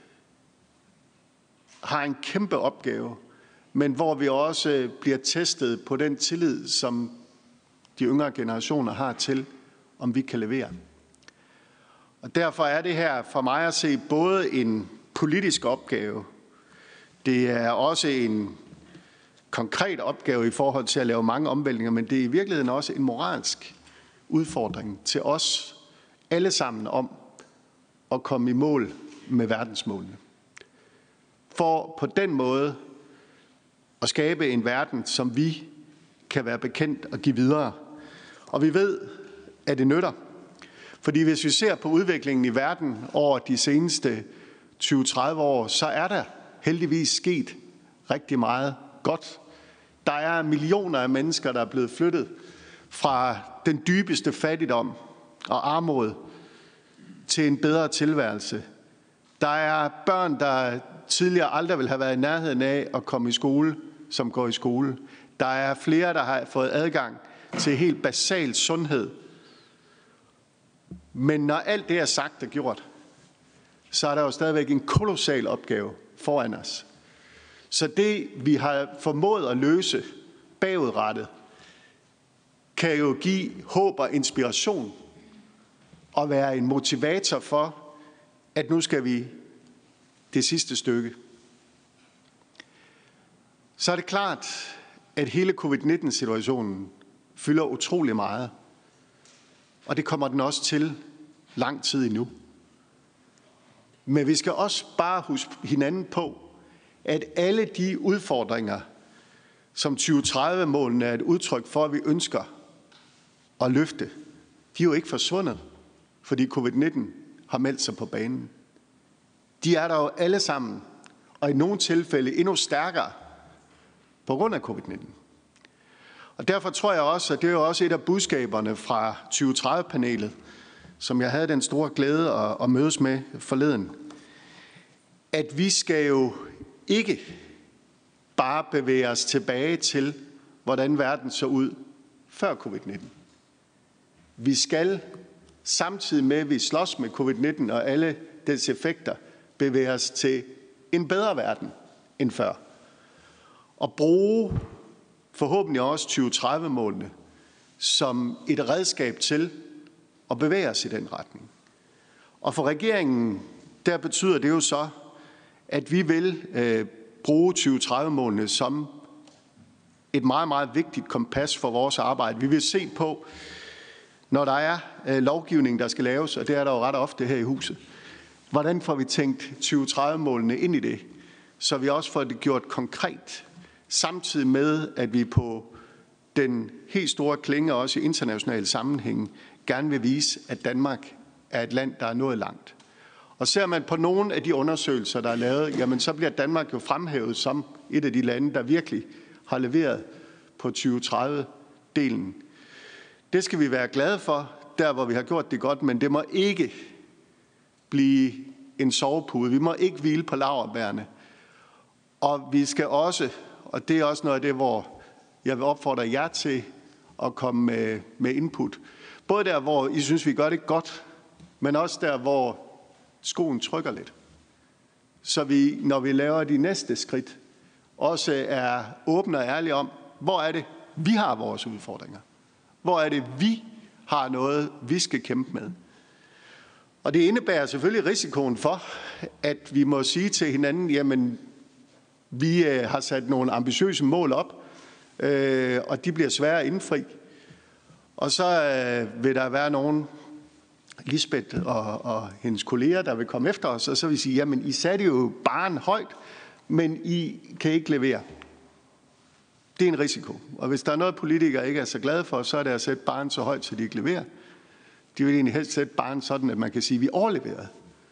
har en kæmpe opgave, men hvor vi også bliver testet på den tillid, som de yngre generationer har til, om vi kan levere. Og derfor er det her for mig at se både en politisk opgave, det er også en konkret opgave i forhold til at lave mange omvæltninger, men det er i virkeligheden også en moralsk udfordring til os alle sammen om at komme i mål med verdensmålene. For på den måde at skabe en verden, som vi kan være bekendt og give videre. Og vi ved, at det nytter. Fordi hvis vi ser på udviklingen i verden over de seneste 20-30 år, så er der heldigvis sket rigtig meget godt. Der er millioner af mennesker, der er blevet flyttet fra den dybeste fattigdom og armod til en bedre tilværelse. Der er børn, der tidligere aldrig ville have været i nærheden af at komme i skole, som går i skole. Der er flere, der har fået adgang til helt basal sundhed. Men når alt det er sagt og gjort, så er der jo stadigvæk en kolossal opgave foran os. Så det, vi har formået at løse bagudrettet, kan jo give håb og inspiration og være en motivator for, at nu skal vi det sidste stykke. Så er det klart, at hele covid-19-situationen fylder utrolig meget. Og det kommer den også til lang tid endnu. Men vi skal også bare huske hinanden på, at alle de udfordringer, som 2030-målene er et udtryk for, at vi ønsker at løfte, de er jo ikke forsvundet, fordi covid-19 har meldt sig på banen. De er der jo alle sammen, og i nogle tilfælde endnu stærkere på grund af covid-19. Og derfor tror jeg også, at det er jo også et af budskaberne fra 2030-panelet, som jeg havde den store glæde at mødes med forleden, at vi skal jo ikke bare bevæge os tilbage til, hvordan verden så ud før covid-19. Vi skal samtidig med, at vi slås med covid-19 og alle dets effekter, bevæge os til en bedre verden end før. Og bruge forhåbentlig også 2030-målene som et redskab til at bevæge os i den retning. Og for regeringen, der betyder det jo så, at vi vil bruge 2030-målene som et meget, meget vigtigt kompas for vores arbejde. Vi vil se på, når der er lovgivning, der skal laves, og det er der jo ret ofte her i huset, hvordan får vi tænkt 2030-målene ind i det, så vi også får det gjort konkret, samtidig med, at vi på den helt store klinge også i internationale sammenhænge gerne vil vise, at Danmark er et land, der er nået langt. Og ser man på nogle af de undersøgelser, der er lavet, jamen så bliver Danmark jo fremhævet som et af de lande, der virkelig har leveret på 2030-delen. Det skal vi være glade for, der hvor vi har gjort det godt, men det må ikke blive en sovepude. Vi må ikke hvile på laurbærrene. Og vi skal også, og det er også noget af det, hvor jeg vil opfordre jer til at komme med input. Både der, hvor I synes, vi gør det godt, men også der, hvor skoen trykker lidt. Så vi, når vi laver de næste skridt, også er åbne og ærlige om, hvor er det, vi har vores udfordringer. Hvor er det, vi har noget, vi skal kæmpe med. Og det indebærer selvfølgelig risikoen for, at vi må sige til hinanden, jamen, vi har sat nogle ambitiøse mål op, og de bliver svære at indfri. Og så vil der være nogen, Lisbeth og hendes kolleger, der vil komme efter os, og så vil sige, jamen, I satte jo barren højt, men I kan ikke levere. Det er en risiko. Og hvis der er noget, politikere ikke er så glade for, så er det at sætte barren så højt, så de ikke leverer. De vil egentlig helst sætte barren sådan, at man kan sige, at vi overleverede.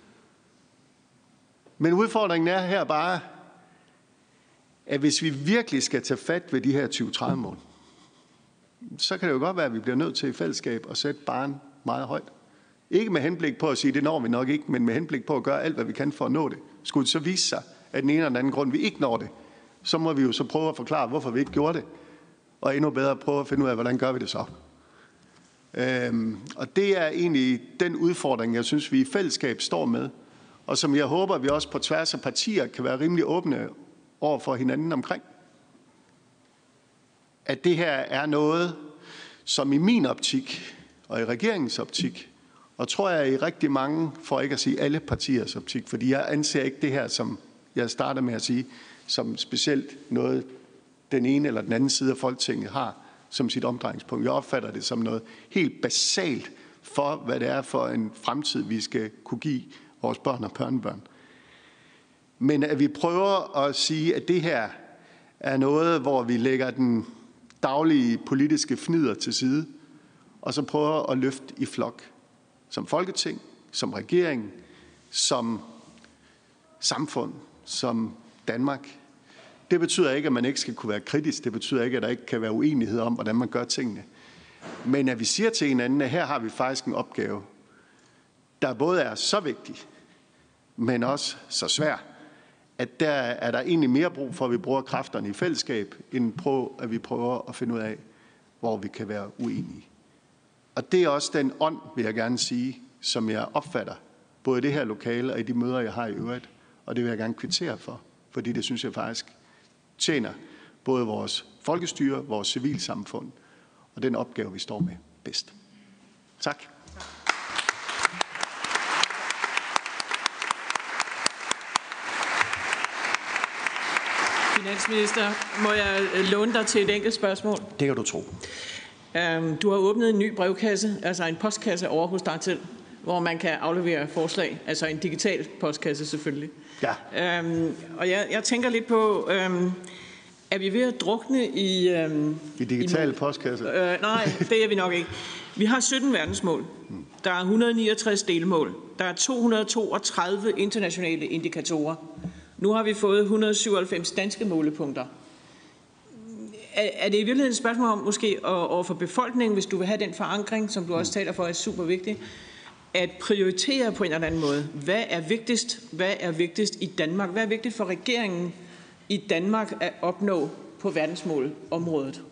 Men udfordringen er her bare, at hvis vi virkelig skal tage fat ved de her 2030-mål, så kan det jo godt være, at vi bliver nødt til i fællesskab at sætte barren meget højt. Ikke med henblik på at sige, at det når vi nok ikke, men med henblik på at gøre alt, hvad vi kan for at nå det. Skulle det så vise sig, at den ene eller den anden grund, vi ikke når det, så må vi jo så prøve at forklare, hvorfor vi ikke gjorde det. Og endnu bedre prøve at finde ud af, hvordan gør vi det så. Og det er egentlig den udfordring, jeg synes, vi i fællesskab står med. Og som jeg håber, vi også på tværs af partier kan være rimelig åbne over for hinanden omkring. At det her er noget, som i min optik og i regeringens optik, og tror jeg i rigtig mange, for ikke at sige alle partiers optik, fordi jeg anser ikke det her, som jeg starter med at sige, som specielt noget, den ene eller den anden side af Folketinget har som sit omdrejningspunkt. Jeg opfatter det som noget helt basalt for, hvad det er for en fremtid, vi skal kunne give vores børn og børnebørn. Men at vi prøver at sige, at det her er noget, hvor vi lægger den daglige politiske fnider til side, og så prøver at løfte i flok. Som Folketing, som regering, som samfund, som Danmark. Det betyder ikke, at man ikke skal kunne være kritisk. Det betyder ikke, at der ikke kan være uenighed om, hvordan man gør tingene. Men at vi siger til hinanden, at her har vi faktisk en opgave, der både er så vigtig, men også så svær, at der er der egentlig mere brug for, at vi bruger kræfterne i fællesskab, end på, at vi prøver at finde ud af, hvor vi kan være uenige. Og det er også den ånd, vil jeg gerne sige, som jeg opfatter, både i det her lokale og i de møder, jeg har i øvrigt. Og det vil jeg gerne kvittere for, fordi det synes jeg faktisk tjener både vores folkestyre, vores civilsamfund og den opgave, vi står med bedst. Tak. Finansminister, må jeg låne dig til et enkelt spørgsmål? Det kan du tro. Du har åbnet en ny brevkasse, altså en postkasse over hos dig til, hvor man kan aflevere forslag, altså en digital postkasse selvfølgelig. Ja. Og jeg tænker lidt på, er vi ved at drukne i digitale postkasser? Nej, det er vi nok ikke. Vi har 17 verdensmål. Der er 169 delmål. Der er 232 internationale indikatorer. Nu har vi fået 197 danske målepunkter. Er det i virkeligheden et spørgsmål om måske over for befolkningen, hvis du vil have den forankring, som du også taler for, er super vigtigt, at prioritere på en eller anden måde? Hvad er vigtigst? Hvad er vigtigst i Danmark? Hvad er vigtigt for regeringen i Danmark at opnå på verdensmålområdet?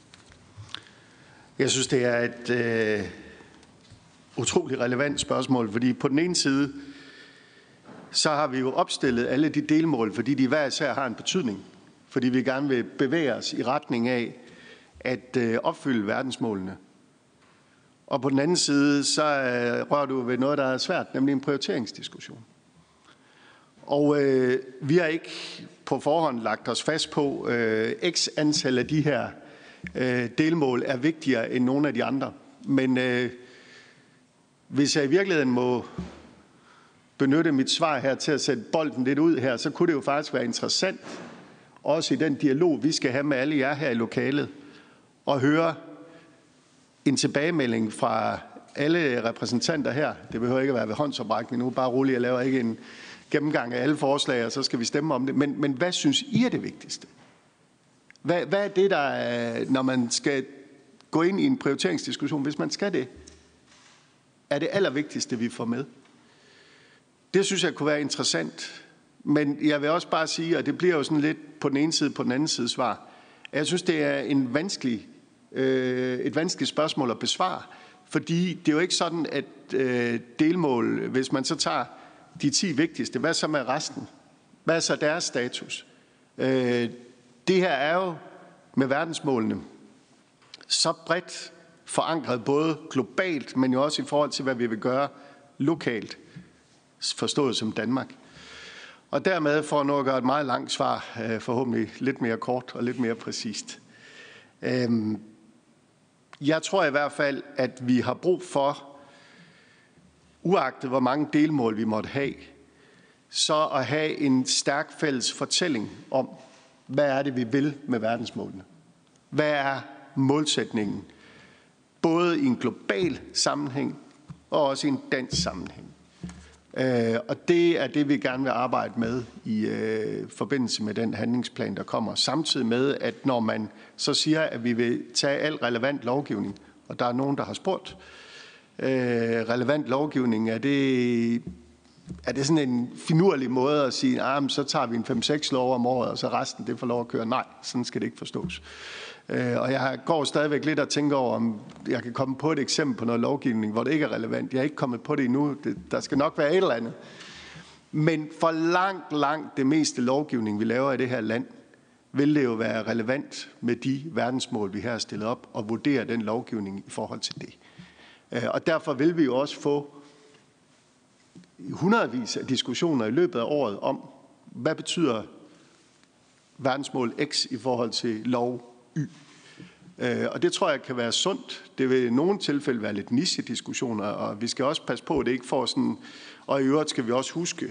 Jeg synes, det er et utroligt relevant spørgsmål, fordi på den ene side, så har vi jo opstillet alle de delmål, fordi de hver især har en betydning. Fordi vi gerne vil bevæge os i retning af at opfylde verdensmålene. Og på den anden side, så rører du ved noget, der er svært, nemlig en prioriteringsdiskussion. Og vi har ikke på forhånd lagt os fast på, x antal af de her delmål er vigtigere end nogle af de andre. Men hvis jeg i virkeligheden må benytte mit svar her til at sætte bolden lidt ud her, så kunne det jo faktisk være interessant, også i den dialog, vi skal have med alle jer her i lokalet, at høre en tilbagemelding fra alle repræsentanter her. Det behøver ikke at være ved håndsoprækning nu, bare roligt, jeg laver ikke en gennemgang af alle forslag, og så skal vi stemme om det. Men hvad synes I er det vigtigste? Hvad er det, der, når man skal gå ind i en prioriteringsdiskussion, hvis man skal det, er det allervigtigste, vi får med? Det synes jeg kunne være interessant. Men jeg vil også bare sige, og det bliver jo sådan lidt på den ene side, på den anden side svar, at jeg synes, det er et vanskeligt spørgsmål at besvare, fordi det er jo ikke sådan, at delmål, hvis man så tager de 10 vigtigste, hvad så med resten? Hvad er så deres status? Det her er jo med verdensmålene så bredt forankret, både globalt, men jo også i forhold til, hvad vi vil gøre lokalt, forstået som Danmark. Og dermed, for nu at gøre et meget langt svar, forhåbentlig lidt mere kort og lidt mere præcist. Jeg tror i hvert fald, at vi har brug for, uagtet hvor mange delmål vi måtte have, så at have en stærk fælles fortælling om, hvad er det, vi vil med verdensmålene? Hvad er målsætningen? Både i en global sammenhæng og også i en dansk sammenhæng. Og det er det, vi gerne vil arbejde med i forbindelse med den handlingsplan, der kommer. Samtidig med, at når man så siger, at vi vil tage al relevant lovgivning, og der er nogen, der har spurgt, relevant lovgivning, er det sådan en finurlig måde at sige, så tager vi en 5-6 lov om året, og så resten det får lov at køre? Nej, sådan skal det ikke forstås. Og jeg går stadigvæk lidt og tænker over, om jeg kan komme på et eksempel på noget lovgivning, hvor det ikke er relevant. Jeg er ikke kommet på det endnu. Der skal nok være et eller andet. Men for langt det meste lovgivning, vi laver i det her land, vil det jo være relevant med de verdensmål, vi her har stillet op, og vurdere den lovgivning i forhold til det. Og derfor vil vi jo også få hundredvis af diskussioner i løbet af året om, hvad betyder verdensmål X i forhold til lov Y. Og det tror jeg kan være sundt. Det vil i nogle tilfælde være lidt niche-diskussioner, og vi skal også passe på, at det ikke får sådan, og i øvrigt skal vi også huske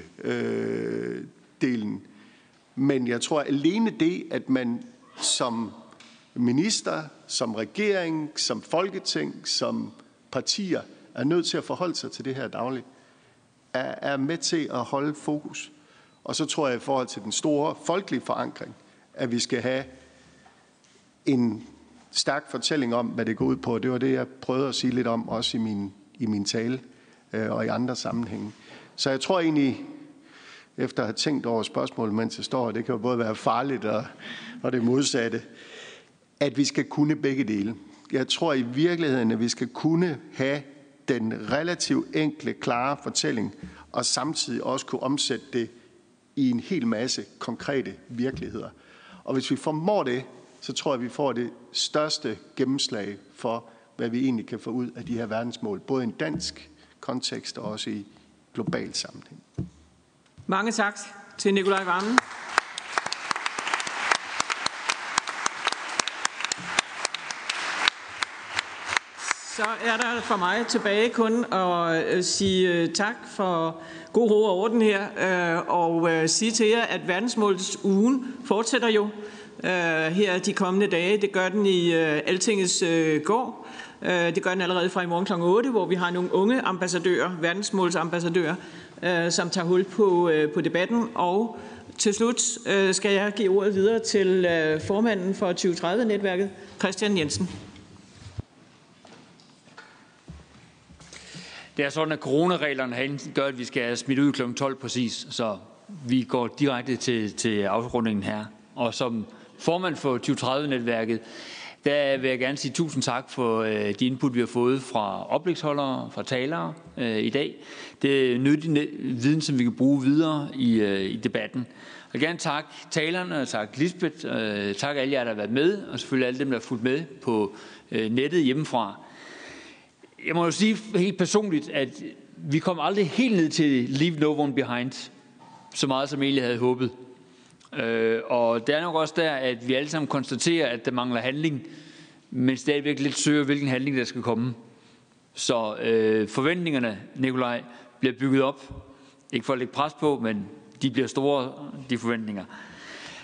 delen. Men jeg tror alene det, at man som minister, som regering, som folketing, som partier er nødt til at forholde sig til det her dagligt, er med til at holde fokus. Og så tror jeg i forhold til den store folkelige forankring, at vi skal have en stærk fortælling om, hvad det går ud på. Det var det, jeg prøvede at sige lidt om, også i min tale og i andre sammenhænge. Så jeg tror egentlig, efter at have tænkt over spørgsmålet, mens jeg står, det kan jo både være farligt og det modsatte, at vi skal kunne begge dele. Jeg tror i virkeligheden, at vi skal kunne have den relativt enkle, klare fortælling, og samtidig også kunne omsætte det i en hel masse konkrete virkeligheder. Og hvis vi formår det, så tror jeg, at vi får det største gennemslag for, hvad vi egentlig kan få ud af de her verdensmål, både i en dansk kontekst og også i global sammenhæng. Mange tak til Nicolai Wammen. Så er der for mig tilbage kun at sige tak for god ro og orden her, og sige til jer, at verdensmålsugen fortsætter jo her de kommende dage. Det gør den i Altingets gård. Det gør den allerede fra i morgen kl. 8, hvor vi har nogle unge ambassadører, verdensmålsambassadører, som tager hul på debatten. Og til slut skal jeg give ordet videre til formanden for 2030-netværket, Christian Jensen. Det er sådan, at coronareglerne herinde gør, at vi skal smitte ud kl. 12 præcis, så vi går direkte til afrundingen her. Og som formand for 2030-netværket, der vil jeg gerne sige tusind tak for de input, vi har fået fra oplægsholdere, fra talere i dag. Det er nyttig viden, som vi kan bruge videre i debatten. Jeg vil gerne takke talerne, og takke Lisbeth, takke alle jer, der har været med, og selvfølgelig alle dem, der har fulgt med på nettet hjemmefra. Jeg må jo sige helt personligt, at vi kom aldrig helt ned til Leave No One Behind, så meget som egentlig havde håbet. Og det er nok også der, at vi alle sammen konstaterer, at der mangler handling, men stadigvæk lidt søger, hvilken handling der skal komme. Så forventningerne, Nicolai, bliver bygget op. Ikke for at lægge pres på, men de bliver store, de forventninger.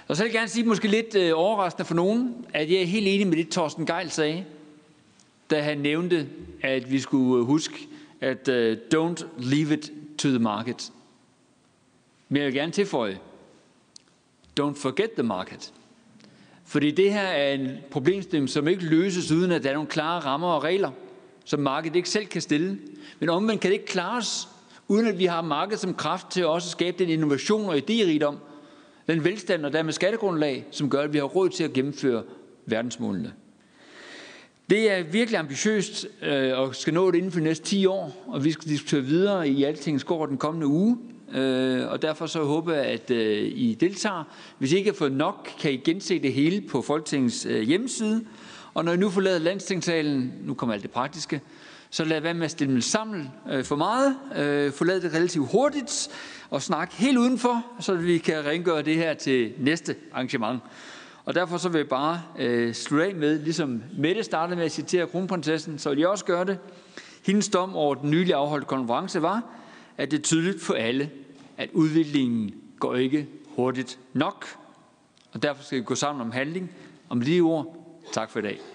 Og så vil jeg gerne sige, måske lidt overraskende for nogen, at jeg er helt enig med det, Torsten Gejl sagde, da han nævnte, at vi skulle huske, at don't leave it to the market. Men jeg vil gerne tilføje, don't forget the market. Fordi det her er en problemstilling, som ikke løses uden, at der er nogle klare rammer og regler, som markedet ikke selv kan stille. Men omvendt kan det ikke klares, uden at vi har markedet som kraft til også at skabe den innovation og idérigdom, den velstand og dermed skattegrundlag, som gør, at vi har råd til at gennemføre verdensmålene. Det er virkelig ambitiøst og skal nå det inden for de næste 10 år, og vi skal diskutere videre i Altingets gård den kommende uge. Og derfor så håber jeg, at I deltager. Hvis I ikke har fået nok, kan I gense det hele på Folketingets hjemmeside. Og når I nu forlader Landstingssalen, nu kommer alt det praktiske, så lad være med at stille dem sammen for meget. Forlad det relativt hurtigt og snak helt udenfor, så vi kan rengøre det her til næste arrangement. Og derfor så vil jeg bare slutte af med, ligesom Mette startede med at citere kronprinsessen, så vil jeg også gøre det. Hendes dom over den nylig afholdte konference var, at det er tydeligt for alle, at udviklingen går ikke hurtigt nok. Og derfor skal vi gå sammen om handling, om lige ord. Tak for i dag.